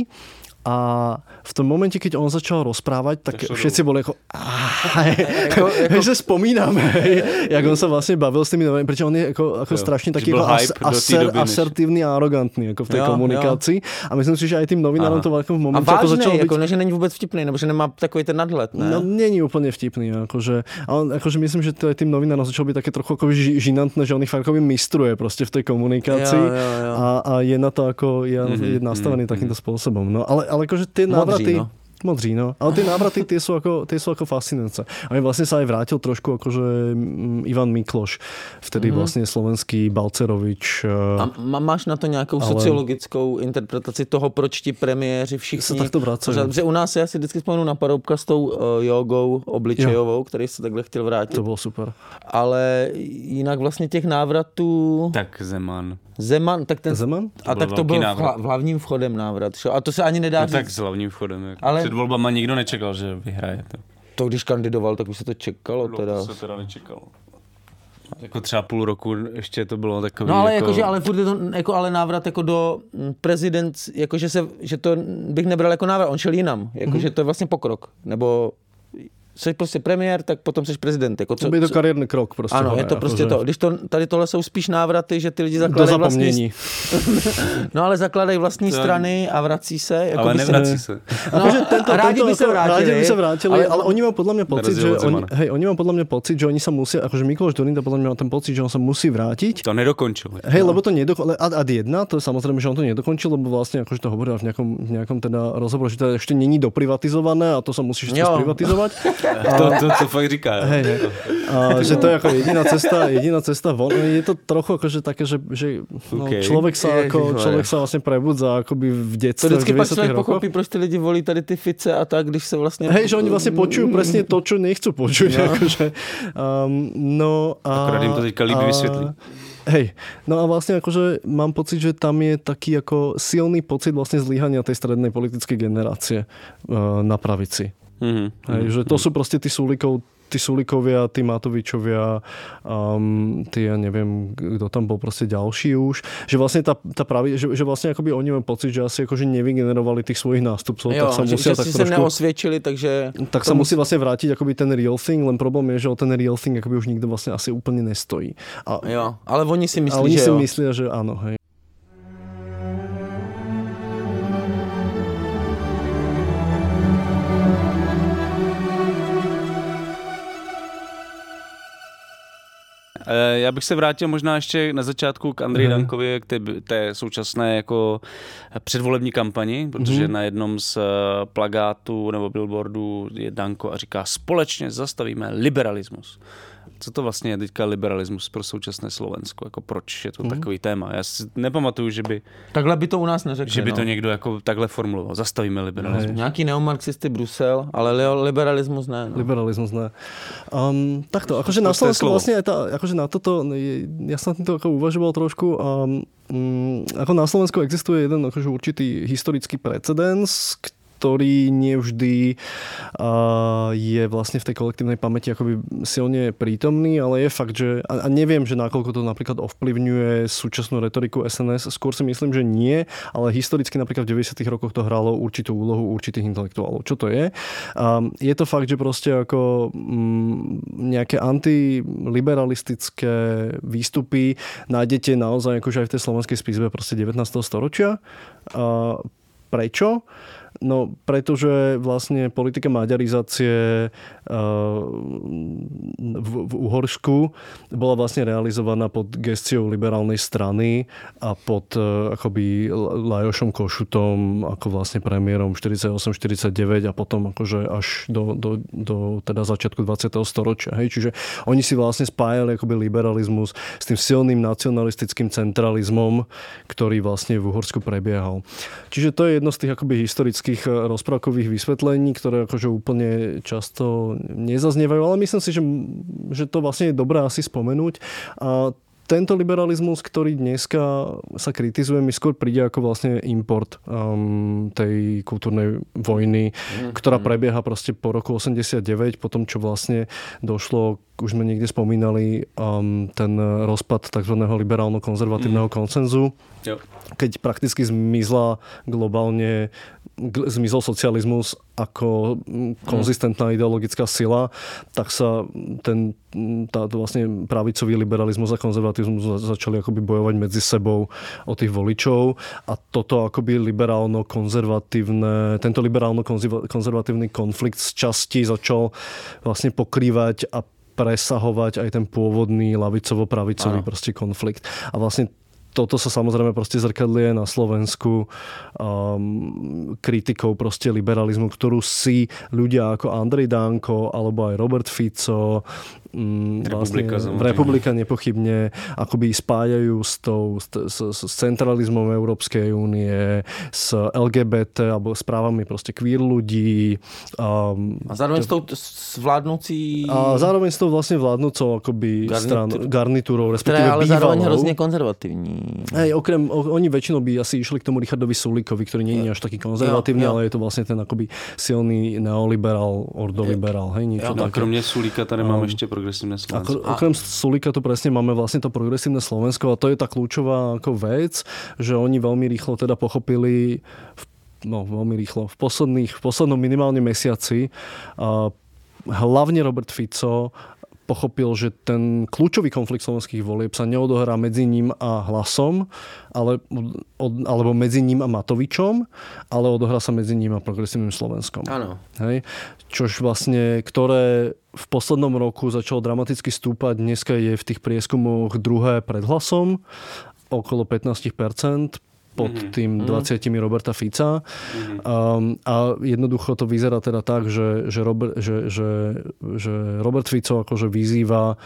[SPEAKER 7] A v tom momente, keď on začal rozprávať, tak Zašlo všetci boli ako hej, že spomíname, hej, jak on sa vlastne bavil s tými novinami, prečo on je ako, ako strašne taký ako as, aser, asertívny a arogantný ako v tej jo, komunikácii. Jo. A myslím si, že aj tým novinárom to v momente
[SPEAKER 6] ako
[SPEAKER 7] začalo byť...
[SPEAKER 6] A vážnej, že není vôbec vtipný, nebo že nemá takový ten nadhled, ne?
[SPEAKER 7] No, není úplne vtipný, akože, ale akože myslím, že to aj tým novinárom začalo byť také trochu ako žinantné, že on ich farkovi mistruje proste v tej komunikácii jo, jo, jo. A, a je na to ako je, mm-hmm, je nastavený mm-hmm. takýmto spôsobom. No, ale ale akože tie návraty,
[SPEAKER 6] Modří, no.
[SPEAKER 7] Modří, no. Ale tie návraty, tie sú ako, tie sú ako fascinujúce. A vlastne sa aj vrátil trošku akože Ivan Mikloš, vtedy mm-hmm. vlastne slovenský Balcerovič.
[SPEAKER 6] A máš na to nějakou ale... sociologickou interpretaci toho, proč ti premiéři všichni...
[SPEAKER 7] Se takto vracají.
[SPEAKER 6] Protože u nás já si vždycky vzpomenu na Paroubka s tou uh, jogou obličejovou, jo. který se takhle chtěl vrátit.
[SPEAKER 7] To bylo super.
[SPEAKER 6] Ale jinak vlastně těch návratů...
[SPEAKER 5] Tak Zeman.
[SPEAKER 6] Zeman, tak ten...
[SPEAKER 7] Zeman?
[SPEAKER 6] A tak to byl v hlavním vchodem návrat. Šo? A to se ani nedá
[SPEAKER 5] no,
[SPEAKER 6] říct.
[SPEAKER 5] tak s hlavním vchodem. Jak
[SPEAKER 6] ale...
[SPEAKER 5] Před volbama nikdo nečekal, že vyhraje to.
[SPEAKER 6] To když kandidoval, tak už se to čekalo.
[SPEAKER 5] No,
[SPEAKER 6] teda.
[SPEAKER 5] To se teda nečekalo. Jako třeba půl roku ještě to bylo takový...
[SPEAKER 6] No ale
[SPEAKER 5] jako...
[SPEAKER 6] jakože, ale furt je to jako, ale návrat jako do prezident, jakože se, že to bych nebral jako návrat, on šel jinam. Jakože mm-hmm. to je vlastně pokrok. Nebo jsi prostě premiér, tak potom jsi prezident. Jako co,
[SPEAKER 7] to je to kariérny krok prostě.
[SPEAKER 6] Ano,
[SPEAKER 7] hore,
[SPEAKER 6] je to prostě
[SPEAKER 7] že...
[SPEAKER 6] to. Když to, tady tohle jsou spíš návraty, že ty lidi zakladají vlastní... no ale zakladají vlastní to... strany a vrací se. Jako
[SPEAKER 5] ale nevrací
[SPEAKER 6] se.
[SPEAKER 5] se.
[SPEAKER 6] No,
[SPEAKER 7] akože tento,
[SPEAKER 6] a rádi
[SPEAKER 7] tento,
[SPEAKER 6] by se vrátili.
[SPEAKER 7] Rádi by se vrátili, ale, ale oni majú podľa mňa pocit, že oni, hej, oni majú podľa mňa pocit, že oni sa musia, akože Mikloš Dorinda podľa mňa má ten pocit, že on sa musí vrátiť.
[SPEAKER 5] To nedokončil.
[SPEAKER 7] Hej, no. lebo to nedokončil. Ad, ad jedna, to je samozrejme, že on to nedokončil, lebo vlastne akože to hovoril v nejakom, v nejakom teda rozhovoru, že to ešte není doprivatizované a to sa musí ešte sprivatizovať.
[SPEAKER 5] to, to, to fakt říká.
[SPEAKER 7] Hej, hej. A, že to je ako jediná cesta, jediná cesta von. Je to trochu akože také, že, že no, okay. človek sa ako, človek sa vlastne prebudza akoby v detstve.
[SPEAKER 6] To vždycky pak človek pochopí, proč ty lidi volí tady ty Fice a tak, když se vlastne...
[SPEAKER 7] Hej, že oni vlastne počujú presne to, čo nechcú počuť. No, akože, um, no a...
[SPEAKER 5] Akorát im to teďka líbí vysvetlí.
[SPEAKER 7] Hej, no a vlastne akože mám pocit, že tam je taký ako silný pocit vlastne zlyhania tej strednej politickej generácie uh, na pravici. Mm-hmm. Hej, že to sú proste tí Sulíkov, tí Sulíkovia, tí Matovičovia, um, tí, ja neviem, kto tam bol proste ďalší už, že vlastne tá, tá pravi, že, že vlastne akoby oni majú pocit, že asi akože nevygenerovali tých svojich nástupcov, jo, tak sa
[SPEAKER 6] že,
[SPEAKER 7] musia
[SPEAKER 6] že
[SPEAKER 7] tak
[SPEAKER 6] si
[SPEAKER 7] trošku...
[SPEAKER 6] sa neosviečili, takže...
[SPEAKER 7] Tak sa musí vlastne vrátiť akoby ten real thing, len problém je, že o ten real thing akoby už nikto vlastne asi úplne nestojí. A,
[SPEAKER 6] jo, ale oni si myslí,
[SPEAKER 7] a oni
[SPEAKER 6] že
[SPEAKER 7] si
[SPEAKER 6] jo.
[SPEAKER 7] myslia, že áno, hej.
[SPEAKER 5] Já bych se vrátil možná ještě na začátku k Andreji mm. Dankovi, k té, té současné jako předvolební kampani, protože mm. na jednom z plakátů nebo billboardů je Danko a říká: společně zastavíme liberalismus. Co to vlastně je teďka liberalismus pro současné Slovensko? Jako proč je to mm. takový téma? Já si nepamatuju, že by...
[SPEAKER 6] Takhle by to u nás neřekli.
[SPEAKER 5] Že by to
[SPEAKER 6] no.
[SPEAKER 5] někdo jako takhle formuloval. Zastavíme liberalismus.
[SPEAKER 6] No, nějaký neomarxisty Brusel, ale liberalismus ne. No.
[SPEAKER 7] Liberalismus ne. Um, takto, akože na Slovensku vlastne aj tá, akože na toto, ja som týmto ako uvažoval trošku, um, um, ako na Slovensku existuje jeden akože určitý historický precedens, ktorý nevždy uh, je vlastne v tej kolektívnej pamäti akoby silne prítomný, ale je fakt, že a, a neviem, že nakoľko to napríklad ovplyvňuje súčasnú retoriku es en es, skôr si myslím, že nie, ale historicky napríklad v deväťdesiatych rokoch to hralo určitú úlohu určitých intelektuálov. Čo to je? Um, je to fakt, že proste ako um, nejaké antiliberalistické výstupy nájdete naozaj akože aj v tej slovenskej spisbe proste devätnásteho storočia. Uh, prečo? No, pretože vlastne politika maďarizácie v, v Uhorsku bola vlastne realizovaná pod gesciou liberálnej strany a pod akoby Lajošom Košutom ako vlastne premiérom štyridsaťosem štyridsaťdeväť a potom akože až do, do, do teda začiatku dvadsiateho storočia. Hej? Čiže oni si vlastne spájali akoby liberalizmus s tým silným nacionalistickým centralizmom, ktorý vlastne v Uhorsku prebiehal. Čiže to je jedno z tých akoby historických rozprávkových vysvetlení, ktoré akože úplne často nezaznievajú, ale myslím si, že, že to vlastne je dobré asi spomenúť. A tento liberalizmus, ktorý dneska sa kritizuje, mi skôr príde ako vlastne import um, tej kultúrnej vojny, mm. ktorá prebieha proste po roku osemdesiatdeväť, po tom, čo vlastne došlo, už sme niekde spomínali, um, ten rozpad tzv. Liberálno-konzervatívneho mm. konsenzu, yep. keď prakticky zmizla globálne zmizol socializmus ako konzistentná ideologická sila, tak sa ten tá, vlastne pravicový liberalizmus a konzervatizmus začali akoby bojovať medzi sebou o tých voličov a toto akoby liberálno-konzervatívne, tento liberálno-konzervatívny konflikt z časti začal vlastne pokrývať a presahovať aj ten pôvodný lavicovo-pravicový proste konflikt. A vlastne toto sa samozrejme proste zrkadlie na Slovensku um, kritikou proste liberalizmu, ktorú si ľudia ako Andrej Danko alebo aj Robert Fico
[SPEAKER 5] Republika,
[SPEAKER 7] vlastne v Republika nepochybne akoby spájajú s, tou, s, s, s centralizmom Európskej únie, s el gé bé té alebo s právami proste queer ľudí. Um,
[SPEAKER 6] a zároveň s tou vládnúcí...
[SPEAKER 7] A zároveň s tou vlastne vládnúcou akoby
[SPEAKER 6] Garnitur...
[SPEAKER 7] stran, garnitúrou, respektíve
[SPEAKER 6] bývalou. Ale zároveň hrozne konzervatívní.
[SPEAKER 7] Hej, okrem, oni väčšinou by asi išli k tomu Richardovi Sulíkovi, ktorý nie je až taký konzervatívny, jo, jo. ale je to vlastne ten akoby silný neoliberál, ordoliberál. Hej, niečo
[SPEAKER 5] jo, a kromě Sulíka tady máme um, ešte progresívne Slovensko.
[SPEAKER 7] A okrem Sulíka to presne máme vlastne to progresívne Slovensko a to je tá kľúčová ako vec, že oni veľmi rýchlo teda pochopili, no veľmi rýchlo, v posledných, v poslednom minimálne mesiaci a hlavne Robert Fico pochopil, že ten kľúčový konflikt slovenských volieb sa neodohrá medzi ním a Hlasom, ale, od, alebo medzi ním a Matovičom, ale odohrá sa medzi ním a progresívnym Slovenskom.
[SPEAKER 6] Áno.
[SPEAKER 7] Hej? Čož vlastne, ktoré v poslednom roku začalo dramaticky stúpať, dneska je v tých prieskumoch druhé pred Hlasom, okolo pätnásť percent, pod tým dvadsiatimi Roberta Fica. Mm-hmm. Um, a jednoducho to vyzerá teda tak, že, že, Robert, že, že, že Robert Fico akože vyzýva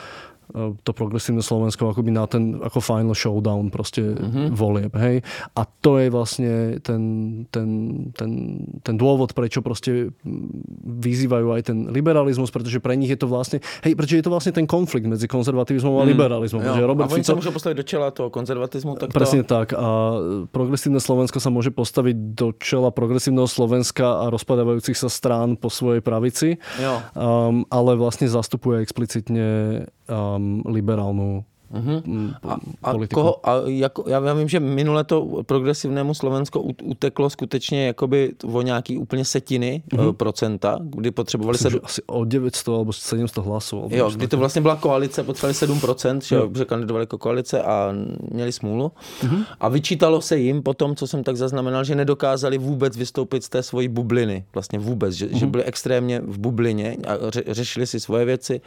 [SPEAKER 7] to progresívne Slovensko akoby na ten ako final showdown proste mm-hmm. volieb, hej. A to je vlastne ten, ten, ten, ten dôvod, prečo proste vyzývajú aj ten liberalizmus, pretože pre nich je to vlastne, hej, prečo je to vlastne ten konflikt medzi konzervativizmom a liberalizmom.
[SPEAKER 6] Jo,
[SPEAKER 7] Robert
[SPEAKER 6] a oni
[SPEAKER 7] Fico
[SPEAKER 6] sa môžu postaviť do čela toho konzervatizmu? Tak
[SPEAKER 7] presne
[SPEAKER 6] to...
[SPEAKER 7] tak. A progresívne Slovensko sa môže postaviť do čela progresívneho Slovenska a rozpadávajúcich sa strán po svojej pravici.
[SPEAKER 6] Jo.
[SPEAKER 7] Um, ale vlastne zastupuje explicitne um, liberálnu
[SPEAKER 6] Uh-huh. A, a,
[SPEAKER 7] politiku.
[SPEAKER 6] koho, a jako, já, já vím, že minule to progresivnému Slovensko uteklo skutečně jakoby o nějaký úplně setiny uh-huh. procenta, kdy potřebovali
[SPEAKER 7] Myslím, sedm... asi o devět set alebo sedm set hlasů.
[SPEAKER 6] Jo, kdy to vlastně byla koalice, potřebovali sedm procent, že, že kandidovali jako koalice a měli smůlu. Uh-huh. A vyčítalo se jim potom, co jsem tak zaznamenal, že nedokázali vůbec vystoupit z té svojí bubliny. Vlastně vůbec, že, uh-huh. že byli extrémně v bublině a ře, řešili si svoje věci.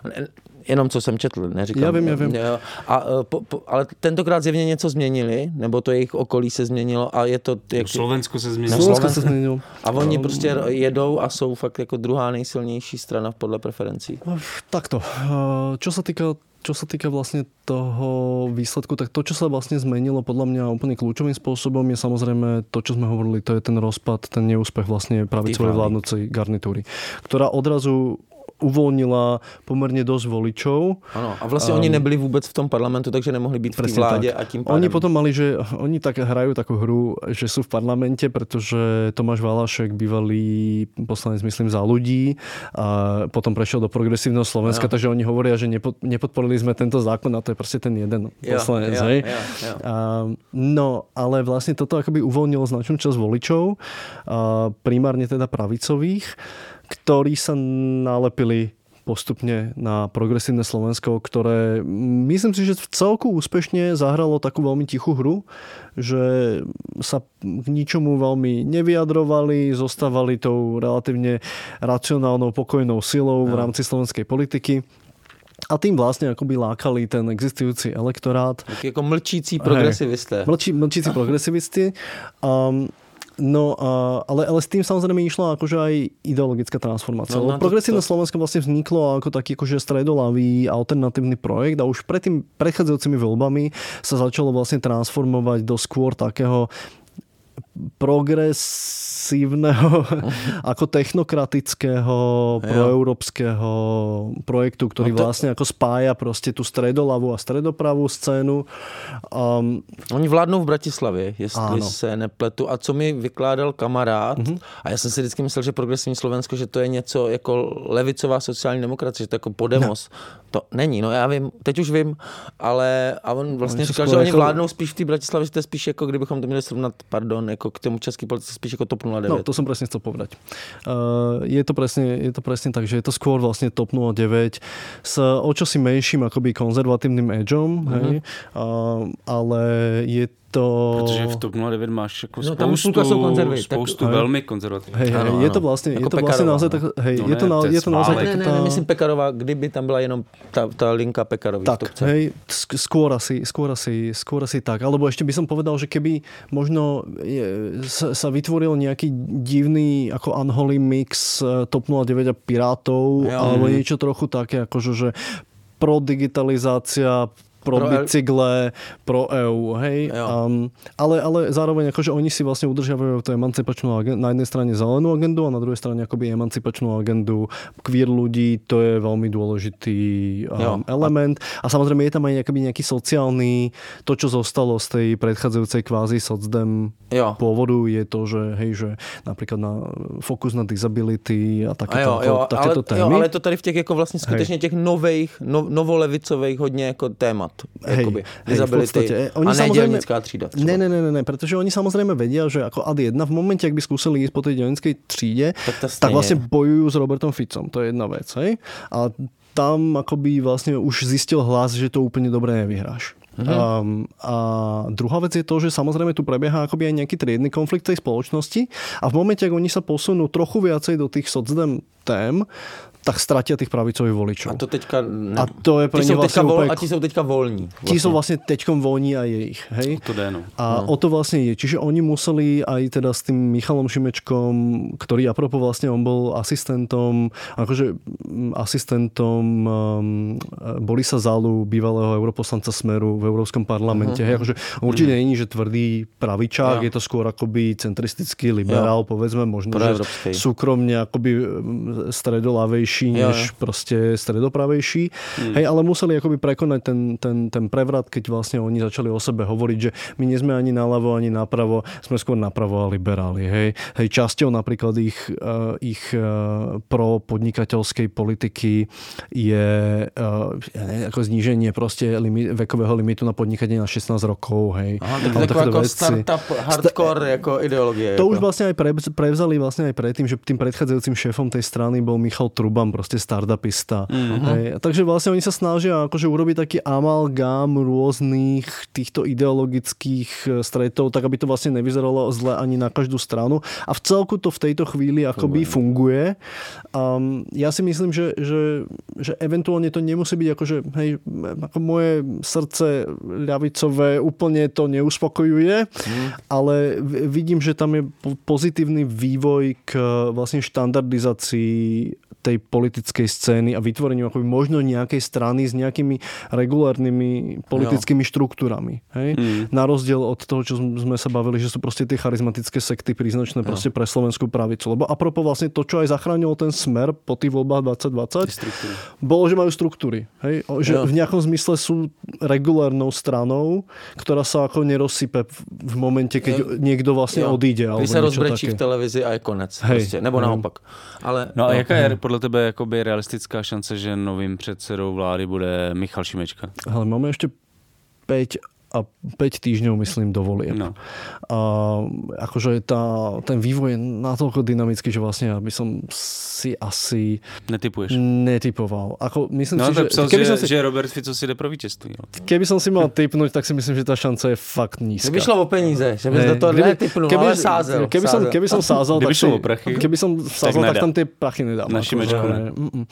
[SPEAKER 6] Jenom co jsem četl, neříkám.
[SPEAKER 7] Já vím, já vím.
[SPEAKER 6] A, po, po, ale tentokrát zjevně něco změnili, nebo to jejich okolí se změnilo a je to... Jak...
[SPEAKER 5] Slovensko se změnilo.
[SPEAKER 7] Slovensko se změnilo.
[SPEAKER 6] A oni prostě jedou a jsou fakt jako druhá nejsilnější strana podle preferencí.
[SPEAKER 7] Takto. Čo sa týka Čo sa týka vlastne toho výsledku, tak to, čo sa vlastne zmenilo podľa mňa úplne kľúčovým spôsobom je samozrejme to, čo sme hovorili, to je ten rozpad, ten neúspech vlastne pravicovej vládnucej garnitúry, ktorá odrazu uvolnila pomerne dosť voličov.
[SPEAKER 6] Ano, a vlastne um, oni nebyli vôbec v tom parlamentu, takže nemohli byť v té vláde tak. A tím pádem...
[SPEAKER 7] Oni potom mali, že oni tak hrajú takú hru, že sú v parlamente, pretože Tomáš Valašek, bývalý poslanec, myslím, Za ľudí, a potom prešiel do progresívneho Slovenska, jo. Takže oni hovoria, že nepo, nepodporili sme tento zákon a to je proste ten jeden jo, poslanec. Jo, hej? Jo, jo. A, no, ale vlastne toto akoby uvoľnilo značnú časť voličov, a primárne teda pravicových, ktorí sa nalepili postupne na progresívne Slovensko, ktoré myslím si, že v celku úspešne zahralo takú veľmi tichú hru, že sa k ničomu veľmi nevyjadrovali, zostávali tou relatívne racionálnou, pokojnou silou v rámci slovenskej politiky. A tým vlastne akoby lákali ten existujúci elektorát.
[SPEAKER 6] Taký ako mlčící progresivisté.
[SPEAKER 7] Mlčí, mlčíci progresivisti. Um, No, ale, ale s tým samozrejme išla akože aj ideologická transformácia. No, progresívne to... Slovensko vlastne vzniklo ako taký akože stredolavý alternatívny projekt a už pred tým predchádzajúcimi voľbami sa začalo vlastne transformovať do skôr takého progresívneho, ako technokratického, proeurópskeho projektu, ktorý no to... vlastne ako spája proste tú stredolavú a stredopravú scénu. Um,
[SPEAKER 6] Oni vládnou v Bratislavě, jestli áno. se nepletu. A co mi vykládal kamarád, mm-hmm. a já jsem si vždycky myslel, že progresivní Slovensko, že to je něco jako levicová sociální demokracie, že to jako Podemos. No. To není, no já vím, teď už vím, ale a on vlastně oni říkal, že oni jako... vládnou spíš v té Bratislavě, že to je spíš jako kdybychom to měli srovnat, pardon, jako k tomu český politice spíš jako TOP nula deväť.
[SPEAKER 7] No, to som presne chcel povedať. Uh, je, to presne, je to presne tak, že je to skôr vlastne TOP nula deväť s očosi menším akoby konzervatívnym edgeom, mm-hmm. hej? Uh, ale je to...
[SPEAKER 5] Protože v TOP nula devět máš jako
[SPEAKER 6] No, tam
[SPEAKER 5] spoustu,
[SPEAKER 6] jsou konzervy,
[SPEAKER 5] spoustu
[SPEAKER 6] tak,
[SPEAKER 5] velmi konzervativních.
[SPEAKER 7] Hej, hej,
[SPEAKER 6] ano,
[SPEAKER 7] je to
[SPEAKER 6] ano.
[SPEAKER 7] vlastne,
[SPEAKER 6] Jako
[SPEAKER 7] je to vlastne
[SPEAKER 6] Pekarová,
[SPEAKER 7] naozaj
[SPEAKER 6] no.
[SPEAKER 7] tak, hej,
[SPEAKER 5] No
[SPEAKER 7] je
[SPEAKER 5] ne,
[SPEAKER 7] to, na,
[SPEAKER 5] to je
[SPEAKER 7] je to naozaj
[SPEAKER 5] smále.
[SPEAKER 7] tak,
[SPEAKER 6] Ne, ne,
[SPEAKER 7] tá...
[SPEAKER 6] ne, myslím Pekarová, kdyby tam byla jenom tá, tá linka Pekarových.
[SPEAKER 7] Tak, hej, sk- skôr asi, skôr asi, skôr asi tak. Alebo ešte by som povedal, že keby možno je, sa, sa vytvoril nejaký divný ako unholy mix TOP nula deväť a Pirátov,
[SPEAKER 6] Jo.
[SPEAKER 7] alebo niečo trochu také, akože, že pro digitalizácia, pro,
[SPEAKER 6] Pro
[SPEAKER 7] bicykle, pro é ú, hej. Um, ale, ale zároveň akože oni si vlastne udržiavajú tú emancipačnú agendu, na jednej strane zelenú agendu a na druhej strane akoby emancipačnú agendu queer ľudí, to je veľmi dôležitý um, element. A samozrejme je tam aj nejaký, nejaký sociálny, to čo zostalo z tej predchádzajúcej kvázi socdem
[SPEAKER 6] jo.
[SPEAKER 7] pôvodu je to, že hej, že napríklad na fokus na disability a takéto,
[SPEAKER 6] a jo, jo,
[SPEAKER 7] takéto
[SPEAKER 6] ale,
[SPEAKER 7] témy.
[SPEAKER 6] Jo, ale to tady v těch jako vlastně skutečně těch nových, no, novolevicových hodně jako témat. Jakoby,
[SPEAKER 7] hej,
[SPEAKER 6] disability
[SPEAKER 7] hej, oni
[SPEAKER 6] a ne dělnická třída. Třeba.
[SPEAKER 7] Ne, ne, ne, ne, protože oni samozrejme vedia, že ako ad jedna v momente, ak by skúsili ísť po tej dělnickej tříde, tak, tak vlastne bojujú s Robertom Ficom. To je jedna vec, hej? A tam akoby vlastne už zistil hlas, že to úplne dobre nevyhráš. Mm-hmm. Um, a druhá vec je to, že samozrejme tu prebieha akoby aj nejaký triedny konflikt tej spoločnosti a v momente, ak oni sa posunú trochu viacej do tých socdem tém, tak stratia tých pravicových voličov.
[SPEAKER 6] A to teďka... Ne.
[SPEAKER 7] A to je pre nich vlastne
[SPEAKER 6] vol,
[SPEAKER 7] úplne...
[SPEAKER 6] A ti sú teďka voľní.
[SPEAKER 7] Vlastne. Ti sú vlastne teďkom voľní a je ich. Hej?
[SPEAKER 5] To jde, no.
[SPEAKER 7] A
[SPEAKER 6] no.
[SPEAKER 7] o to vlastne je. Čiže oni museli aj teda s tým Michalom Šimečkom, ktorý apropo vlastne on bol asistentom, akože asistentom um, Borisa Zálu, bývalého europoslanca Smeru v Európskom parlamente. Uh-huh. Hej? Akože on určite uh-huh. není, že tvrdý pravičák, ja. Je to skôr akoby centristický liberál, ja. Povedzme, možno, že súkromne akoby stredoľavejší než ja. Proste stredopravejší. Hmm. Hej, ale museli akoby prekonať ten, ten, ten prevrat, keď vlastne oni začali o sebe hovoriť, že my nie sme ani naľavo, ani napravo, sme skôr napravo a liberáli. Hej, hej časťou napríklad ich, uh, ich uh, pro podnikateľskej politiky je uh, ne, ako zníženie proste limit, vekového limitu na podnikanie na šestnásť rokov. Hej.
[SPEAKER 6] Aha, tak to ako veci. Startup, hardcore Sta- ako ideológie.
[SPEAKER 7] To
[SPEAKER 6] ako.
[SPEAKER 7] už vlastne aj pre, prevzali vlastne aj predtým, že tým predchádzajúcim šéfom tej strany bol Michal Truban, proste startupista. Mm-hmm. Hej. Takže vlastne oni sa snažia akože urobiť taký amalgám rôznych týchto ideologických stretov, tak aby to vlastne nevyzeralo zle ani na každú stranu. A v celku to v tejto chvíli akoby funguje. Um, ja si myslím, že, že, že eventuálne to nemusí byť akože, hej, ako moje srdce ľavicové úplne to neuspokojuje, mm. ale vidím, že tam je pozitívny vývoj k vlastne štandardizácii tej politickej scény a vytvoreniu akoby možno nejakej strany s nejakými regulárnymi politickými jo. štruktúrami. Hej? Mm. Na rozdiel od toho, čo sme sa bavili, že sú proste tie charizmatické sekty príznačné proste pre slovenskú pravicu. Lebo apropo vlastne to, čo aj zachránilo ten Smer po tých voľbách dvadsať dvadsať, bolo, že majú štruktúry. Hej? Že v nejakom zmysle sú regulárnou stranou, ktorá sa ako nerozsype v momente, keď jo. niekto vlastne jo. odíde.
[SPEAKER 6] Když sa rozbrečí v televizi a je konec. Prostě. Nebo naopak. Ale,
[SPEAKER 5] no a jaká je podle tebe jakoby realistická šance, že novým předsedou vlády bude Michal Šimečka?
[SPEAKER 7] Hele, máme ešte päť a päť týždňov, myslím, do volieb. No. A akože tá, ten vývoj je natoľko dynamický, že vlastne ja by som si asi
[SPEAKER 5] Netypuješ?
[SPEAKER 7] Netypoval. Ako, myslím
[SPEAKER 5] no,
[SPEAKER 7] si, že,
[SPEAKER 5] psal,
[SPEAKER 7] keby
[SPEAKER 5] že,
[SPEAKER 7] som si,
[SPEAKER 5] že Robert Fico si jde pro vítězství.
[SPEAKER 7] Keby som si mal typnúť, tak si myslím, že tá šanca je fakt nízka.
[SPEAKER 6] Kdyby šlo o peníze, že bys do toho netypnul, ale sázel.
[SPEAKER 7] Keby som, keby som sázel,
[SPEAKER 5] tak,
[SPEAKER 7] si,
[SPEAKER 5] prachy,
[SPEAKER 7] keby som sázel, tak, tak tam tie prachy nedám.
[SPEAKER 5] Na Šimečku ne.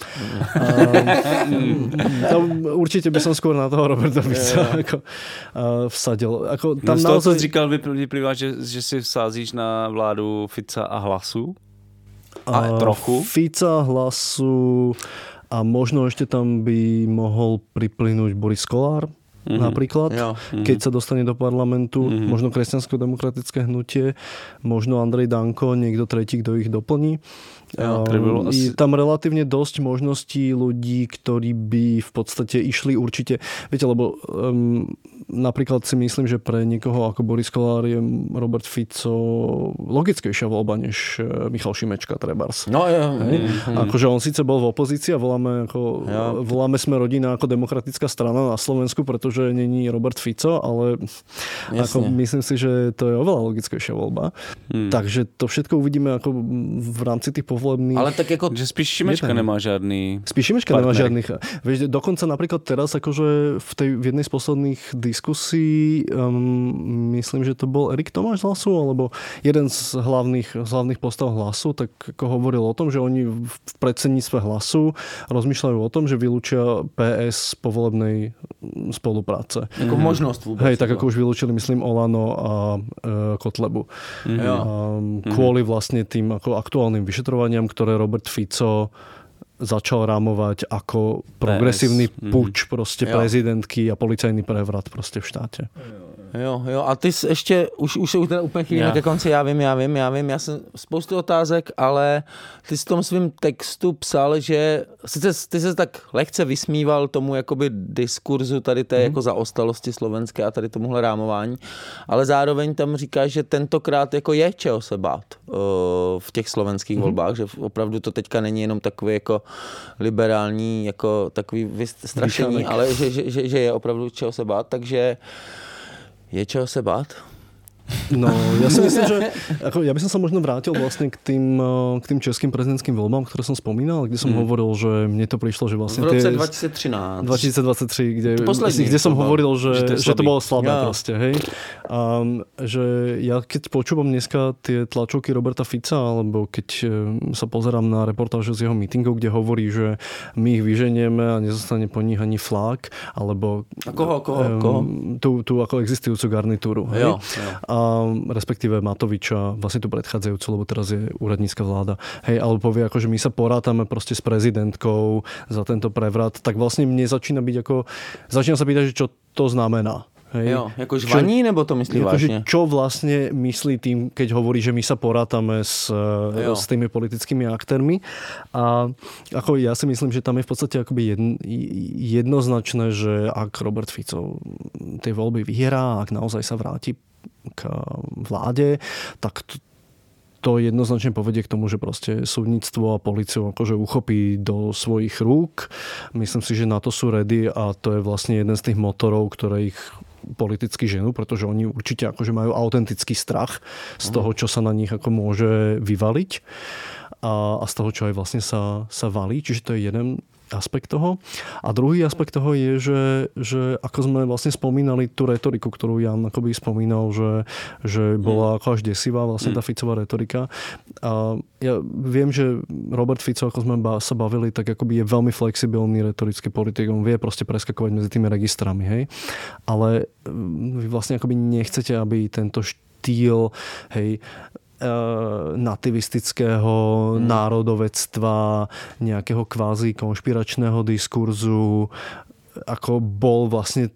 [SPEAKER 7] Určite by som skôr na toho Roberta Fica ako, uh, vsadil. Ako, tam
[SPEAKER 5] no z toho,
[SPEAKER 7] naozaj...
[SPEAKER 5] co jsi říkal, vyplývá, že, že si vsázíš na vládu Fica a Hlasu? A uh, trochu?
[SPEAKER 7] Fica, Hlasu a možno ešte tam by mohol priplynúť Boris Kolár. Mm-hmm. Napríklad, mm-hmm. keď sa dostane do parlamentu, mm-hmm. možno kresťansko-demokratické hnutie, možno Andrej Danko, niekto tretí, kto ich doplní.
[SPEAKER 5] Ja,
[SPEAKER 7] um, asi... Je tam relatívne dosť možností ľudí, ktorí by v podstate išli určite, viete, lebo um, napríklad si myslím, že pre niekoho ako Boris Kolár je Robert Fico logickejšia voľba než Michal Šimečka trebárs.
[SPEAKER 6] No ja.
[SPEAKER 7] Mm-hmm. Akože on síce bol v opozícii a voláme, ako, ja. voláme sme rodina ako demokratická strana na Slovensku, pretože že není Robert Fico, ale ako myslím si, že to je oveľa logickejšia voľba. Hmm. Takže to všetko uvidíme ako v rámci tých povolebných...
[SPEAKER 5] Ale tak ako... Že spíš Šimečka jeden. nemá žiadny
[SPEAKER 7] Spíš Šimečka nemá žiadnych. Vieš, dokonca napríklad teraz akože v, tej, v jednej z posledných diskusí um, myslím, že to bol Erik Tomáš z Hlasu, alebo jeden z hlavných, z hlavných postav Hlasu, tak ako hovoril o tom, že oni v predsedníctve Hlasu rozmýšľajú o tom, že vylúčia pé es z povolebnej spolupráce.
[SPEAKER 6] Ako mm. možnosť vôbec.
[SPEAKER 7] Hej, tak ako už vylúčili, myslím, Olano a e, Kotlebu. Mm. A, kvôli vlastne tým ako aktuálnym vyšetrovaniam, ktoré Robert Fico začal rámovať ako progresívny puč proste jo. prezidentky a policajný prevrat proste v štáte.
[SPEAKER 6] Jo, jo, a ty jsi ještě, už, už jsou ten úplně chvíli ke konci, já vím, já vím, já vím, já jsem spoustu otázek, ale ty jsi v tom svým textu psal, že sice ty se tak lehce vysmíval tomu jakoby diskurzu tady té mm. jako zaostalosti slovenské a tady tomuhle rámování, ale zároveň tam říkáš, že tentokrát jako je čeho se bát uh, v těch slovenských mm. volbách, že opravdu to teďka není jenom takový jako liberální, jako takový strašení, ale že, že, že, že je opravdu čeho se bát, takže je čeho se bát?
[SPEAKER 7] No, ja si myslím, že ako, ja by som sa možno vrátil vlastne k tým, k tým českým prezidentským voľbám, ktoré som spomínal, kde som mm. hovoril, že mne to prišlo, že vlastne...
[SPEAKER 6] V roce dvetisíc třináct.
[SPEAKER 7] dvetisíc dvadsaťtri, kde, kde som hovoril, že, že, to, že to bolo slabé ja. proste, hej. A že ja keď počúvam dneska tie tlačovky Roberta Fica, alebo keď sa pozerám na reportáže z jeho meetingov, kde hovorí, že my ich vyženieme a nezostane po nich ani flák, alebo...
[SPEAKER 6] A koho, koho, um, koho?
[SPEAKER 7] Tú, tú ako existujúcu garnitúru, hej. Jo, jo. A respektíve Matoviča, vlastne tú predchádzajúcu, lebo teraz je úradnícka vláda. Hej, ale povie, ako, že my sa porátame proste s prezidentkou za tento prevrat, tak vlastne mne začína byť ako... Začína sa pýtať, že čo to znamená. Hej.
[SPEAKER 6] Jo, jako žvaní, čo, nebo to myslí
[SPEAKER 7] ako,
[SPEAKER 6] vážne?
[SPEAKER 7] Čo vlastne myslí tým, keď hovorí, že my sa porátame s, s tými politickými aktérmi. A ako ja si myslím, že tam je v podstate akoby jedn, jednoznačné, že ak Robert Fico tie voľby vyhrá, ak naozaj sa vráti k vláde, tak to, to jednoznačne povedie k tomu, že proste súdnictvo a políciu akože uchopí do svojich rúk. Myslím si, že na to sú ready a to je vlastne jeden z tých motorov, ktoré ich politicky ženú, pretože oni určite akože majú autentický strach z toho, čo sa na nich ako môže vyvaliť a, a z toho, čo aj vlastne sa, sa valí. Čiže to je jeden aspekt toho. A druhý aspekt toho je, že, že ako sme vlastne spomínali tú retoriku, ktorú Jan akoby spomínal, že, že bola ako až desivá vlastne tá Ficová retorika. A ja viem, že Robert Fico, ako sme sa bavili, tak akoby je veľmi flexibilný retorický politik. On vie proste preskakovať medzi tými registrami, hej. Ale vy vlastne akoby nechcete, aby tento štýl, hej, nativistického hmm. národovectva, nejakého kvázi konšpiračného diskurzu, ako bol vlastne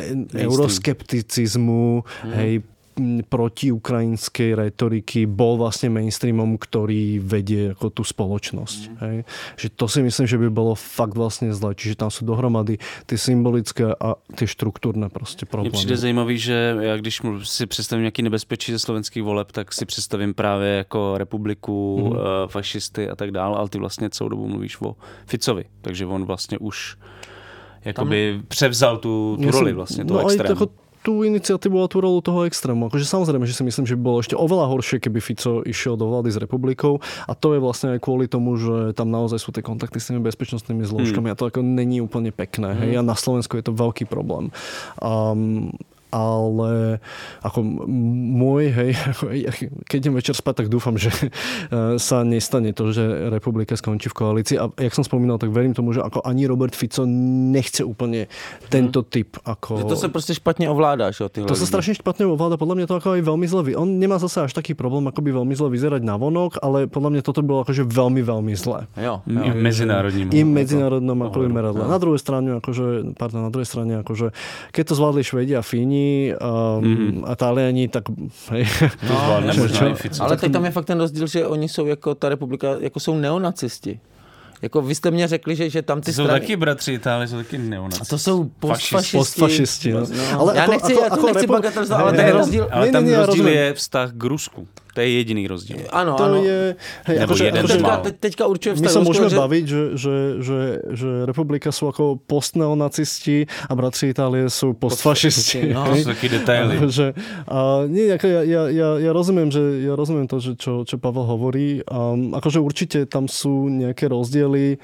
[SPEAKER 7] euroskepticizmu, hmm. hej, protiukrajinskej retoriky, bol vlastne mainstreamom, ktorý vedie ako tú spoločnosť. Mm. Hej. Že to si myslím, že by bolo fakt vlastne zle. Čiže tam sú dohromady tie symbolické a tie štruktúrne proste problémy.
[SPEAKER 5] Mně přijde zajímavý, že já když si představím nějaký nebezpečí ze slovenských voleb, tak si představím právě jako republiku, mm. fašisty a tak dál, ale ty vlastně celou dobu mluvíš o Ficovi. Takže on vlastně už jakoby tam převzal tu, tu roli vlastně toho no, extrému.
[SPEAKER 7] Tú iniciatívu a tú rolu toho extrému. Akože samozrejme, že si myslím, že by bolo ešte oveľa horšie, keby Fico išiel do vlády s republikou a to je vlastne aj kvôli tomu, že tam naozaj sú tie kontakty s tými bezpečnostnými zložkami mm. a to ako není úplne pekné. Mm. Hej? A na Slovensku je to veľký problém. Um, ale ako môj, hej, keď idem večer spať, tak dúfam, že sa nestane to, že republika skončí v koalícii. A jak som spomínal, tak verím tomu, že ako ani Robert Fico nechce úplne tento hmm. typ. Ako...
[SPEAKER 6] Že to sa proste špatne ovláda. Že,
[SPEAKER 7] to sa strašne špatne ovláda. Podľa mňa to ako aj veľmi zle. On nemá zase až taký problém, ako by veľmi zle vyzerať na vonok, ale podľa mňa toto bolo akože veľmi, veľmi zle.
[SPEAKER 6] Jo, jo.
[SPEAKER 5] I medzinárodním.
[SPEAKER 7] I medzinárodnom ako meradle. Na druhej strane, akože, pardon, na druhej strane, akože, keď to zvládli Švédi a Fíni, Um, mm-hmm. a Taliani, tak hej.
[SPEAKER 6] No, ale tak tam je fakt ten rozdíl, že oni jsou jako ta republika, jako jsou neonacisti. Jako vy jste mě řekli, že, že tam ty
[SPEAKER 5] to
[SPEAKER 6] strany...
[SPEAKER 5] jsou taky bratři Itálie, jsou taky neonacisti.
[SPEAKER 6] A to jsou postfašisti.
[SPEAKER 7] Postfašisti, no.
[SPEAKER 6] No. Ale já jako, nechci, jako, já to nechci repu... bagatelizovat, ale ten rozdíl...
[SPEAKER 5] Ale tam rozdíl je vztah k Rusku. To je jediný rozdíl.
[SPEAKER 6] Ano,
[SPEAKER 7] to
[SPEAKER 6] ano.
[SPEAKER 7] je... Hej,
[SPEAKER 5] Nebo
[SPEAKER 7] akože,
[SPEAKER 5] jeden
[SPEAKER 7] akože,
[SPEAKER 6] Teďka, te, teďka určuje
[SPEAKER 7] my
[SPEAKER 6] vztah
[SPEAKER 7] sa
[SPEAKER 6] Rusko,
[SPEAKER 7] môžeme
[SPEAKER 6] že...
[SPEAKER 7] baviť, že, že, že, že republika sú ako postneonacisti a bratři Itálie sú postfašisti.
[SPEAKER 6] No,
[SPEAKER 5] To sú taký detaily.
[SPEAKER 7] Že, a, nie, ako ja, ja, ja, ja, rozumiem, že, ja rozumiem to, že čo, čo Pavel hovorí. Um, akože určite tam sú nejaké rozdiely.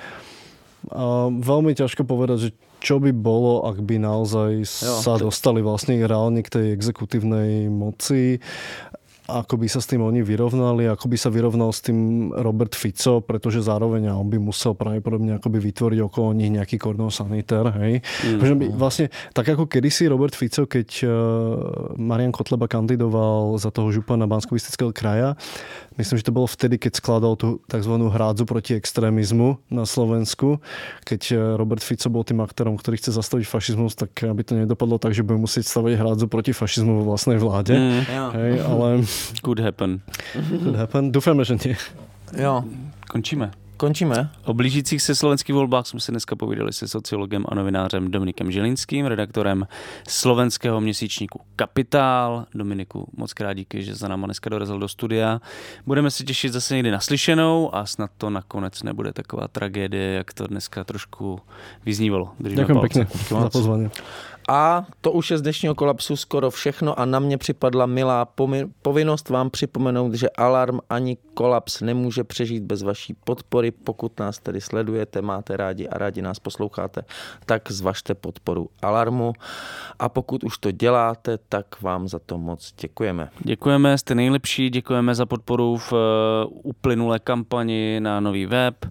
[SPEAKER 7] A veľmi ťažko povedať, že čo by bolo, ak by naozaj
[SPEAKER 6] Jo,
[SPEAKER 7] sa
[SPEAKER 6] to...
[SPEAKER 7] dostali vlastne reálne k tej exekutívnej moci. Ako by sa s tým oni vyrovnali, ako by sa vyrovnal s tým Robert Fico, pretože zároveň on by musel pravdepodobne akoby vytvoriť okolo nich nejaký kordon sanitaire, hej. Mm. By vlastne, tak ako kedysi Robert Fico, keď Marian Kotleba kandidoval za toho župana Banskobystrického kraja, myslím, že to bolo vtedy, keď skladal tú tzv. Hrádzu proti extrémizmu na Slovensku, keď Robert Fico bol tým aktérom, ktorý chce zastaviť fašizmus, tak aby to nedopadlo tak, že bude musieť stavať hrádzu proti fašizmu vo vlastnej vláde. Mm. Hej, ale...
[SPEAKER 5] Could happen.
[SPEAKER 7] Could happen. Doufáme, že nie.
[SPEAKER 6] Jo.
[SPEAKER 5] Končíme.
[SPEAKER 6] Končíme.
[SPEAKER 5] O blížících se slovenských volbách jsme si dneska povídali se sociologem a novinářem Dominikem Žilinským, redaktorem slovenského měsíčníku Kapitál. Dominiku, moc krát díky, že za náma dneska dorazil do studia. Budeme se těšit zase někdy naslyšenou a snad to nakonec nebude taková tragédie, jak to dneska trošku vyznívalo.
[SPEAKER 7] Ďakujem pekne za pozvanie.
[SPEAKER 6] A to už je z dnešního kolapsu skoro všechno a na mě připadla milá povinnost vám připomenout, že Alarm ani Kolaps nemůže přežít bez vaší podpory. Pokud nás tedy sledujete, máte rádi a rádi nás posloucháte, tak zvažte podporu Alarmu. A pokud už to děláte, tak vám za to moc děkujeme.
[SPEAKER 5] Děkujeme, jste nejlepší, děkujeme za podporu v uplynulé kampani na nový web.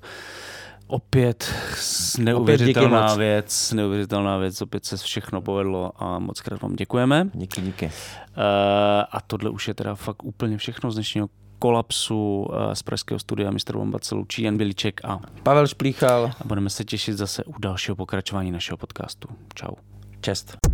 [SPEAKER 5] Opět neuvěřitelná
[SPEAKER 6] opět
[SPEAKER 5] věc, neuvěřitelná věc, opět se všechno povedlo a moc krát vám děkujeme.
[SPEAKER 6] Díky, díky. Uh,
[SPEAKER 5] a tohle už je teda fakt úplně všechno z dnešního kolapsu uh, z pražského studia mistr Bomba se loučí Jan Bělíček a
[SPEAKER 6] Pavel Šplíchal.
[SPEAKER 5] A budeme se těšit zase u dalšího pokračování našeho podcastu. Čau.
[SPEAKER 6] Čest.